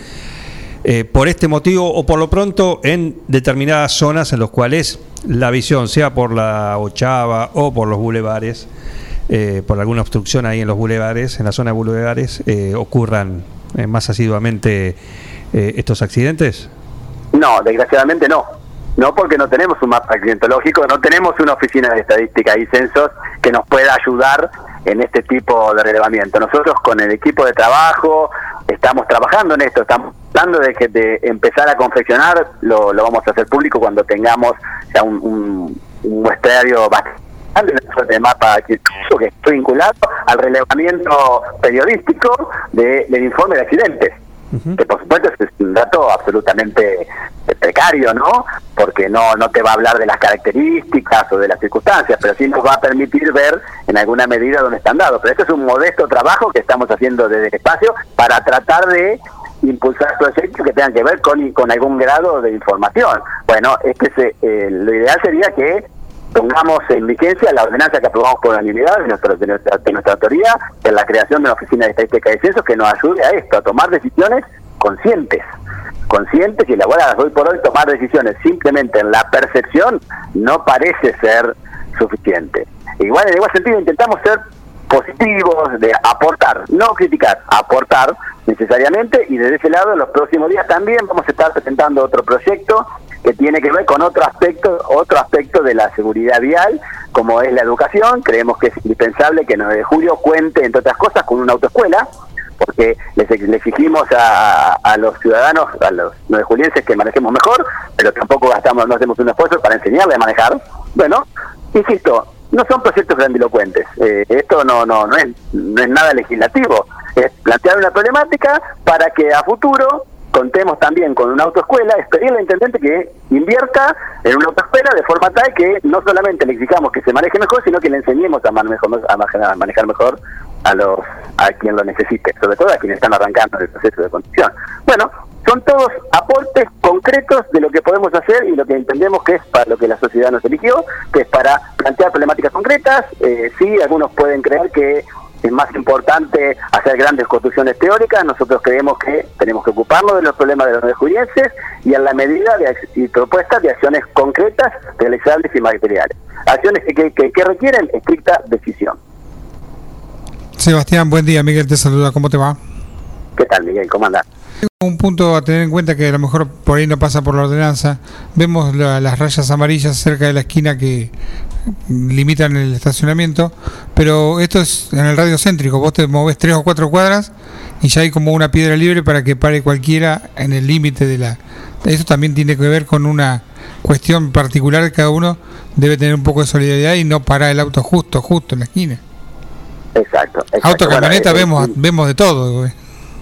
eh, por este motivo o por lo pronto en determinadas zonas en las cuales la visión, sea por la Ochava o por los bulevares, eh, por alguna obstrucción ahí en los bulevares, en la zona de bulevares, eh, ocurran eh, más asiduamente eh, estos accidentes? No, desgraciadamente no. No, porque no tenemos un mapa accidentológico, no tenemos una oficina de estadística y censos que nos pueda ayudar en este tipo de relevamiento. Nosotros con el equipo de trabajo estamos trabajando en esto, estamos tratando de, que, de empezar a confeccionar, lo, lo vamos a hacer público cuando tengamos ya un, un, un muestrario bastante de mapa que está vinculado al relevamiento periodístico de, del informe de accidentes. Uh-huh. Que por supuesto es un dato absolutamente precario, ¿no? Porque no no te va a hablar de las características o de las circunstancias, pero sí nos va a permitir ver en alguna medida dónde están dados. Pero este es un modesto trabajo que estamos haciendo desde el espacio para tratar de impulsar proyectos que tengan que ver con, con algún grado de información. Bueno, este es, eh, lo ideal sería que pongamos en vigencia la ordenanza que aprobamos por unanimidad de, nuestro, de, nuestra, de nuestra autoría, en la creación de una oficina de estadística y censos que nos ayude a esto, a tomar decisiones conscientes, conscientes y elaboradas. Hoy por hoy tomar decisiones simplemente en la percepción no parece ser suficiente. Igual, en igual sentido, intentamos ser positivos, de aportar, no criticar, aportar necesariamente, y desde ese lado en los próximos días también vamos a estar presentando otro proyecto que tiene que ver con otro aspecto, otro aspecto de la seguridad vial, como es la educación. Creemos que es indispensable que nueve de julio cuente, entre otras cosas, con una autoescuela, porque les, les exigimos a, a los ciudadanos, a los nueve julienses, que manejemos mejor, pero tampoco gastamos, no hacemos un esfuerzo para enseñarle a manejar. Bueno, insisto, no son proyectos grandilocuentes, eh, esto no no no es no es nada legislativo, es plantear una problemática para que a futuro contemos también con una autoescuela, es pedirle al intendente que invierta en una autoescuela de forma tal que no solamente le exijamos que se maneje mejor, sino que le enseñemos a manejar, a manejar mejor a los a quien lo necesite, sobre todo a quienes están arrancando el proceso de construcción. Bueno, son todos aportes concretos de lo que podemos hacer y lo que entendemos que es para lo que la sociedad nos eligió, que es para plantear problemáticas concretas. Eh, sí, algunos pueden creer que es más importante hacer grandes construcciones teóricas. Nosotros creemos que tenemos que ocuparnos de los problemas de los nuevejulienses y en la medida de y propuestas de acciones concretas, realizables y materiales. Acciones que, que, que requieren estricta decisión. Sebastián, buen día. Miguel te saluda. ¿Cómo te va? ¿Qué tal, Miguel? ¿Cómo andás? Un punto a tener en cuenta que a lo mejor por ahí no pasa por la ordenanza. Vemos la, las rayas amarillas cerca de la esquina que limitan el estacionamiento, pero esto es en el radio céntrico. Vos te movés tres o cuatro cuadras y ya hay como una piedra libre para que pare cualquiera en el límite de la... Eso también tiene que ver con una cuestión particular. Cada uno debe tener un poco de solidaridad y no parar el auto justo, justo en la esquina. Exacto. exacto. Auto, camioneta, bueno, vemos, eh, vemos de todo, güey.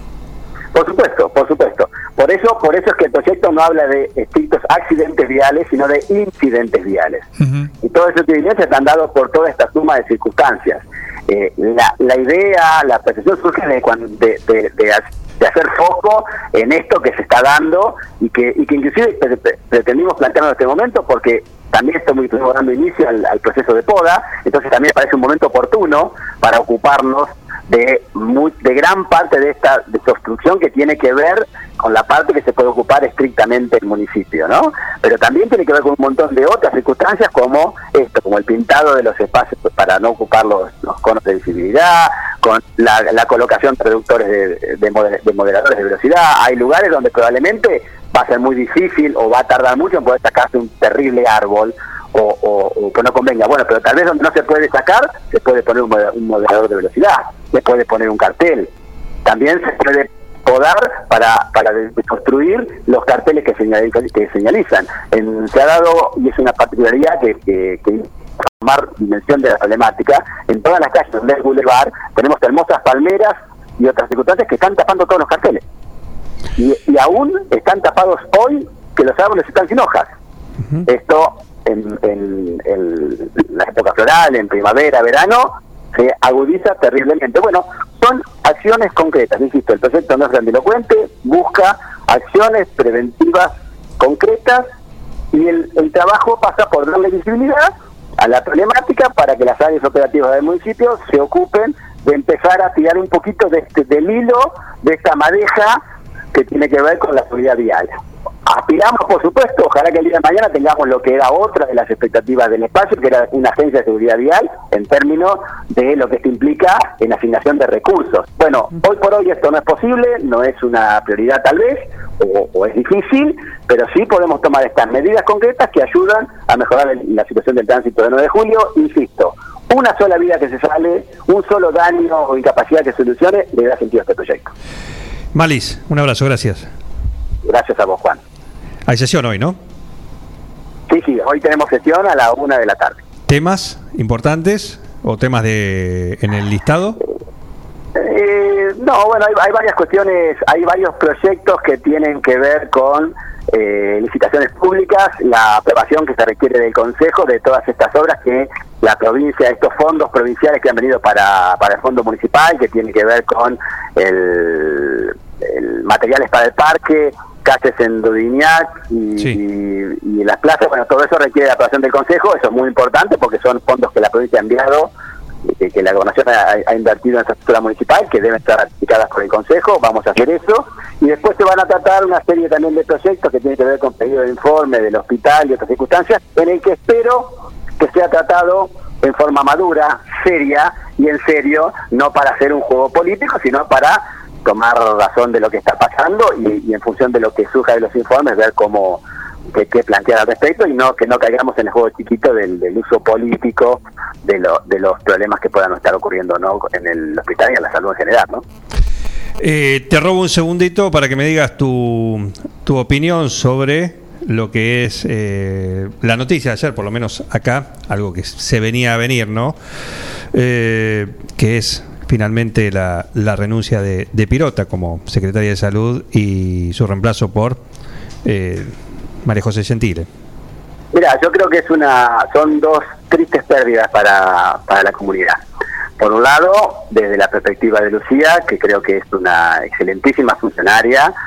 Por supuesto, por supuesto. Por eso, por eso es que el proyecto no habla de estrictos accidentes viales, sino de incidentes viales. Uh-huh. Y todos esos incidentes están dados por toda esta suma de circunstancias. Eh, la, la idea, la percepción surge de, de, de, de, de hacer foco en esto que se está dando y que, y que inclusive pretendimos plantear en este momento, porque también estamos dando inicio al, al proceso de poda, entonces también parece un momento oportuno para ocuparnos de muy, de gran parte de esta de construcción que tiene que ver con la parte que se puede ocupar estrictamente el municipio, ¿no? Pero también tiene que ver con un montón de otras circunstancias como esto, como el pintado de los espacios para no ocupar los, los conos de visibilidad, con la, la colocación de reductores de, de, moder, de moderadores de velocidad. Hay lugares donde probablemente va a ser muy difícil o va a tardar mucho en poder sacarse un terrible árbol o, o, o que no convenga. Bueno, pero tal vez donde no se puede sacar, se puede poner un, un moderador de velocidad, se puede poner un cartel. También se puede podar para para construir los carteles que, señal, que señalizan. En, se ha dado, y es una particularidad que, que, que tomar dimensión de la problemática, en todas las calles donde hay boulevard tenemos hermosas palmeras y otras circunstancias que están tapando todos los carteles. Y, y aún están tapados hoy que los árboles están sin hojas. Uh-huh. Esto en, en, en la época floral, en primavera, verano, se agudiza terriblemente. Bueno, son acciones concretas, insisto, el proyecto no es grandilocuente, busca acciones preventivas concretas y el, el trabajo pasa por darle visibilidad a la problemática para que las áreas operativas del municipio se ocupen de empezar a tirar un poquito de este, del hilo, de esta madeja que tiene que ver con la seguridad vial. Aspiramos, por supuesto, ojalá que el día de mañana tengamos lo que era otra de las expectativas del espacio, que era una agencia de seguridad vial, en términos de lo que esto implica en asignación de recursos. Bueno, hoy por hoy esto no es posible, no es una prioridad tal vez, o, o es difícil, pero sí podemos tomar estas medidas concretas que ayudan a mejorar el, la situación del tránsito de nueve de julio. Insisto, una sola vida que se sale, un solo daño o incapacidad que solucione, le da sentido a este proyecto. Malis, un abrazo, gracias. Gracias a vos, Juan. Hay sesión hoy, ¿no? Sí, sí, hoy tenemos sesión a la una de la tarde. ¿Temas importantes o temas de en el listado? Eh, no, bueno, hay, hay varias cuestiones, hay varios proyectos que tienen que ver con eh, licitaciones públicas, la aprobación que se requiere del Consejo de todas estas obras que la provincia, estos fondos provinciales que han venido para, para el fondo municipal, que tiene que ver con el, el materiales para el parque, calles en Dudignac y, sí. y, y las plazas. Bueno, todo eso requiere la aprobación del Consejo, eso es muy importante porque son fondos que la provincia ha enviado, que, que la gobernación ha, ha invertido en esa estructura municipal, que deben estar ratificadas por el Consejo. Vamos a hacer eso, y después se van a tratar una serie también de proyectos que tienen que ver con pedido de informe del hospital y otras circunstancias, en el que espero que sea tratado en forma madura, seria y en serio, no para hacer un juego político, sino para tomar razón de lo que está pasando y, y en función de lo que surja de los informes, ver cómo qué, qué plantear al respecto, y no que no caigamos en el juego chiquito del, del uso político de, lo, de los problemas que puedan estar ocurriendo, ¿no?, en el hospital y en la salud en general, ¿no? Eh, te robo un segundito para que me digas tu, tu opinión sobre lo que es eh, la noticia de ayer, por lo menos acá, algo que se venía a venir, ¿no? Eh, que es finalmente la, la renuncia de, de Pirota como secretaria de Salud y su reemplazo por eh, María José Gentile. Mira, yo creo que es una son dos tristes pérdidas para, para la comunidad. Por un lado, desde la perspectiva de Lucía, que creo que es una excelentísima funcionaria,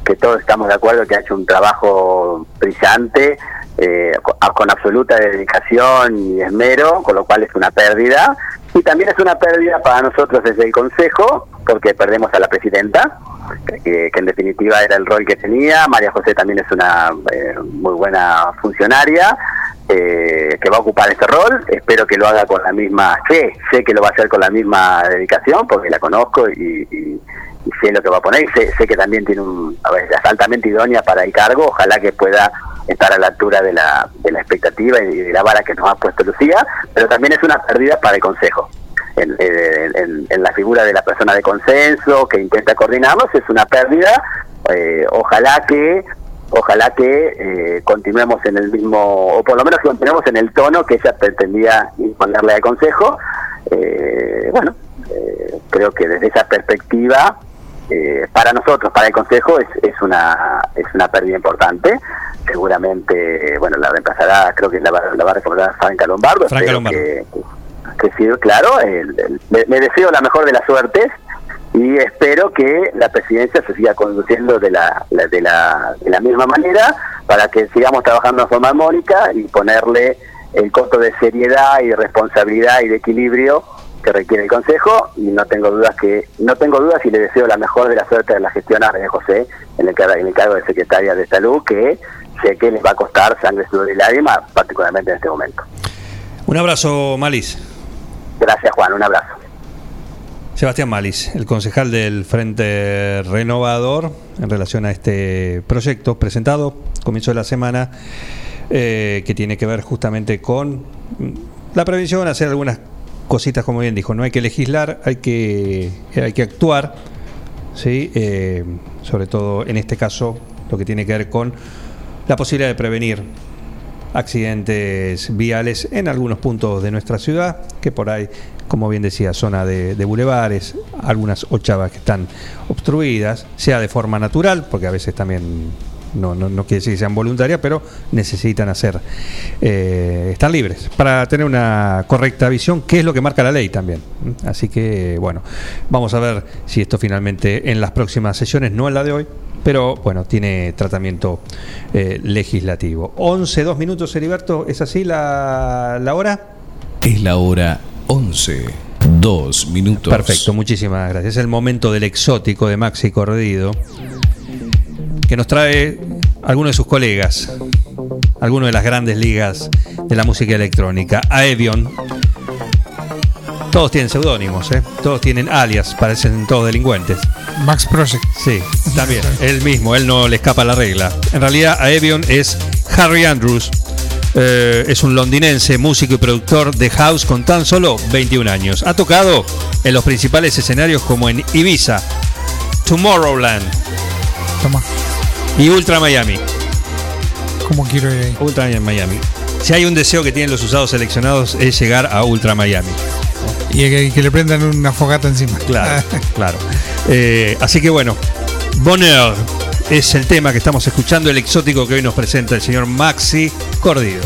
que todos estamos de acuerdo que ha hecho un trabajo brillante, eh, con, con absoluta dedicación y esmero, con lo cual es una pérdida. Y también es una pérdida para nosotros desde el Consejo, porque perdemos a la presidenta, que, que en definitiva era el rol que tenía. María José también es una eh, muy buena funcionaria, eh, que va a ocupar este rol. Espero que lo haga con la misma, sé, sé que lo va a hacer con la misma dedicación, porque la conozco y, y, y sé lo que va a poner. Y sé, sé que también tiene un, a ver, es altamente idónea para el cargo. Ojalá que pueda estar a la altura de la, de la expectativa y de la vara que nos ha puesto Lucía, pero también es una pérdida para el Consejo. En, en, en, en la figura de la persona de consenso que intenta coordinarnos es una pérdida. Eh, ojalá que ojalá que eh, continuemos en el mismo, o por lo menos que continuemos en el tono que ella pretendía imponerle al Consejo. Eh, bueno, eh, creo que desde esa perspectiva, eh, para nosotros, para el Consejo, es, es una es una pérdida importante. Seguramente, bueno, la reemplazará, creo que la, la va a recordar Franca Lombardo. Franca Lombardo. Que, que, que sí, claro, el, el, le, le deseo la mejor de las suertes y espero que la presidencia se siga conduciendo de la, la, de la de la misma manera, para que sigamos trabajando de forma armónica y ponerle el costo de seriedad y de responsabilidad y de equilibrio que requiere el Consejo. Y no tengo dudas que no tengo dudas y le deseo la mejor de la suerte de la gestión a María José en el, en el cargo de secretaria de Salud, que sé que les va a costar sangre, sudor y lágrimas, particularmente en este momento. Un abrazo, Malis. Gracias, Juan, un abrazo. Sebastián Malis, el concejal del Frente Renovador, en relación a este proyecto presentado comienzo de la semana, eh, que tiene que ver justamente con la prevención, hacer algunas cositas, como bien dijo. No hay que legislar, hay que hay que actuar, ¿sí? Eh, sobre todo en este caso, lo que tiene que ver con la posibilidad de prevenir accidentes viales en algunos puntos de nuestra ciudad, que por ahí, como bien decía, zona de, de bulevares, algunas ochavas que están obstruidas, sea de forma natural, porque a veces también no, no, no quiere decir que sean voluntarias, pero necesitan hacer, eh, están libres para tener una correcta visión, que es lo que marca la ley también. Así que, bueno, vamos a ver si esto finalmente en las próximas sesiones, no en la de hoy, pero bueno, tiene tratamiento eh, legislativo. once, dos minutos, Heriberto, ¿es así la, la hora? Es la hora once, dos minutos. Perfecto, muchísimas gracias. Es el momento del exótico de Maxi Cordido, que nos trae algunos de sus colegas, algunos de las grandes ligas de la música electrónica. Aevion. Todos tienen seudónimos, ¿eh? Todos tienen alias, parecen todos delincuentes. Max Project. Sí, también, él mismo, él no le escapa a la regla. En realidad, Aevion es Harry Andrews. Eh, es un londinense, músico y productor de house con tan solo veintiún años. Ha tocado en los principales escenarios como en Ibiza, Tomorrowland, Toma. y Ultra Miami. ¿Cómo quiero ir ahí? Ultra Miami. Si hay un deseo que tienen los usados seleccionados es llegar a Ultra Miami. Y que, que le prendan una fogata encima. Claro, claro. Eh, así que bueno, Bonheur es el tema que estamos escuchando, el exótico que hoy nos presenta el señor Maxi Cordido.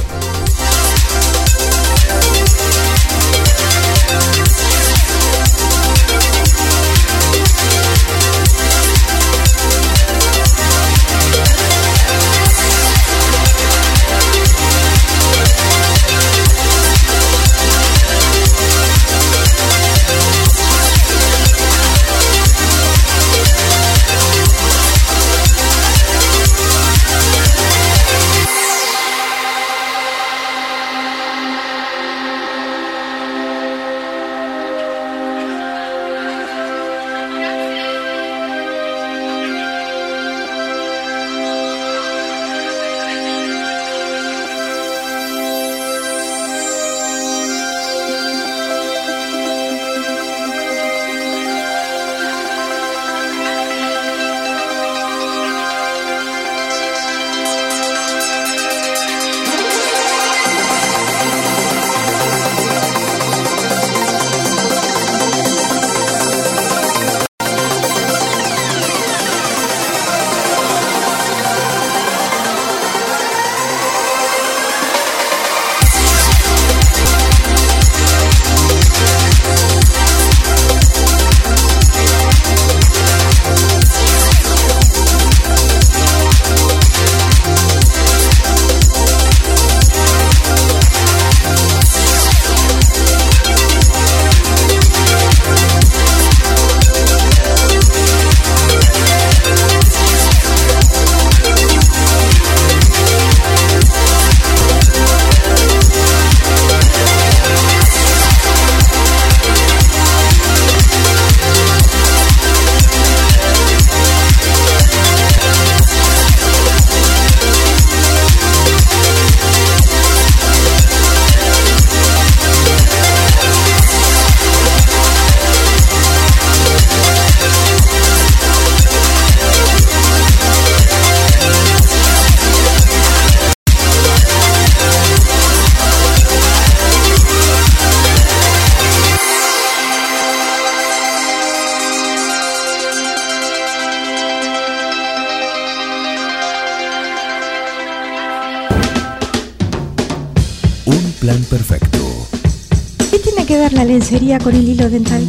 plan perfecto. ¿Qué tiene que ver la lencería con el hilo dental?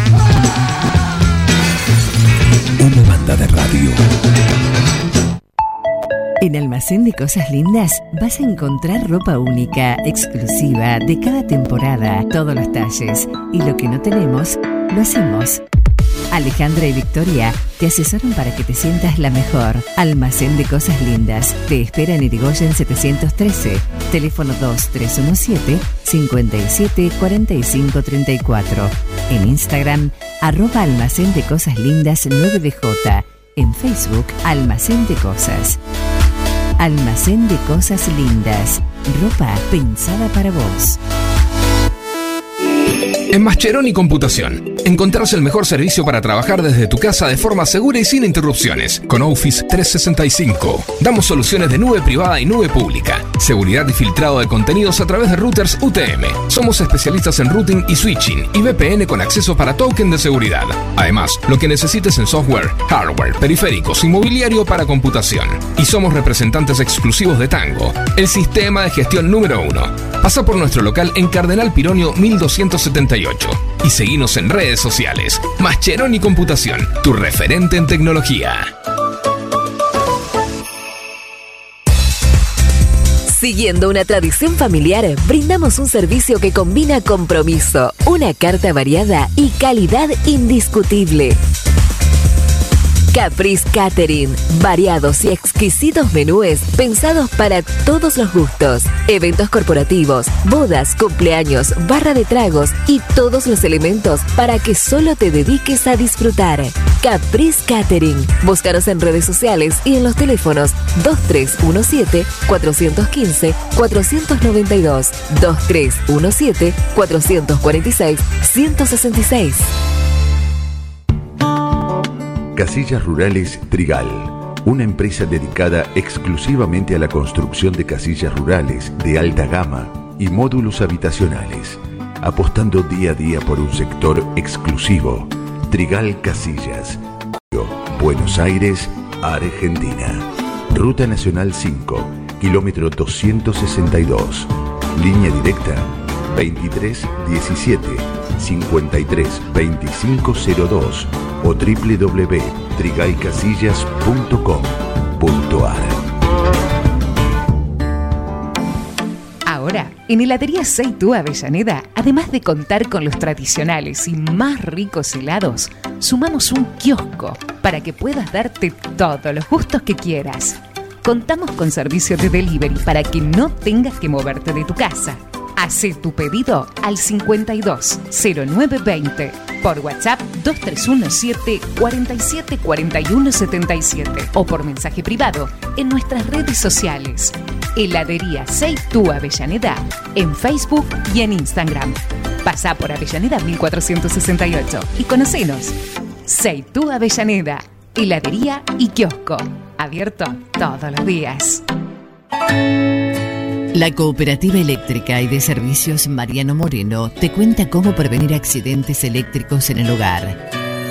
Una banda de radio. En Almacén de Cosas Lindas vas a encontrar ropa única, exclusiva, de cada temporada, todos los talles. Y lo que no tenemos, lo hacemos. Alejandra y Victoria te asesoran para que te sientas la mejor. Almacén de Cosas Lindas. Te espera en Irigoyen setecientos trece. Teléfono dos tres uno siete, cinco siete, cuatro cinco tres cuatro. En Instagram, arroba Almacén de Cosas Lindas nueve D J. En Facebook, Almacén de Cosas. Almacén de Cosas Lindas. Ropa pensada para vos. En Mascheroni Computación encontrás el mejor servicio para trabajar desde tu casa de forma segura y sin interrupciones. Con Office trescientos sesenta y cinco damos soluciones de nube privada y nube pública, seguridad y filtrado de contenidos a través de routers U T M. Somos especialistas en routing y switching y V P N con acceso para token de seguridad. Además, lo que necesites en software, hardware, periféricos y mobiliario para computación. Y somos representantes exclusivos de Tango, el sistema de gestión número uno. Pasa por nuestro local en Cardenal Pironio mil doscientos setenta y ocho y seguinos en redes sociales. Mascheroni Computación, tu referente en tecnología. Siguiendo una tradición familiar, brindamos un servicio que combina compromiso, una carta variada y calidad indiscutible. Caprice Catering, variados y exquisitos menúes pensados para todos los gustos. Eventos corporativos, bodas, cumpleaños, barra de tragos y todos los elementos para que solo te dediques a disfrutar. Caprice Catering. Búscanos en redes sociales y en los teléfonos dos tres uno siete, cuatro uno cinco, cuatro nueve dos, dos tres uno siete, cuatro cuatro seis, uno seis seis. Casillas Rurales Trigal, una empresa dedicada exclusivamente a la construcción de casillas rurales de alta gama y módulos habitacionales, apostando día a día por un sector exclusivo. Trigal Casillas, Buenos Aires, Argentina. Ruta Nacional cinco, kilómetro doscientos sesenta y dos. Línea directa veintitrés diecisiete, cincuenta y tres veinticinco cero dos o doble u doble u doble u punto trigal casillas punto com punto a r. Ahora, en Heladería Seitú Avellaneda, además de contar con los tradicionales y más ricos helados, sumamos un kiosco para que puedas darte todos los gustos que quieras. Contamos con servicio de delivery para que no tengas que moverte de tu casa. Hacé tu pedido al cincuenta y dos cero nueve veinte, por WhatsApp dos tres uno siete, cuatro siete cuatro uno siete siete o por mensaje privado en nuestras redes sociales. Heladería Seitú Avellaneda en Facebook y en Instagram. Pasá por Avellaneda mil cuatrocientos sesenta y ocho y conocenos. Seitú Avellaneda, heladería y kiosco, abierto todos los días. La Cooperativa Eléctrica y de Servicios Mariano Moreno te cuenta cómo prevenir accidentes eléctricos en el hogar.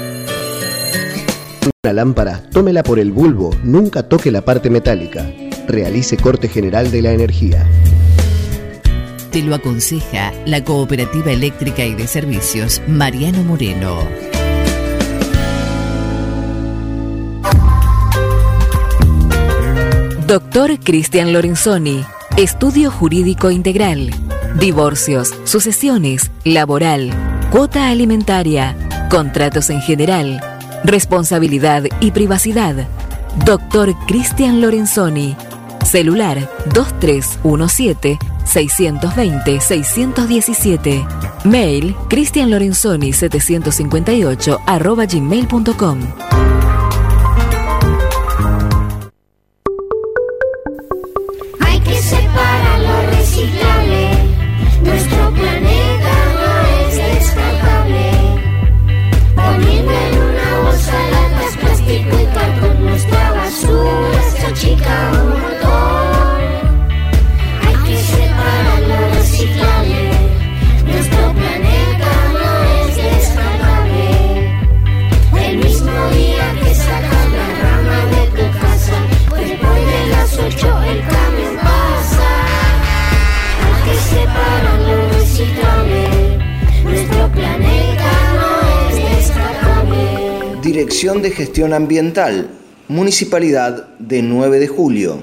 Una lámpara, tómela por el bulbo, nunca toque la parte metálica. Realice corte general de la energía. Te lo aconseja la Cooperativa Eléctrica y de Servicios Mariano Moreno. Doctor Cristian Lorenzoni. Estudio Jurídico Integral. Divorcios, sucesiones, laboral, cuota alimentaria, contratos en general, responsabilidad y privacidad. Doctor Cristian Lorenzoni. Celular dos tres uno siete, seis dos cero, seis uno siete. Mail cristianlorenzoni setecientos cincuenta y ocho arroba gmail punto com. Para lo reciclable, nuestro planeta no es descartable. Poniendo en una bolsa latas, plástico y cartón, nuestra basura se achica un montón. Hay que separar lo reciclable, nuestro planeta no es descartable. El mismo día que sacas la rama de tu casa, después de las ocho el camión pasa. Hay que separar Dirección de Gestión Ambiental, Municipalidad de nueve de julio.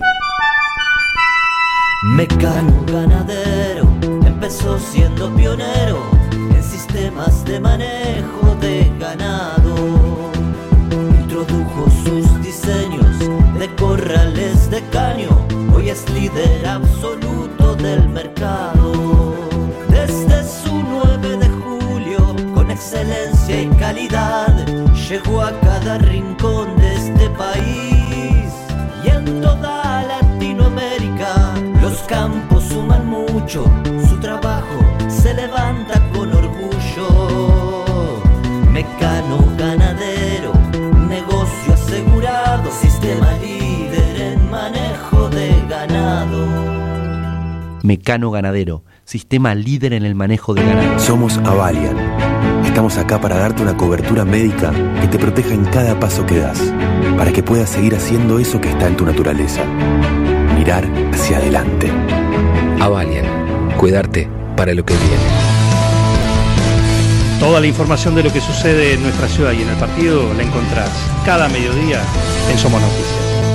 Mecano ganadero, empezó siendo pionero en sistemas de manejo de ganado. Introdujo sus diseños de corrales de caño, hoy es líder absoluto del mercado. Desde su nueve de julio, con excelencia y calidad, llegó a cada rincón de este país. Y en toda Latinoamérica los campos suman mucho, su trabajo se levanta con orgullo. Mecano ganadero, negocio asegurado, sistema líder en manejo de ganado. Mecano ganadero, sistema líder en el manejo de ganado. Somos Avalian. Estamos acá para darte una cobertura médica que te proteja en cada paso que das, para que puedas seguir haciendo eso que está en tu naturaleza. Mirar hacia adelante. Avalian, cuidarte para lo que viene. Toda la información de lo que sucede en nuestra ciudad y en el partido la encontrás cada mediodía en Somos Noticias.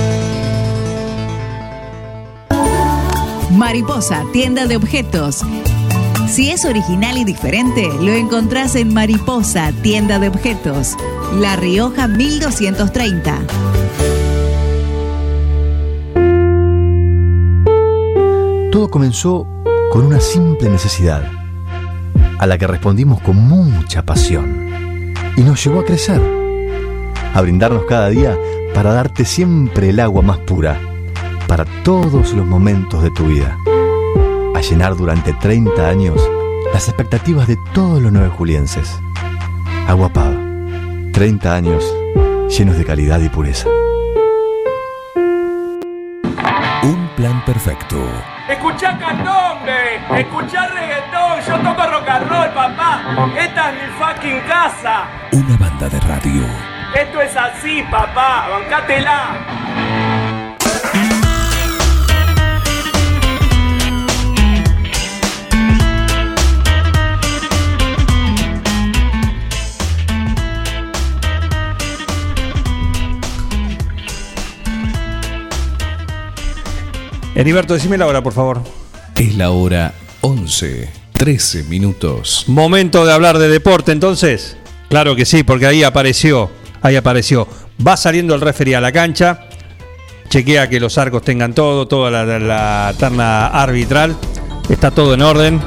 Mariposa, tienda de objetos. Si es original y diferente, lo encontrás en Mariposa, tienda de objetos. La Rioja mil doscientos treinta. Todo comenzó con una simple necesidad, a la que respondimos con mucha pasión, y nos llevó a crecer, a brindarnos cada día para darte siempre el agua más pura, para todos los momentos de tu vida, a llenar durante treinta años las expectativas de todos los nueve julienses. Agua Pava, treinta años llenos de calidad y pureza. Un plan perfecto. Escuchá candombe, escuchá reggaetón, yo toco rock and roll, papá. Esta es mi fucking casa. Una banda de radio. Esto es así, papá, bancátela. Heriberto, decime la hora, por favor. Es la hora once, trece minutos. Momento de hablar de deporte, entonces. Claro que sí, porque ahí apareció, ahí apareció. Va saliendo el referee a la cancha, chequea que los arcos tengan todo, toda la, la, la terna arbitral. Está todo en orden.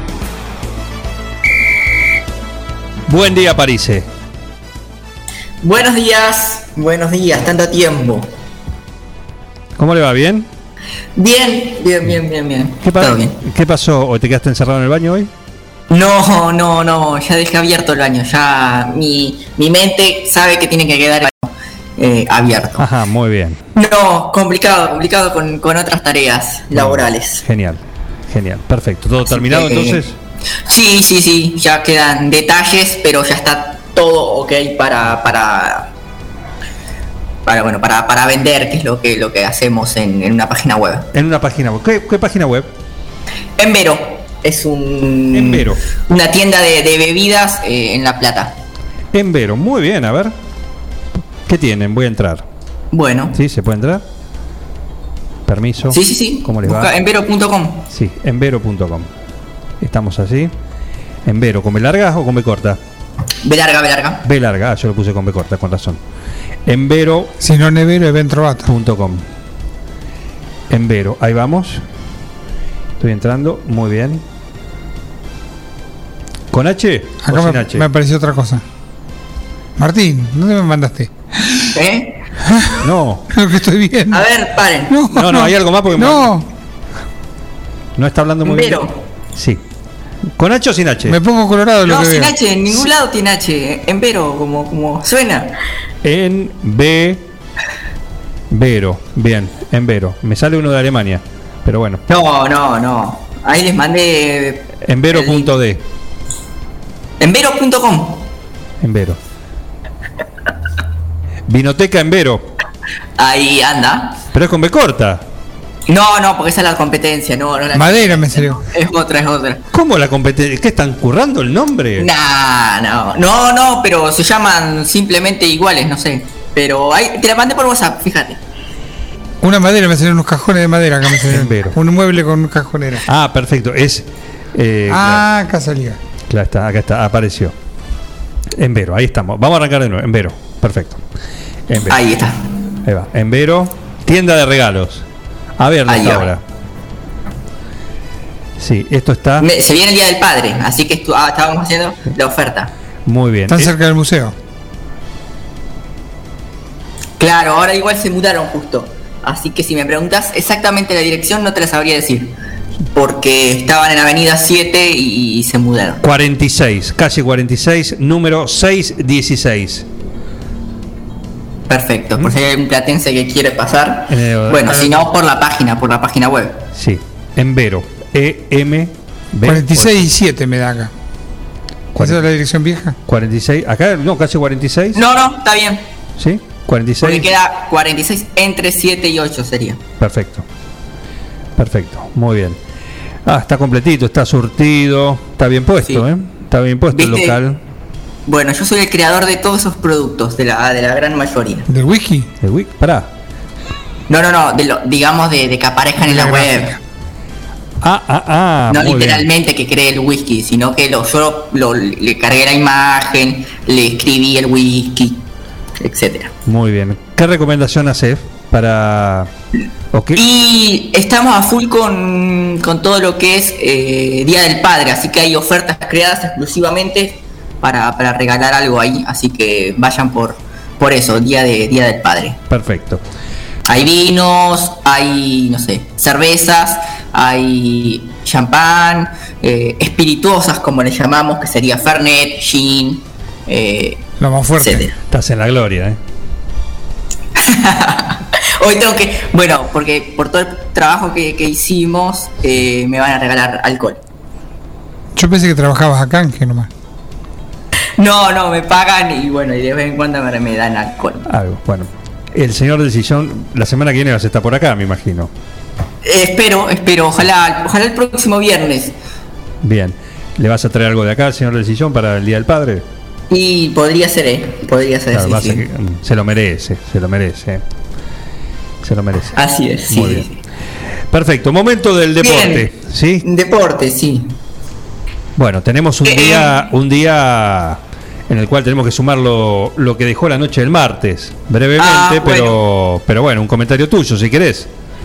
Buen día, Parise. Buenos días, buenos días, tanto tiempo. ¿Cómo le va? ¿Bien? Bien, bien, bien, bien, bien. ¿Qué, pa- Todo bien. ¿Qué pasó? ¿O te quedaste encerrado en el baño hoy? No, no, no, ya dejé abierto el baño, ya mi, mi mente sabe que tiene que quedar eh, abierto. Ajá, muy bien. No, complicado, complicado con, con otras tareas laborales. Genial, genial, perfecto. ¿Todo Así terminado que, entonces? Sí, sí, sí, ya quedan detalles, pero ya está todo ok para... para Para, bueno, para, para vender, que es lo que lo que hacemos en, en una página web. En una página web. ¿Qué, qué página web? Envero. Es un Envero. Una tienda de, de bebidas eh, en La Plata. Envero, muy bien, a ver. ¿Qué tienen? Voy a entrar. Bueno. ¿Sí? ¿Se puede entrar? Permiso. Sí, sí, sí. ¿Cómo les va? Busca envero punto com. Sí, envero punto com. Estamos así. Envero, ¿con B larga o con B corta? B larga, B larga. B larga, ah, yo lo puse con B corta, con razón. Envero. Si no Nevero, Eventrovato. Punto com. Envero, ahí vamos. Estoy entrando, muy bien. ¿Con H? Acá ¿O sin me, H? me apareció otra cosa. Martín, ¿dónde me mandaste? ¿Eh? No. Lo que estoy viendo. A ver, paren. No, No, no, hay algo más porque. No. No está hablando muy Envero. bien. Sí. ¿Con H o sin H? Me pongo colorado lo No, que sin veo. H, en ningún lado tiene H. Envero, como, como suena. En B. Vero. Bien, en Vero. Me sale uno de Alemania. Pero bueno. No, no, no. Ahí les mandé. Envero punto D. Envero punto com. Envero. Vinoteca Envero. Ahí anda. Pero es con B corta. No, no, porque esa es la competencia. No, no la Madera me salió. Es otra, es otra. ¿Cómo la competencia? ¿Qué están currando el nombre? Nah, no, no, no, pero se llaman simplemente iguales, no sé. pero ahí, te la mandé por WhatsApp, fíjate. Una madera, me salieron unos cajones de madera acá, me salieron. Un mueble con cajonera. Ah, perfecto. Es. Eh, ah, acá salía. Claro, está, acá está, apareció. Envero, ahí estamos. Vamos a arrancar de nuevo. Envero, perfecto. Envero. Ahí está. Ahí va. Envero, tienda de regalos. A ver, hasta ahora. Sí, esto está. Me, se viene el Día del Padre, así que estu- ah, estábamos haciendo la oferta. Muy bien. Están cerca del museo. Claro, ahora igual se mudaron justo. Así que si me preguntas exactamente la dirección, no te la sabría decir. Porque estaban en Avenida siete y, y se mudaron. cuarenta y seis, calle cuarenta y seis, número seiscientos dieciséis. Perfecto, por si hay un platense que quiere pasar. Eh, bueno, eh, si no, por la página, por la página web. Sí, Envero. E M B cuarenta y seis y siete me da acá. ¿Esa es la dirección vieja? cuarenta y seis, acá no, casi cuarenta y seis. No, no, está bien. ¿Sí? cuarenta y seis. Porque queda cuarenta y seis entre siete y ocho sería. Perfecto. Perfecto, muy bien. Ah, está completito, está surtido, está bien puesto, sí. ¿eh? Está bien puesto el local. Bueno, yo soy el creador de todos esos productos, de la, de la gran mayoría. ¿Del wiki? ¿Del wiki? Pará. No, no, no, de lo, digamos de, de que aparezcan en la, la web. Ah, ah, ah. No literalmente bien. Que cree el whisky, sino que lo, yo lo, le cargué la imagen, le escribí el whisky, etcétera. Muy bien. ¿Qué recomendación haces para...? Okay. Y estamos a full con, con todo lo que es eh, Día del Padre, así que hay ofertas creadas exclusivamente para, para regalar algo ahí, así que vayan por, por eso, Día de Día del Padre. Perfecto. Hay vinos, hay, no sé, cervezas, hay champán, eh, espirituosas como le llamamos, que sería Fernet, Gin, eh, lo más fuerte. Etcétera. Estás en la gloria, ¿eh? Hoy tengo que, bueno, porque por todo el trabajo que, que hicimos, eh, me van a regalar alcohol. Yo pensé que trabajabas acá, Ángel, nomás. No, no, me pagan y bueno, y de vez en cuando me, me dan alcohol. Algo, bueno. El señor del sillón, la semana que viene vas a estar por acá, me imagino. Eh, espero, espero, ojalá, ojalá el próximo viernes. Bien. ¿Le vas a traer algo de acá al señor del sillón para el Día del Padre? Y podría ser, ¿eh? Podría ser, claro, sí, sí. Que, se lo merece, se lo merece. Se lo merece. Así es, muy sí, bien. Sí. Perfecto, momento del deporte, bien. ¿sí? Deporte, sí. Bueno, tenemos un eh, día, un día en el cual tenemos que sumar lo, lo que dejó la noche del martes, brevemente, ah, pero, bueno. pero bueno, un comentario tuyo, si querés.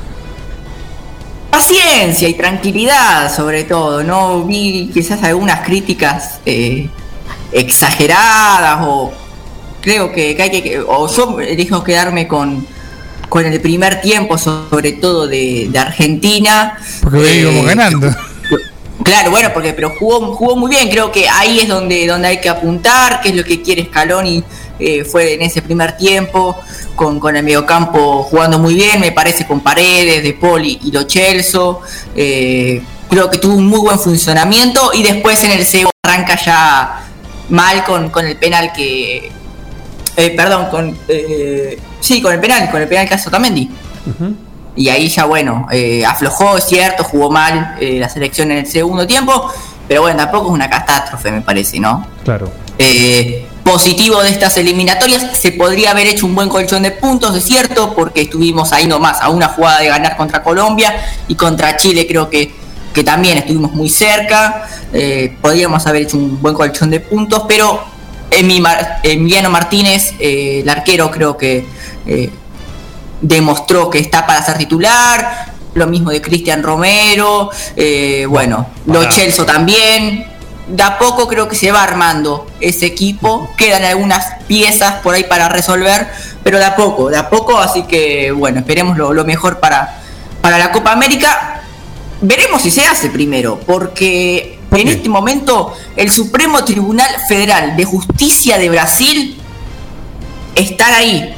Paciencia y tranquilidad, sobre todo. No vi quizás algunas críticas eh, exageradas o creo que, que hay que, o yo elijo quedarme con con el primer tiempo, sobre todo de, de Argentina. Porque eh, íbamos ganando. Claro, bueno, porque pero jugó jugó muy bien. Creo que ahí es donde donde hay que apuntar, que es lo que quiere Scaloni. Eh, fue en ese primer tiempo con, con el mediocampo jugando muy bien, me parece, con Paredes, De Paul y Lo Celso. Eh, creo que tuvo un muy buen funcionamiento y después en el segundo arranca ya mal con, con el penal que... Eh, perdón, con eh, sí, con el penal, con el penal que hace Otamendi. Uh-huh. Y ahí ya, bueno, eh, aflojó, es cierto, jugó mal eh, la selección en el segundo tiempo, pero bueno, tampoco es una catástrofe, me parece, ¿no? Claro. Eh, positivo de estas eliminatorias, se podría haber hecho un buen colchón de puntos, es cierto, porque estuvimos ahí nomás a una jugada de ganar contra Colombia y contra Chile creo que, que también estuvimos muy cerca, eh, podríamos haber hecho un buen colchón de puntos, pero Emiliano Martínez, eh, el arquero, creo que eh, demostró que está para ser titular, lo mismo de Cristian Romero, eh, bueno, Lo Celso también. De a poco creo que se va armando ese equipo, quedan algunas piezas por ahí para resolver, pero de a poco, de a poco, así que bueno, esperemos lo, lo mejor para, para la Copa América. Veremos si se hace primero, porque en este momento el Supremo Tribunal Federal de Justicia de Brasil está ahí,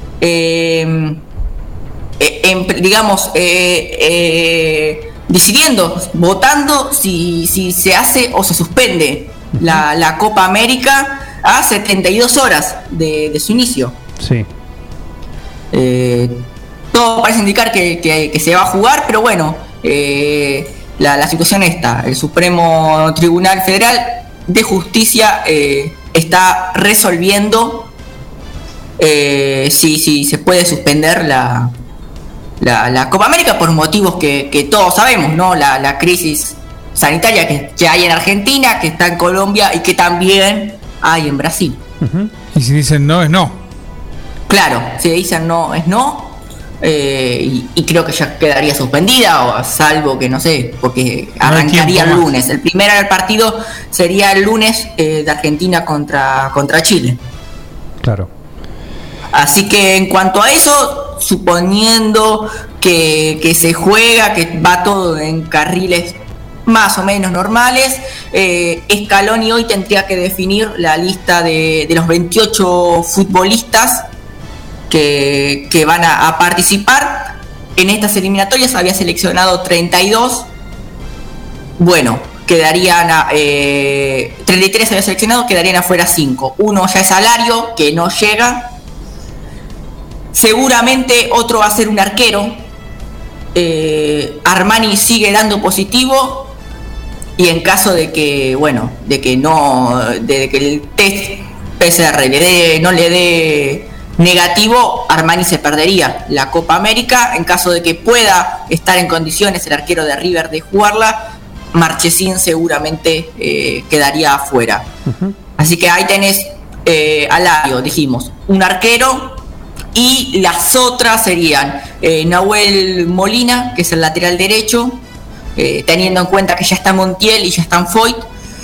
eh, eh, en, digamos, eh, eh, decidiendo, votando si, si se hace o se suspende la, la Copa América a setenta y dos horas de, de su inicio. Sí. Eh, todo parece indicar que, que, que se va a jugar, pero bueno, eh, la, la situación está. El Supremo Tribunal Federal de Justicia eh, está resolviendo eh, si, si se puede suspender la, la, la Copa América por motivos que, que todos sabemos, ¿no? La, la crisis sanitaria que, que hay en Argentina, que está en Colombia y que también hay en Brasil. Uh-huh. Y si dicen no, es no. Claro, si dicen no, es no. Eh, y, y creo que ya quedaría suspendida, o salvo que no sé, porque no arrancaría el lunes. El primer partido sería el lunes eh, de Argentina contra, contra Chile. Claro. Así que en cuanto a eso, suponiendo que, que se juega, que va todo en carriles más o menos normales, eh, Scaloni hoy tendría que definir la lista de, de los veintiocho futbolistas que, que van a, a participar. En estas eliminatorias había seleccionado treinta y dos. Bueno, quedarían a, eh, treinta y tres había seleccionado, quedarían afuera cinco. Uno ya es Alario, que no llega. Seguramente otro va a ser un arquero. eh, Armani sigue dando positivo, y en caso de que, bueno, de que no, de que el test P C R le dé, no le dé negativo, Armani se perdería la Copa América. En caso de que pueda estar en condiciones el arquero de River de jugarla, Marchesín seguramente eh, quedaría afuera. Uh-huh. Así que ahí tenés eh, Alario, dijimos, un arquero, y las otras serían eh, Nahuel Molina, que es el lateral derecho, eh, teniendo en cuenta que ya está Montiel y ya está Foyt.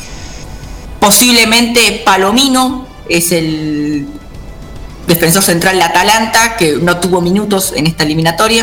Posiblemente Palomino, es el defensor central de Atalanta, que no tuvo minutos en esta eliminatoria.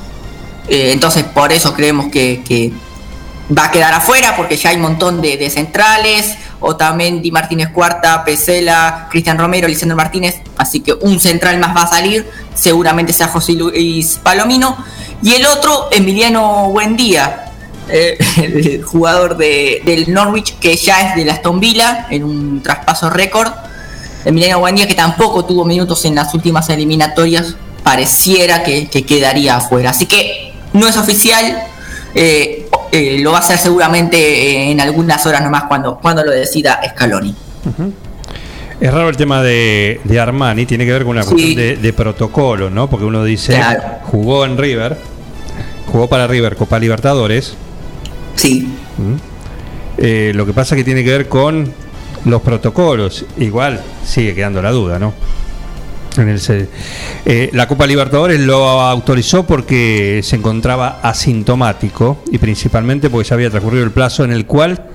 Eh, entonces por eso creemos que, que va a quedar afuera, porque ya hay un montón de, de centrales, Otamendi, Martínez Cuarta, Pesela, Cristian Romero, Lisandro Martínez, así que un central más va a salir, seguramente sea José Luis Palomino, y el otro, Emiliano Buendía, eh, el jugador de, del Norwich, que ya es de la Aston Villa, en un traspaso récord. Emiliano Buendía, que tampoco tuvo minutos en las últimas eliminatorias, pareciera que, que quedaría afuera, así que no es oficial. Eh, eh, lo va a hacer seguramente eh, en algunas horas nomás, cuando, cuando lo decida Scaloni. Uh-huh. Es raro el tema de, de Armani, tiene que ver con una sí. cuestión de, de protocolo, ¿no? Porque uno dice, claro, jugó en River, jugó para River Copa Libertadores. Sí. ¿Mm? Eh, lo que pasa es que tiene que ver con los protocolos. Igual sigue quedando la duda, ¿no? En el, eh, la Copa Libertadores lo autorizó porque se encontraba asintomático, y principalmente porque ya había transcurrido el plazo en el cual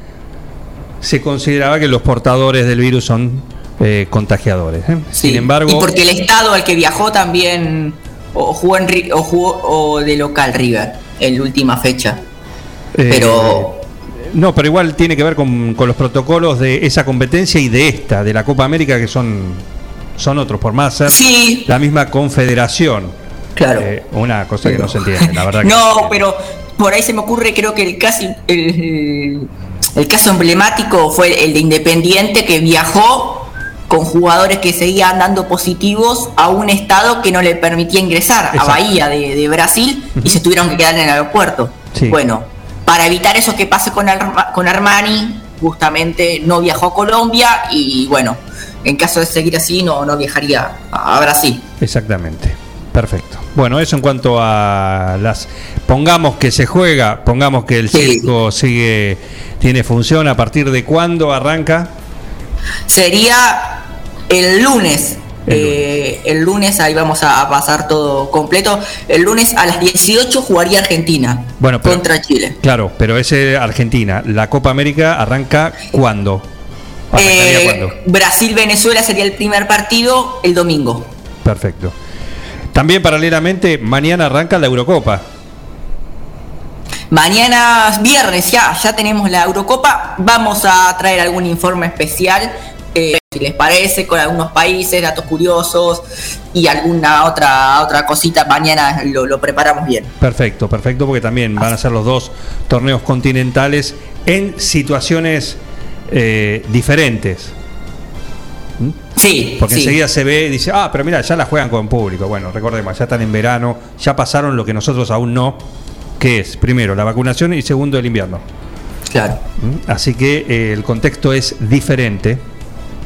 se consideraba que los portadores del virus son eh, contagiadores. ¿eh? Sí. Sin embargo, y porque el estado al que viajó también o jugó, en, o jugó o de local River en la última fecha. Eh, pero no, pero igual tiene que ver con, con los protocolos de esa competencia y de esta, de la Copa América, que son... son otros, por más ser sí. la misma confederación. Claro. Eh, una cosa que no se entiende, la verdad. Que no, no pero por ahí se me ocurre, creo que el caso, el, el caso emblemático fue el de Independiente, que viajó con jugadores que seguían dando positivos a un estado que no le permitía ingresar. Exacto. A Bahía de, de Brasil, uh-huh. y se tuvieron que quedar en el aeropuerto. Sí. Bueno, para evitar eso que pase con, Arma, con Armani, justamente no viajó a Colombia, y bueno, en caso de seguir así no, no viajaría a Brasil. Exactamente, perfecto. Bueno, eso en cuanto a las... Pongamos que se juega, pongamos que el circo sí. sigue, tiene función. ¿A partir de cuándo arranca? Sería el lunes. El, eh, lunes. el lunes, ahí vamos a, a pasar todo completo. El lunes a las dieciocho jugaría Argentina, bueno, pero, contra Chile. Claro, pero ese Argentina. ¿La Copa América arranca cuándo? Eh, Brasil-Venezuela sería el primer partido el domingo. Perfecto. También paralelamente mañana arranca la Eurocopa. Mañana viernes ya, ya tenemos la Eurocopa. Vamos a traer algún informe especial, eh, si les parece, con algunos países, datos curiosos y alguna otra otra cosita. Mañana lo, lo preparamos bien. Perfecto, perfecto, porque también van a ser los dos torneos continentales en situaciones Eh, diferentes. ¿Mm? Sí. Porque sí. enseguida se ve y dice, ah, pero mira, ya la juegan con público. Bueno, recordemos, ya están en verano, ya pasaron lo que nosotros aún no, que es, primero, la vacunación y segundo, el invierno. Claro. ¿Mm? Así que eh, el contexto es diferente.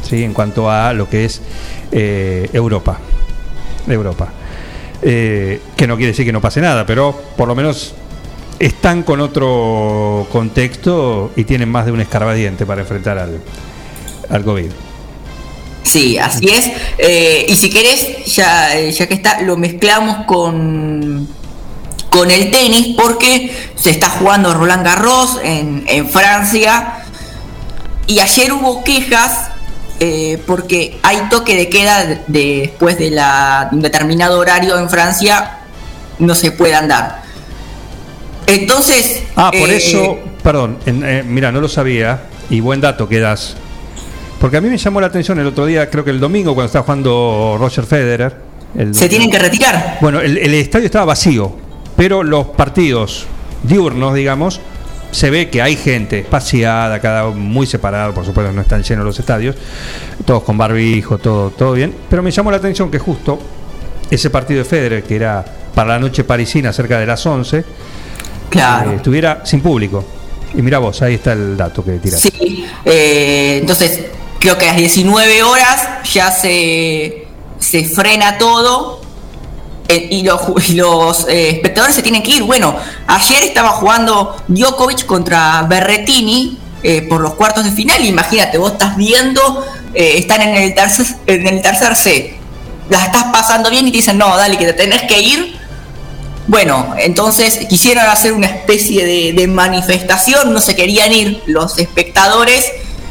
¿sí? En cuanto a lo que es eh, Europa. Europa. Eh, que no quiere decir que no pase nada, pero por lo menos están con otro contexto y tienen más de un escarbadiente para enfrentar al, al COVID. Sí, así es. Eh, y si querés, ya, ya que está, lo mezclamos con, con el tenis, porque se está jugando Roland Garros en, en Francia. Y ayer hubo quejas eh, porque hay toque de queda de, de, después de la, un determinado horario en Francia, no se puede andar. Entonces... Ah, por eh, eso, perdón, en, eh, mira, no lo sabía, y buen dato que das. Porque a mí me llamó la atención el otro día, creo que el domingo, cuando estaba jugando Roger Federer. El, ¿Se tienen que retirar? Bueno, el, el estadio estaba vacío, pero los partidos diurnos, digamos, se ve que hay gente espaciada, cada uno muy separado, por supuesto no están llenos los estadios, todos con barbijo, todo, todo bien. Pero me llamó la atención que justo ese partido de Federer, que era para la noche parisina, cerca de las once, claro. eh, estuviera sin público. Y mira vos, ahí está el dato que tiraste. Sí, eh, entonces creo que a las diecinueve horas ya se, se frena todo eh, y los, y los eh, espectadores se tienen que ir. Bueno, ayer estaba jugando Djokovic contra Berrettini eh, por los cuartos de final. Imagínate, vos estás viendo, eh, están en el tercer, en el tercer set, las estás pasando bien y te dicen, no, dale, que te tenés que ir. Bueno, entonces quisieron hacer una especie de, de manifestación, no se querían ir los espectadores.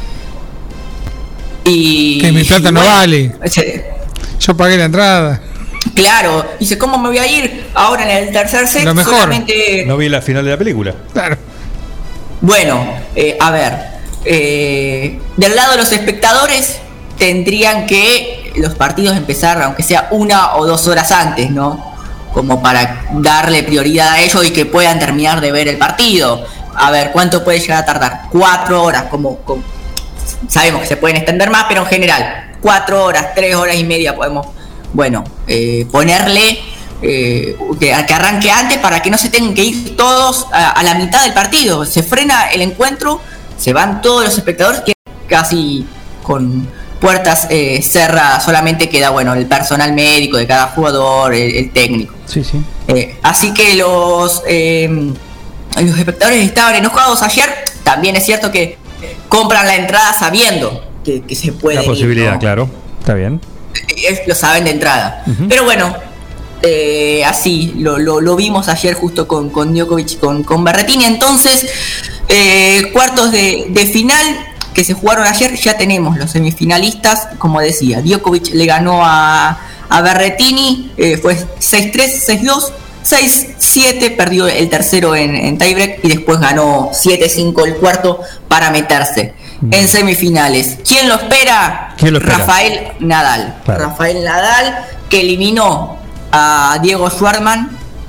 Y que mi plata no bueno, vale. Yo pagué la entrada. Claro, dice, ¿cómo me voy a ir ahora en el tercer set? Lo mejor. Solamente... No vi la final de la película. Claro. Bueno, eh, a ver, eh, del lado de los espectadores tendrían que los partidos empezar, aunque sea una o dos horas antes, ¿no? Como para darle prioridad a ellos y que puedan terminar de ver el partido. A ver, ¿cuánto puede llegar a tardar? Cuatro horas, como, como sabemos que se pueden extender más, pero en general, cuatro horas, tres horas y media podemos, bueno, eh, ponerle eh, que, que arranque antes para que no se tengan que ir todos a, a la mitad del partido. Se frena el encuentro, se van todos los espectadores, que casi con puertas eh, cerradas, solamente queda, bueno, el personal médico de cada jugador, el, el técnico. Sí, sí. Eh, así que los eh, los espectadores estaban enojados ayer. También es cierto que compran la entrada sabiendo que, que se puede. La posibilidad, ir, ¿no? claro. Está bien. Ellos lo saben de entrada. Uh-huh. Pero bueno, eh, así lo, lo, lo vimos ayer justo con, con Djokovic y con, con Berrettini. Entonces, eh, cuartos de, de final que se jugaron ayer, ya tenemos los semifinalistas. Como decía, Djokovic le ganó a, a Berrettini, eh, fue seis tres, seis dos, seis siete, perdió el tercero en, en tiebreak y después ganó siete cinco el cuarto para meterse mm. en semifinales. ¿Quién lo espera? ¿Quién lo espera? Rafael Nadal. Claro. Rafael Nadal, que eliminó a Diego Schwartzman.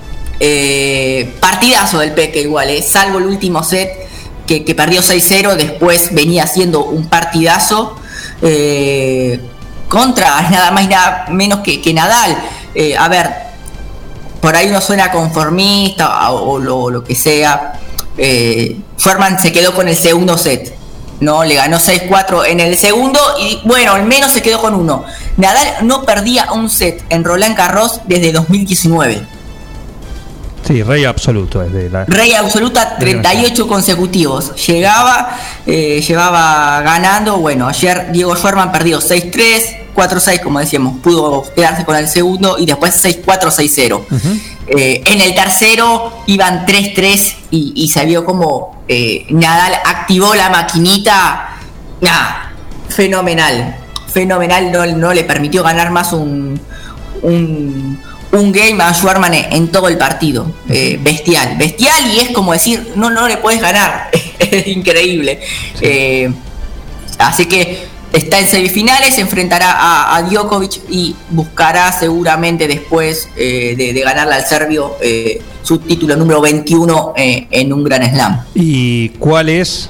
Eh, partidazo del Peque igual, eh, salvo el último set que, que perdió seis cero, después venía haciendo un partidazo eh, contra nada más y nada menos que, que Nadal. Eh, a ver, por ahí uno suena conformista o, o lo, lo que sea. eh, Schwartzman se quedó con el segundo set, no, le ganó seis cuatro en el segundo y bueno, al menos se quedó con uno. Nadal no perdía un set en Roland Garros desde dos mil diecinueve. Sí, rey absoluto es de la... Rey absoluta, treinta y ocho consecutivos. Llegaba, eh, llevaba ganando. Bueno, ayer Diego Schwartzman perdió seis tres, cuatro seis, como decíamos, pudo quedarse con el segundo y después seis cuatro, seis cero. Uh-huh. Eh, en el tercero iban tres tres y, y se vio como eh, Nadal activó la maquinita. Nah, fenomenal, fenomenal. No, no le permitió ganar más un... un un game a Schwartzman en todo el partido. eh, bestial, bestial y es como decir, no, no le puedes ganar. Es increíble. Sí. Eh, así que está en semifinales, se enfrentará a, a Djokovic y buscará seguramente después eh, de, de ganarle al serbio eh, su título número veintiuno eh, en un Grand Slam. ¿Y cuál es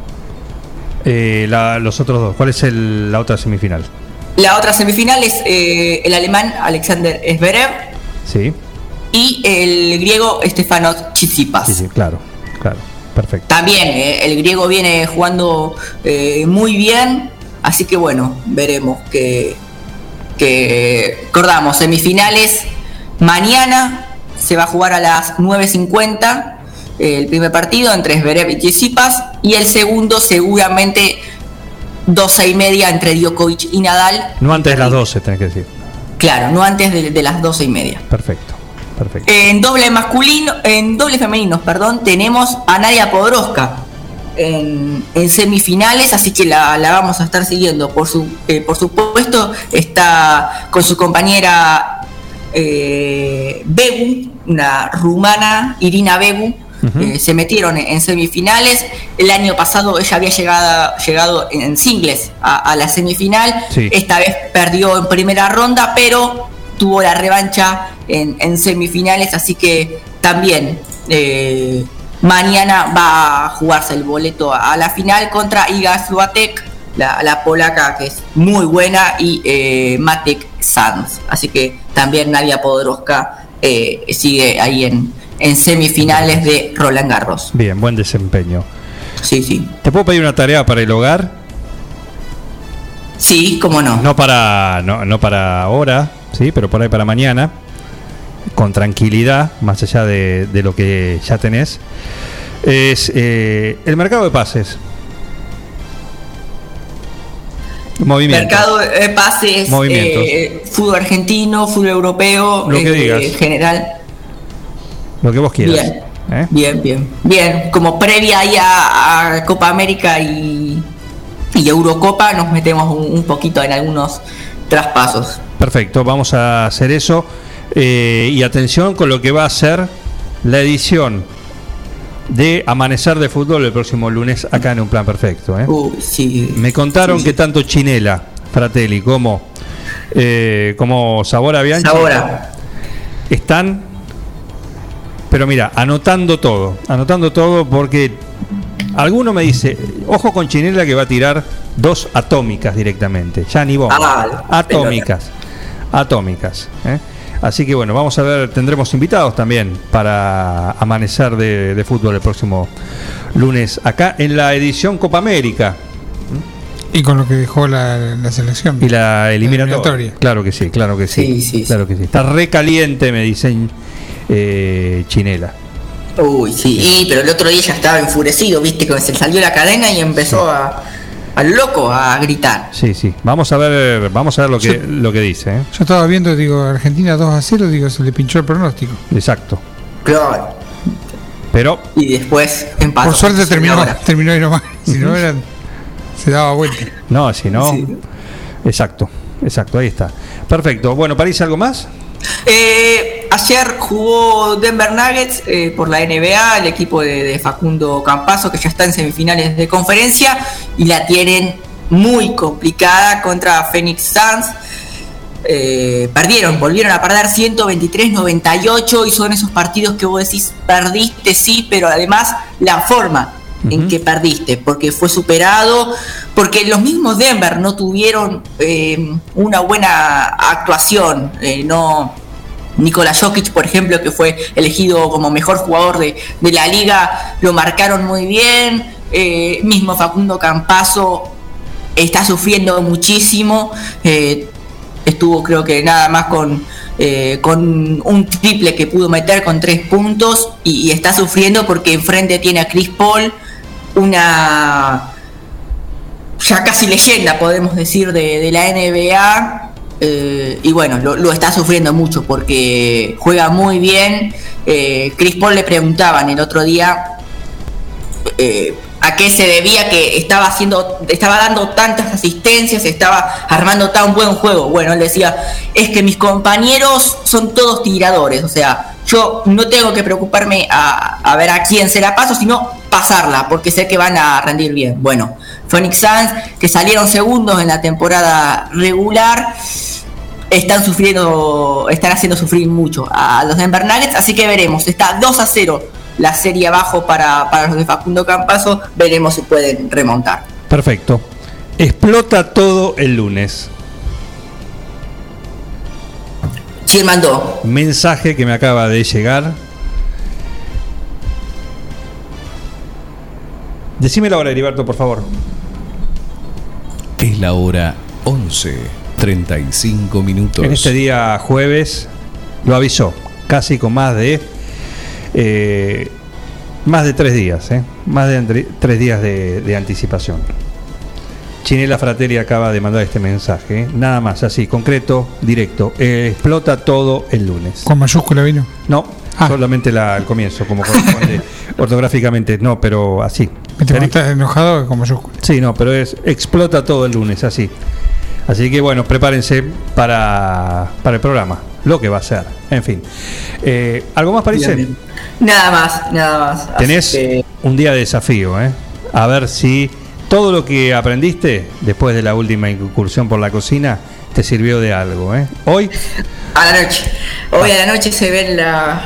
eh, la, los otros dos? ¿Cuál es el, la otra semifinal? La otra semifinal es eh, el alemán Alexander Zverev. Sí. Y el griego Stefanos Tsitsipas. Sí, sí, claro, claro, perfecto. También eh, el griego viene jugando eh, muy bien. Así que bueno, veremos que, que recordamos, semifinales mañana se va a jugar a las nueve cincuenta eh, el primer partido entre Zverev y Tsitsipas, y el segundo seguramente doce y media entre Djokovic y Nadal. No antes de las doce, tenés que decir. Claro, no antes de, de las doce y media. Perfecto, perfecto. En doble masculino, en doble femeninos, perdón, tenemos a Nadia Podoroska en, en semifinales, así que la, la vamos a estar siguiendo. Por su, eh, por supuesto, está con su compañera eh, Begu, una rumana, Irina Begu. Uh-huh. eh, se metieron en, en semifinales. El año pasado ella había llegado, llegado en singles a, a la semifinal. Sí. Esta vez perdió en primera ronda, pero tuvo la revancha en, en semifinales, así que también eh, mañana va a jugarse el boleto a, a la final contra Iga Swiatek, la, la polaca, que es muy buena, y eh, Matek Sanz. Así que también Nadia Podoroska eh, sigue ahí en, en semifinales de Roland Garros. Bien, buen desempeño. Sí, sí. ¿Te puedo pedir una tarea para el hogar? Sí, cómo no. No para, no, no para ahora, sí, pero por ahí para mañana, con tranquilidad, más allá de, de lo que ya tenés. Es eh, el mercado de pases. Movimientos. Mercado de pases, eh, fútbol argentino, fútbol europeo, lo que eh, digas. En general. Lo que vos quieras. Bien, ¿Eh? bien, bien. Bien, como previa ahí a, a Copa América y, y Eurocopa, nos metemos un, un poquito en algunos traspasos. Perfecto, vamos a hacer eso. Eh, y atención con lo que va a ser la edición de Amanecer de Fútbol el próximo lunes acá en Un Plan Perfecto. ¿eh? Uy, sí. Me contaron sí, sí. que tanto Chinela, Fratelli, como, eh, como Sabora Bianchi Sabora. están, pero mira, anotando todo, anotando todo, porque alguno me dice, ojo con Chinela que va a tirar dos atómicas directamente, ya ni bomba, ah, atómicas, atómicas. ¿eh? Así que bueno, vamos a ver, tendremos invitados también para Amanecer de, de Fútbol el próximo lunes acá en la edición Copa América. Y con lo que dejó la, la selección. Y la eliminatoria. la eliminatoria. Claro que sí, claro que sí. sí, sí claro sí. que sí. Está recaliente, me dicen eh, Chinela. Uy, sí, y, pero el otro día ya estaba enfurecido, viste, que se salió la cadena y empezó sí. a... al loco a gritar. Sí, sí. Vamos a ver, vamos a ver lo que, yo, lo que dice. ¿eh? Yo estaba viendo, digo, Argentina dos a cero, digo, se le pinchó el pronóstico. Exacto. Claro. Pero. Y después empató. Por suerte terminó, terminó ahí nomás. Si no eran, se daba vuelta. No, si no. Sí. Exacto, exacto, ahí está. Perfecto. Bueno, ¿París algo más? Eh, ayer jugó Denver Nuggets eh, por la N B A, el equipo de, de Facundo Campazzo, que ya está en semifinales de conferencia y la tienen muy complicada contra Phoenix Suns. Eh, perdieron, volvieron a perder ciento veintitrés noventa y ocho, y son esos partidos que vos decís, perdiste sí, pero además la forma uh-huh. en que perdiste, porque fue superado, porque los mismos Denver no tuvieron eh, una buena actuación. eh, no Nikola Jokic, por ejemplo, que fue elegido como mejor jugador de, de la liga, lo marcaron muy bien. Eh, mismo Facundo Campazzo está sufriendo muchísimo. Eh, estuvo creo que nada más con, eh, con un triple que pudo meter con tres puntos y, y está sufriendo porque enfrente tiene a Chris Paul, una ya casi leyenda, podemos decir, de, de la N B A. Eh, y bueno, lo, lo está sufriendo mucho porque juega muy bien. eh, Chris Paul le preguntaban el otro día eh, a qué se debía que estaba haciendo, estaba dando tantas asistencias, estaba armando tan buen juego. Bueno, él decía, es que mis compañeros son todos tiradores, o sea, yo no tengo que preocuparme a, a ver a quién se la paso, sino pasarla, porque sé que van a rendir bien. Bueno, Phoenix Suns, que salieron segundos en la temporada regular, están sufriendo, están haciendo sufrir mucho a los Denver Nuggets, así que veremos. Está dos a cero la serie abajo para, para los de Facundo Campazzo, veremos si pueden remontar. Perfecto. Explota todo el lunes. ¿Quién mandó? Mensaje que me acaba de llegar. Decime la hora, Heriberto, por favor. Es la hora once, treinta y cinco minutos. En este día jueves lo avisó, casi con más de eh, más de tres días, eh, más de entre, tres días de, de anticipación. Chinela Fratelli acaba de mandar este mensaje, eh, nada más, así, concreto, directo. Eh, explota todo el lunes. ¿Con mayúscula vino? No, ah. solamente la, el comienzo, como corresponde ortográficamente, no, pero así. ¿Estás enojado con mayúscula? Sí, no, pero es explota todo el lunes, así. Así que bueno, prepárense para, para el programa, lo que va a ser, en fin. Eh, ¿Algo más, Parise? Bien, bien. Nada más, nada más. Tenés que... un día de desafío, ¿eh? A ver si todo lo que aprendiste después de la última incursión por la cocina te sirvió de algo, ¿eh? Hoy... A la noche. Hoy a la noche se ven las...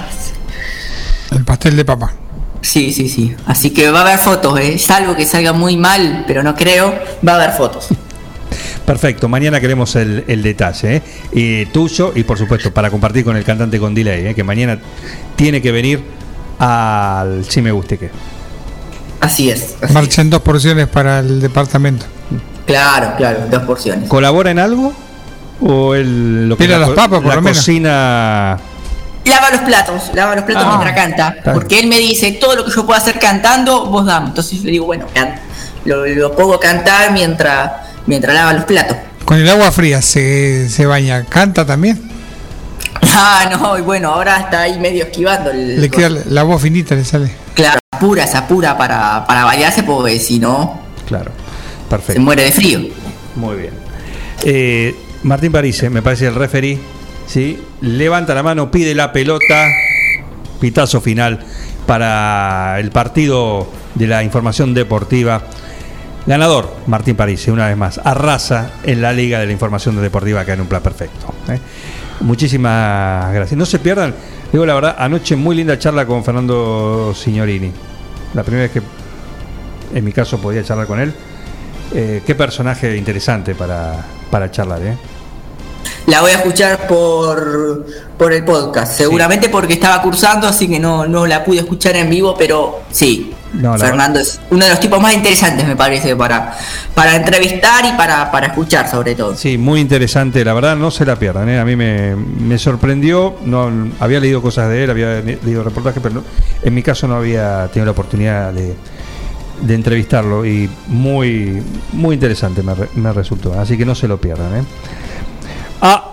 El pastel de papa. Sí, sí, sí. Así que va a haber fotos, ¿eh? Salvo que salga muy mal, pero no creo, va a haber fotos. Perfecto, mañana queremos el, el detalle, ¿eh? Y tuyo y por supuesto para compartir con el cantante con delay, ¿eh? Que mañana tiene que venir al Si Me Guste Que. Así es. Así Marchan es. dos porciones para el departamento. Claro, claro, dos porciones. ¿Colabora en algo? ¿O el, lo que Pira la, las papas, por la lo menos. cocina? Lava los platos, lava los platos Ah, mientras canta. está Porque él me dice, todo lo que yo pueda hacer cantando, vos dame. Entonces yo le digo, bueno, can- lo, lo pongo a cantar mientras, mientras lava los platos. Con el agua fría se, se baña. ¿Canta también? Ah, no, y bueno, ahora está ahí medio esquivando el... Le queda la, la voz finita, le sale. Claro, apura, se apura para, para bañarse porque si no... Claro, perfecto. Se muere de frío. Muy bien. Eh, Martín Parise, me parece el referee, ¿sí? Levanta la mano, pide la pelota, pitazo final para el partido de la información deportiva. Ganador, Martín Parise, una vez más, arrasa en la Liga de la Información Deportiva acá en Un Plan Perfecto, ¿eh? Muchísimas gracias. No se pierdan, digo la verdad, anoche muy linda charla con Fernando Signorini. La primera vez que en mi caso podía charlar con él. Eh, qué personaje interesante para, para charlar, ¿eh? La voy a escuchar por, por el podcast, seguramente sí. Porque estaba cursando, así que no, no la pude escuchar en vivo, pero sí, no, Fernando verdad. Es uno de los tipos más interesantes, me parece, para, para entrevistar y para, para escuchar sobre todo. Sí, muy interesante, la verdad, no se la pierdan, ¿eh? A mí me, me sorprendió, no había leído cosas de él, había leído reportajes, pero no, en mi caso no había tenido la oportunidad de, de entrevistarlo y muy, muy interesante me, me resultó, así que no se lo pierdan, ¿eh? Ah,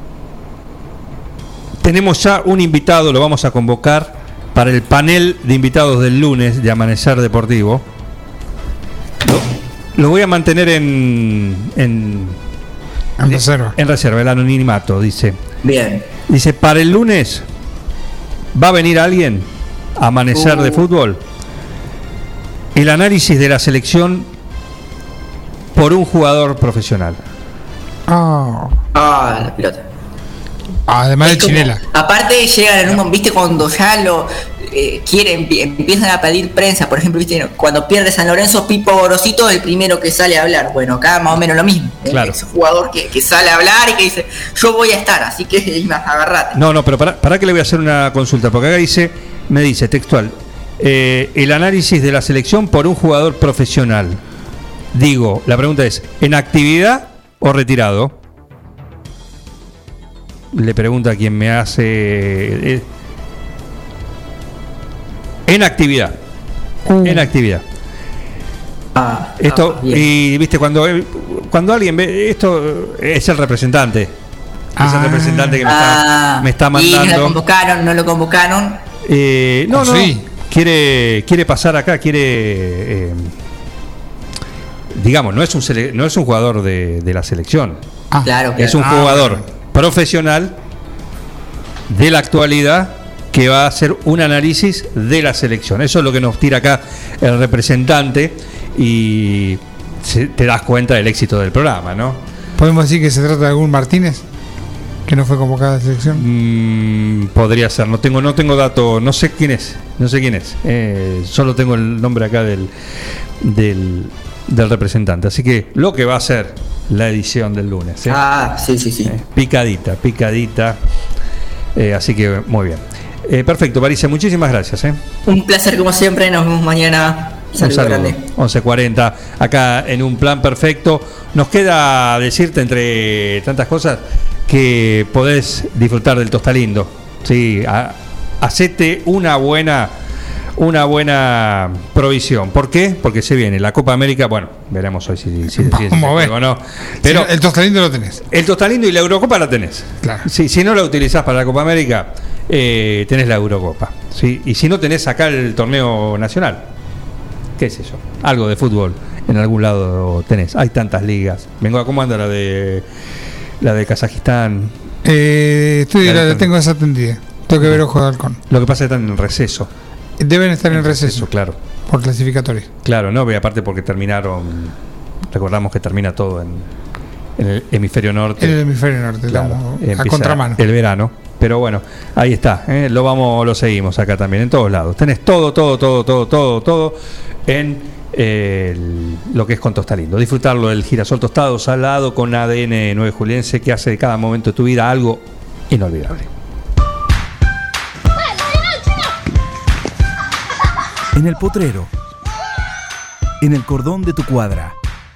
tenemos ya un invitado, lo vamos a convocar para el panel de invitados del lunes de Amanecer Deportivo. Lo, lo voy a mantener en en, en reserva. En reserva, el anonimato, dice. Bien. Dice, para el lunes va a venir alguien a Amanecer uh. de Fútbol. El análisis de la selección por un jugador profesional. Oh. Ah, la pelota. Además es de Chinela. Como, aparte llegan en un momento, viste, cuando ya lo eh, quieren, empiezan a pedir prensa, por ejemplo, viste, cuando pierde San Lorenzo, Pipo Gorosito es el primero que sale a hablar. Bueno, acá más o menos lo mismo. Claro. Es un jugador que, que sale a hablar y que dice, yo voy a estar, así que agarrate. No, no, pero para, para que le voy a hacer una consulta, porque acá dice, me dice textual, eh, el análisis de la selección por un jugador profesional. Digo, la pregunta es, ¿en actividad o retirado? Le pregunta a quien me hace eh, en actividad uh. en actividad ah, esto ah, y viste cuando cuando alguien ve esto es el representante ah. es el representante que me, ah. está, me está mandando. Y no lo convocaron, no lo convocaron. Eh, no, oh, no, sí. quiere quiere pasar acá, quiere eh, digamos, no es un sele- no es un jugador de, de la selección. Ah. Claro, claro. Es un ah, jugador bueno. profesional de la actualidad que va a hacer un análisis de la selección. Eso es lo que nos tira acá el representante y se, te das cuenta del éxito del programa, ¿no? ¿Podemos decir que se trata de algún Martínez que no fue convocado a la selección? Mm, podría ser, no tengo no tengo dato, no sé quién es, no sé quién es. Eh, solo tengo el nombre acá del del del representante, así que lo que va a ser la edición del lunes, ¿eh? Ah, sí, sí, sí. Eh, picadita, picadita. Eh, así que muy bien. Eh, perfecto, Parise, muchísimas gracias. ¿eh? Un placer como siempre, nos vemos mañana. Saludo, saludo. grande. once cuarenta, acá en Un Plan Perfecto. Nos queda decirte, entre tantas cosas, que podés disfrutar del Tostalindo. Sí, a, hacete una buena una buena provisión. ¿Por qué? Porque se viene la Copa América. Bueno, veremos hoy si, si decides ese juego o no. Pero sí, el Tostalindo lo tenés. El Tostalindo y la Eurocopa la tenés. Claro. Sí, si no la utilizás para la Copa América, eh, tenés la Eurocopa. ¿Sí? Y si no, tenés acá el torneo nacional. ¿Qué sé yo? Algo de fútbol en algún lado tenés. Hay tantas ligas. Vengo a cómo anda la de la de Kazajistán. Eh, estoy, la, la tengo desatendida. Tengo que ver Ojo de Halcón. Lo que pasa es que están en receso. Deben estar en, en receso, receso, claro. Por clasificatorios. Claro, no, y aparte porque terminaron. Recordamos que termina todo en, en el hemisferio norte. En el hemisferio norte, claro, a contramano. El verano. Pero bueno, ahí está, ¿eh? lo vamos, lo seguimos acá también, en todos lados. Tenés todo, todo, todo, todo, todo, todo en eh, el, lo que es con Tostalindo. Disfrutarlo del girasol tostado, salado, con A D N nueve juliense, que hace de cada momento de tu vida algo inolvidable. En el potrero, en el cordón de tu cuadra,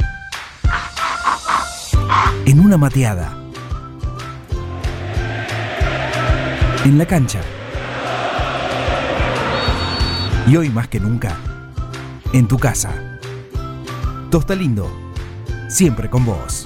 en una mateada, en la cancha y hoy más que nunca, en tu casa. Tostalindo, siempre con vos.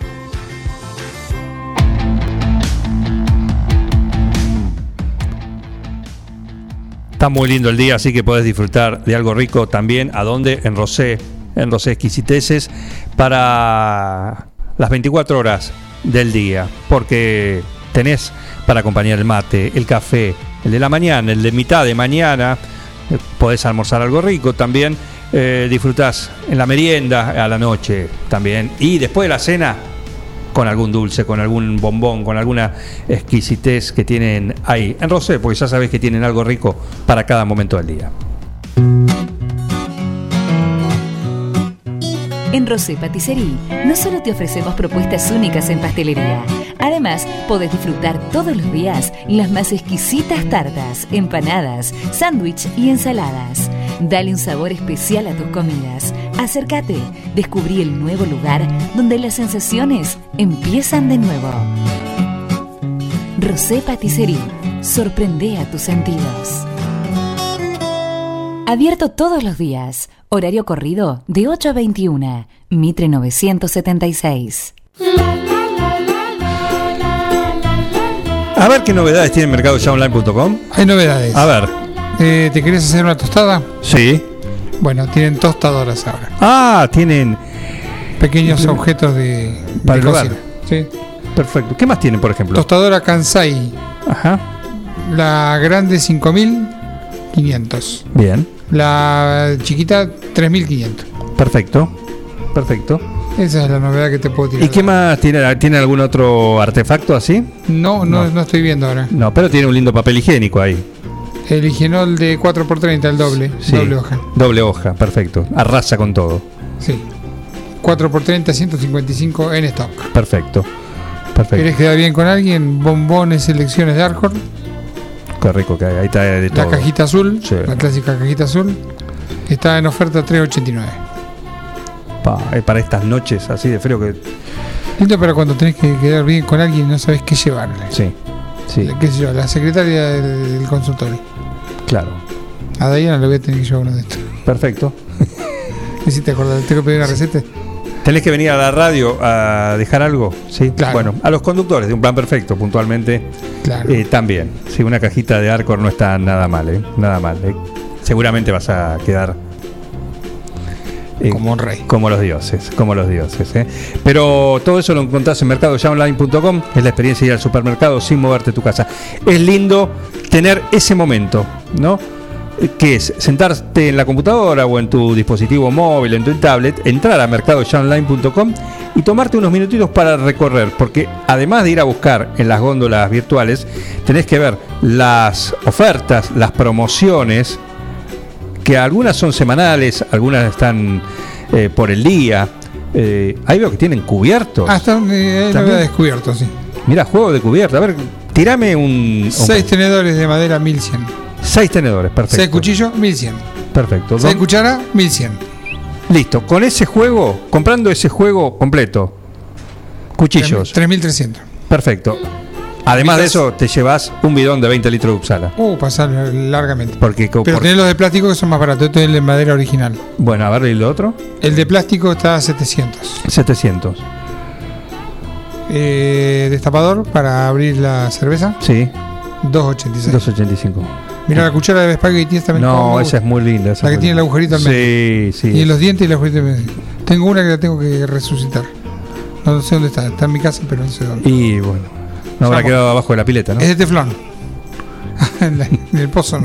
Está muy lindo el día, así que podés disfrutar de algo rico también. ¿A dónde? En Rosé, en Rosé Exquisiteces, para las veinticuatro horas del día, porque tenés para acompañar el mate, el café, el de la mañana, el de mitad de mañana, eh, podés almorzar algo rico también, eh, disfrutás en la merienda, a la noche también, y después de la cena, con algún dulce, con algún bombón, con alguna exquisitez que tienen ahí en Rosé, porque ya sabés que tienen algo rico para cada momento del día. En Rosé Patisserie no solo te ofrecemos propuestas únicas en pastelería, además podés disfrutar todos los días las más exquisitas tartas, empanadas, sándwich y ensaladas. Dale un sabor especial a tus comidas. Acércate, descubrí el nuevo lugar donde las sensaciones empiezan de nuevo. Rosé Patisserie, sorprende a tus sentidos. Abierto todos los días. Horario corrido de ocho a veintiuna. Mitre novecientos setenta y seis. A ver qué novedades tiene mercado ya online punto com. Hay novedades. A ver. Eh, ¿Te querés hacer una tostada? Sí. Bueno, tienen tostadoras ahora. Ah, tienen pequeños objetos de, para de el cocina. hogar. Sí. Perfecto. ¿Qué más tienen, por ejemplo? Tostadora Kansai. Ajá. La grande cinco mil quinientos. Bien. La chiquita tres mil quinientos. Perfecto. Perfecto. Esa es la novedad que te puedo tirar. ¿Y qué más tiene? ¿Tiene algún otro artefacto así? No, no, no, no estoy viendo ahora. No, pero tiene un lindo papel higiénico ahí. El higienol de cuatro por treinta, el doble. Sí, doble hoja. Doble hoja, perfecto. Arrasa con todo. Sí. cuatro por treinta, ciento cincuenta y cinco en stock. Perfecto. Perfecto. ¿Querés quedar bien con alguien? Bombones, selecciones de Arcor. Qué rico que hay. Ahí está de todo. La cajita azul, sí. La clásica cajita azul. Está en oferta tres ochenta y nueve. Pa, eh, para estas noches así de frío que. Lindo para cuando tenés que quedar bien con alguien y no sabés qué llevarle. Sí. Sí. ¿Qué sé yo? La secretaria del, del consultorio. Claro. A Diana le voy a tener que llevar uno de estos. Perfecto. ¿Y si te acordás? ¿Tengo que pedir una receta? ¿Tenés que venir a la radio a dejar algo? Sí. Claro. Bueno, a los conductores de Un Plan Perfecto, puntualmente. Claro. Eh, también. Sí, una cajita de Arcor no está nada mal, ¿eh? Nada mal. ¿eh? Seguramente vas a quedar. Eh, como un rey. Como los dioses, como los dioses. ¿eh? Pero todo eso lo encontrás en mercado ya online punto com. Es la experiencia de ir al supermercado sin moverte de tu casa. Es lindo tener ese momento, ¿no? Que es sentarte en la computadora o en tu dispositivo móvil, en tu tablet, entrar a mercado ya online punto com y tomarte unos minutitos para recorrer, porque además de ir a buscar en las góndolas virtuales, tenés que ver las ofertas, las promociones, que algunas son semanales, algunas están eh, por el día. Eh, ahí veo que tienen cubiertos. Ah, están eh, descubiertos, sí. Mira, juego de cubierto. A ver, tirame un... Seis un... tenedores de madera mil cien. Seis tenedores, perfecto. Seis cuchillos, mil cien. Perfecto. seis cucharas, mil cien. Listo. Con ese juego, comprando ese juego completo, cuchillos. tres mil trescientos. Perfecto. Además de eso, te llevas un bidón de veinte litros de Uppsala. Uh, pasar largamente. Porque, Pero por... tenés los de plástico que son más baratos. Esto es el de madera original. Bueno, a ver, ¿y lo otro? El de plástico está a setecientos. setecientos. Eh, destapador para abrir la cerveza. Sí. doscientos ochenta y seis. doscientos ochenta y cinco. Mira la cuchara de espagueti esta también. No, esa es muy linda. La que tiene el agujerito al medio. Sí, sí. Y en los dientes y el agujerito al medio. Tengo una que la tengo que resucitar. No sé dónde está. Está en mi casa, pero no sé dónde. Y bueno. No habrá quedado abajo de la pileta, ¿no? Es de teflón. en, la, en el pozo, ¿no?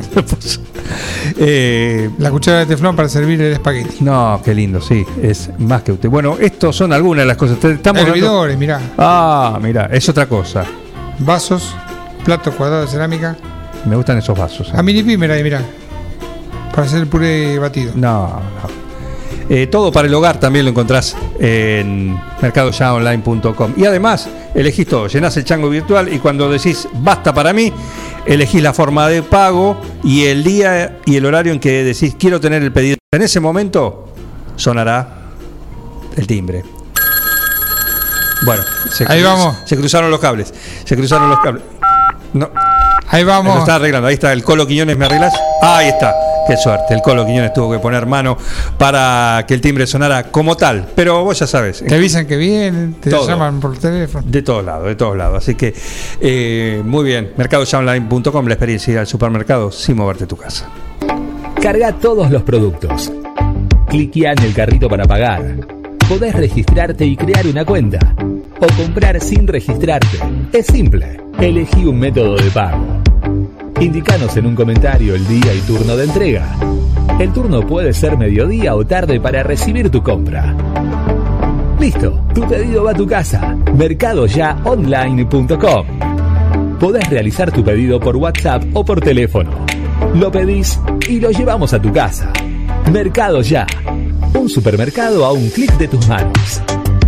eh, la cuchara de teflón para servir el espagueti. No, qué lindo, sí. Es más que útil. Bueno, estos son algunas de las cosas. Estamos Hervidores, dando... mirá. Ah, mirá, es otra cosa. Vasos, platos cuadrados de cerámica. Me gustan esos vasos. ¿eh? A mini pimer ahí, mirá. Para hacer el puré batido. No, no. Eh, todo para el hogar también lo encontrás en mercado ya online punto com. Y además, elegís todo, llenás el chango virtual y cuando decís basta para mí, elegís la forma de pago y el día y el horario en que decís quiero tener el pedido. En ese momento sonará el timbre. Bueno, se, ahí cruz, vamos. Se cruzaron los cables. Se cruzaron los cables. No. Ahí vamos. Lo está arreglando. Ahí está el Colo Quiñones, ¿me arreglas? Ah, ahí está. Qué suerte. El Colo Quiñones tuvo que poner mano para que el timbre sonara como tal. Pero vos ya sabes. Te avisan que vienen, te todo. llaman por teléfono. De todos lados, de todos lados. Así que, eh, muy bien. mercado ya online punto com, la experiencia de ir al supermercado sin moverte de tu casa. Carga todos los productos. Cliquea en el carrito para pagar. Podés registrarte y crear una cuenta. O comprar sin registrarte. Es simple. Elegí un método de pago. Indícanos en un comentario el día y turno de entrega. El turno puede ser mediodía o tarde para recibir tu compra. Listo, tu pedido va a tu casa. mercado ya online punto com. Podés realizar tu pedido por WhatsApp o por teléfono. Lo pedís y lo llevamos a tu casa. Mercado Ya. Un supermercado a un clic de tus manos.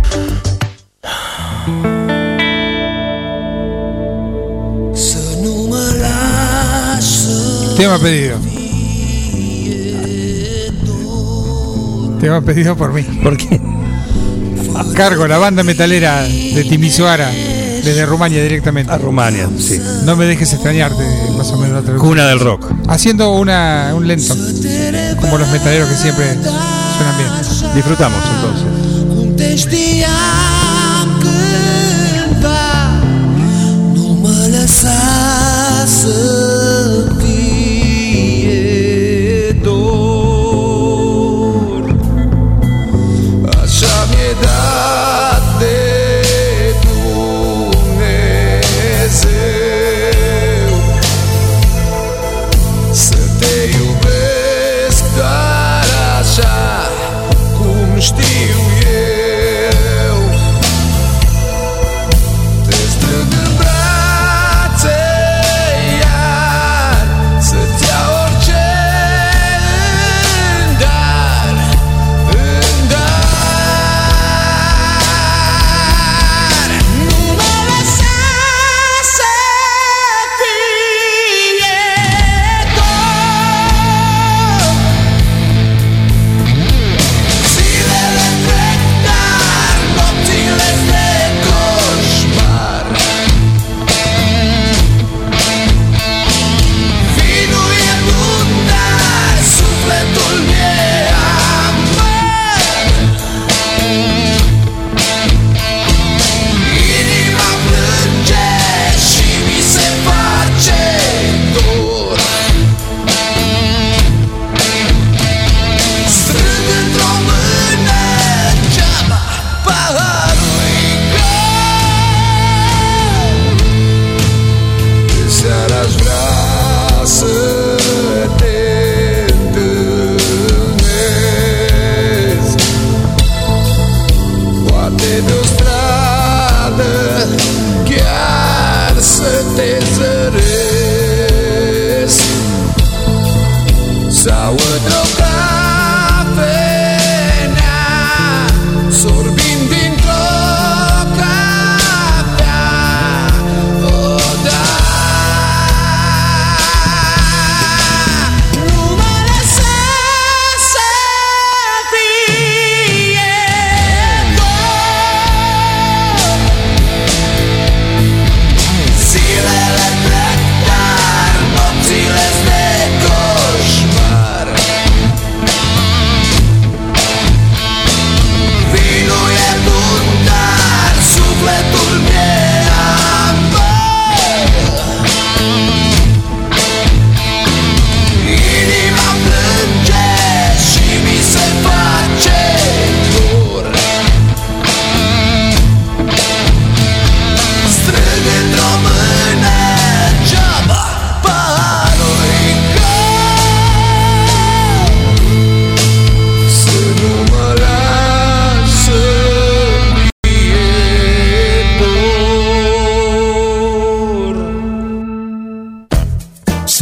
Tema pedido. Tema pedido por mí. ¿Por qué? Cargo la banda metalera de Timisoara, desde Rumania directamente. A Rumania, sí. No me dejes extrañarte, más o menos. La Cuna del rock. Haciendo una, un lento, como los metaleros que siempre suenan bien. Disfrutamos entonces. Știu eu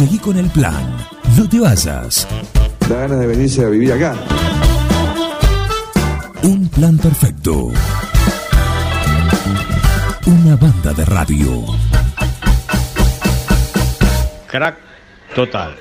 Seguí con el plan. No te vayas. Da ganas de venirse a vivir acá. Un plan perfecto. Una banda de radio. Crack total.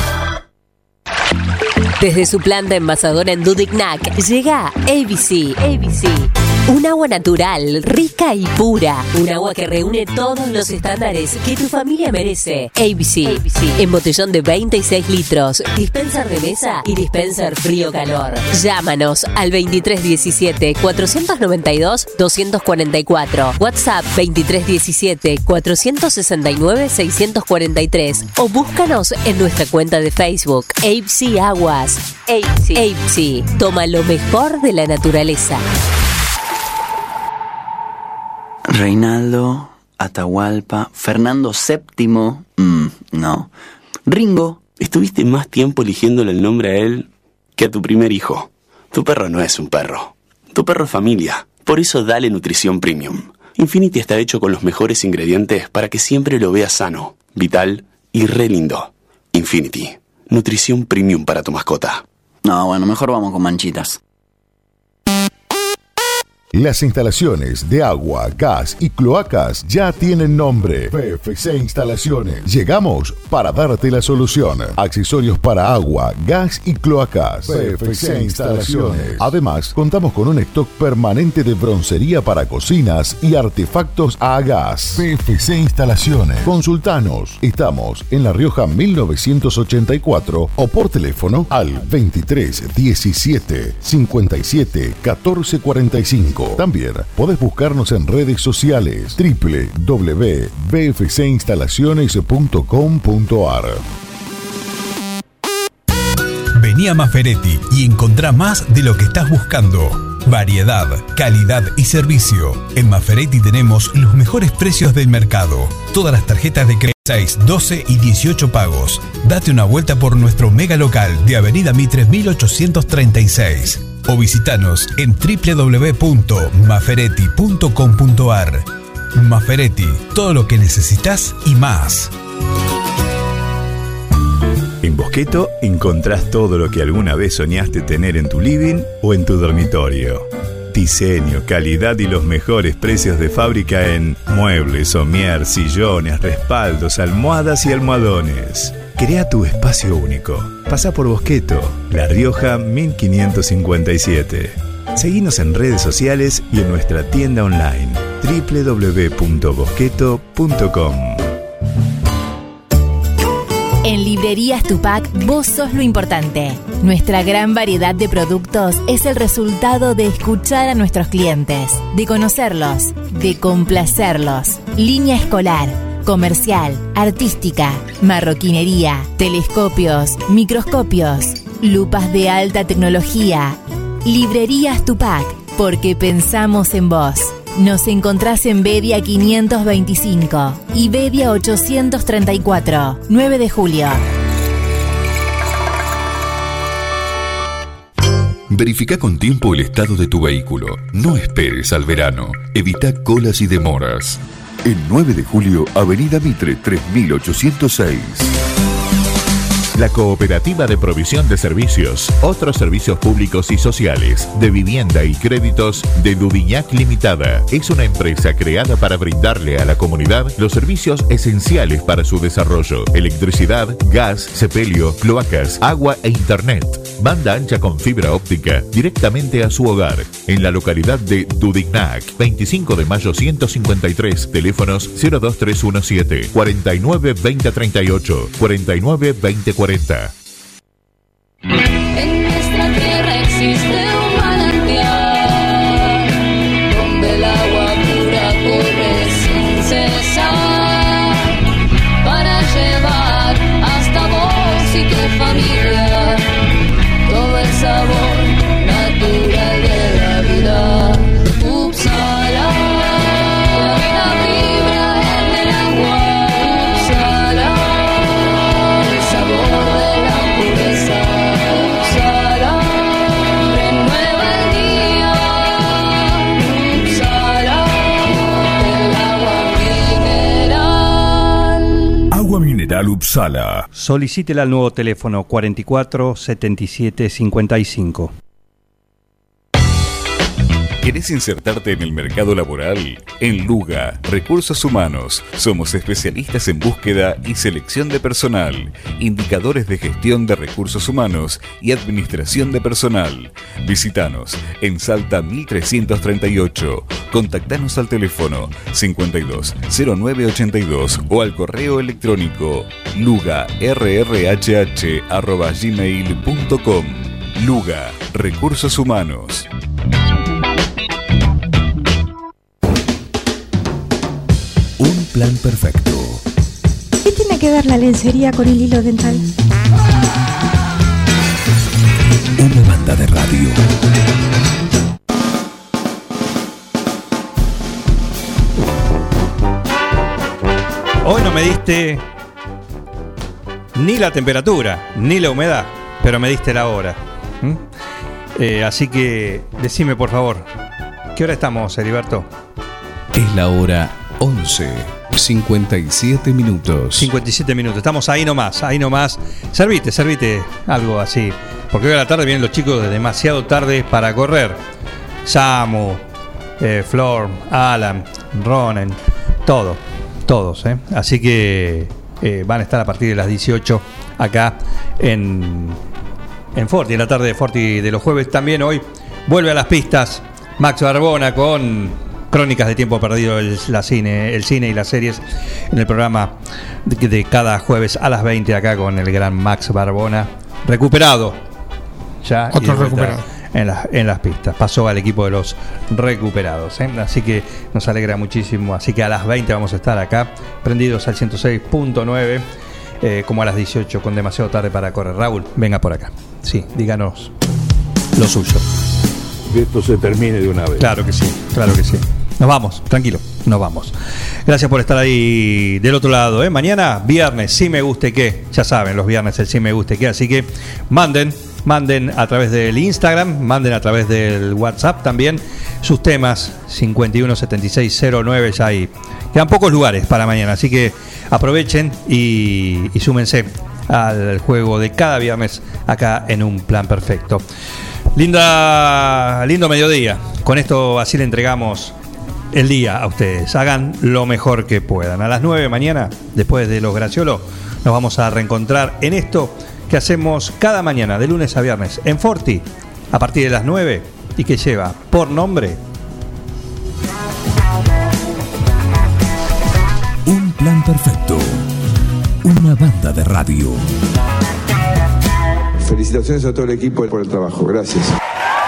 Desde su planta envasadora en Dudignac llega A B C. A B C. Un agua natural, rica y pura. Un agua que reúne todos los estándares que tu familia merece. A B C. A B C. En botellón de veintiséis litros. Dispenser de mesa y dispenser frío-calor. Llámanos al veintitrés diecisiete, cuatrocientos noventa y dos, doscientos cuarenta y cuatro. WhatsApp veintitrés diecisiete, cuatrocientos sesenta y nueve, seiscientos cuarenta y tres. O búscanos en nuestra cuenta de Facebook. A B C Aguas. A B C. A B C. Toma lo mejor de la naturaleza. Reinaldo, Atahualpa, Fernando séptimo, mm, no. Ringo, estuviste más tiempo eligiéndole el nombre a él que a tu primer hijo. Tu perro no es un perro. Tu perro es familia. Por eso dale nutrición premium. Infinity está hecho con los mejores ingredientes para que siempre lo veas sano, vital y re lindo. Infinity, nutrición premium para tu mascota. No, bueno, mejor vamos con manchitas. Las instalaciones de agua, gas y cloacas ya tienen nombre. P F C Instalaciones. Llegamos para darte la solución. Accesorios para agua, gas y cloacas. P F C Instalaciones. Además, contamos con un stock permanente de broncería para cocinas y artefactos a gas. P F C Instalaciones. Consultanos. Estamos en La Rioja mil novecientos ochenta y cuatro o por teléfono al veintitrés diecisiete cincuenta y siete catorce cuarenta y cinco. También podés buscarnos en redes sociales doble u doble u doble u punto b f c instalaciones punto com punto a r. Vení a Maferetti y encontrá más de lo que estás buscando. Variedad, calidad y servicio. En Maferetti tenemos los mejores precios del mercado. Todas las tarjetas de crédito seis, doce y dieciocho pagos. Date una vuelta por nuestro mega local de Avenida Mitre mil ochocientos treinta y seis. O visitanos en doble u doble u doble u punto maferetti punto com punto a r. Maferetti, todo lo que necesitas y más. En Bosqueto encontrás todo lo que alguna vez soñaste tener en tu living o en tu dormitorio. Diseño, calidad y los mejores precios de fábrica en muebles, somier, sillones, respaldos, almohadas y almohadones. Crea tu espacio único. Pasa por Bosqueto, La Rioja mil quinientos cincuenta y siete. Seguinos en redes sociales y en nuestra tienda online doble u doble u doble u punto bosqueto punto com. En Librerías Tupac, vos sos lo importante. Nuestra gran variedad de productos es el resultado de escuchar a nuestros clientes, de conocerlos, de complacerlos. Línea escolar, comercial, artística, marroquinería, telescopios, microscopios, lupas de alta tecnología. Librerías Tupac, porque pensamos en vos. Nos encontrás en Bedia quinientos veinticinco y Bedia ochocientos treinta y cuatro, nueve de julio. Verifica con tiempo el estado de tu vehículo. No esperes al verano. Evita colas y demoras. En nueve de julio, Avenida Mitre tres mil ochocientos seis. La Cooperativa de Provisión de Servicios, otros servicios públicos y sociales, de vivienda y créditos de Dudignac Limitada, es una empresa creada para brindarle a la comunidad los servicios esenciales para su desarrollo: electricidad, gas, sepelio, cloacas, agua e internet. Banda ancha con fibra óptica directamente a su hogar. En la localidad de Dudignac, veinticinco de mayo ciento cincuenta y tres, teléfonos cero dos tres uno siete, cuarenta y nueve veinte treinta y ocho, cuarenta y nueve veinte cuarenta. En nuestra tierra existe un manantial donde el agua pura corre sin cesar para llevar hasta vos y tu familia todo el sabor natural de la vida. Upsala, la vibra en el agua. Upsala, el sabor de la pureza. Dental Uppsala. Solicítela al nuevo teléfono cuarenta y cuatro setenta y siete cincuenta y cinco. ¿Querés insertarte en el mercado laboral? En Luga, Recursos Humanos, somos especialistas en búsqueda y selección de personal, indicadores de gestión de recursos humanos y administración de personal. Visítanos en Salta mil trescientos treinta y ocho. Contactanos al teléfono cincuenta y dos cero nueve ochenta y dos o al correo electrónico luga r r h h arroba gmail punto com. Luga, Recursos Humanos. Un plan perfecto. ¿Qué tiene que ver la lencería con el hilo dental? Una banda de radio. Hoy no me diste ni la temperatura, ni la humedad, pero me diste la hora. ¿Mm? Eh, así que decime por favor, ¿qué hora estamos, Heriberto? Es la hora once, cincuenta y siete minutos. cincuenta y siete minutos, estamos ahí nomás, ahí nomás. Servite, servite algo así, porque hoy a la tarde vienen los chicos de demasiado tarde para correr. Samu, eh, Flor, Alan, Ronen, todo, todos, ¿eh? Así que eh, van a estar a partir de las dieciocho acá en, en Forti, en la tarde de Forti de los jueves. También hoy vuelve a las pistas Max Barbona con Crónicas de Tiempo Perdido, el, la cine, el cine y las series en el programa de, de cada jueves a las veinte acá con el gran Max Barbona, recuperado ya. Otro recuperado en, la, en las pistas, pasó al equipo de los recuperados, ¿eh? Así que nos alegra muchísimo. Así que a las veinte vamos a estar acá prendidos al ciento seis punto nueve, eh, como a las dieciocho con demasiado tarde para correr. Raúl, venga por acá, sí, díganos lo suyo. Que esto se termine de una vez. Claro que sí, claro que sí. Nos vamos, tranquilo, nos vamos. Gracias por estar ahí del otro lado, ¿eh? Mañana, viernes, sí me guste qué. Ya saben, los viernes el sí me guste qué. Así que manden, manden a través del Instagram, manden a través del WhatsApp también sus temas. Cincuenta y uno setenta y seis cero nueve, ya ahí. Quedan pocos lugares para mañana, así que aprovechen y, y súmense al juego de cada viernes acá en Un Plan Perfecto. Linda, lindo mediodía. Con esto así le entregamos el día a ustedes. Hagan lo mejor que puedan. A las nueve de mañana, después de los Graciolos, nos vamos a reencontrar en esto que hacemos cada mañana, de lunes a viernes, en Forti, a partir de las nueve, y que lleva por nombre Un Plan Perfecto. Una banda de radio. Felicitaciones a todo el equipo por el trabajo. Gracias.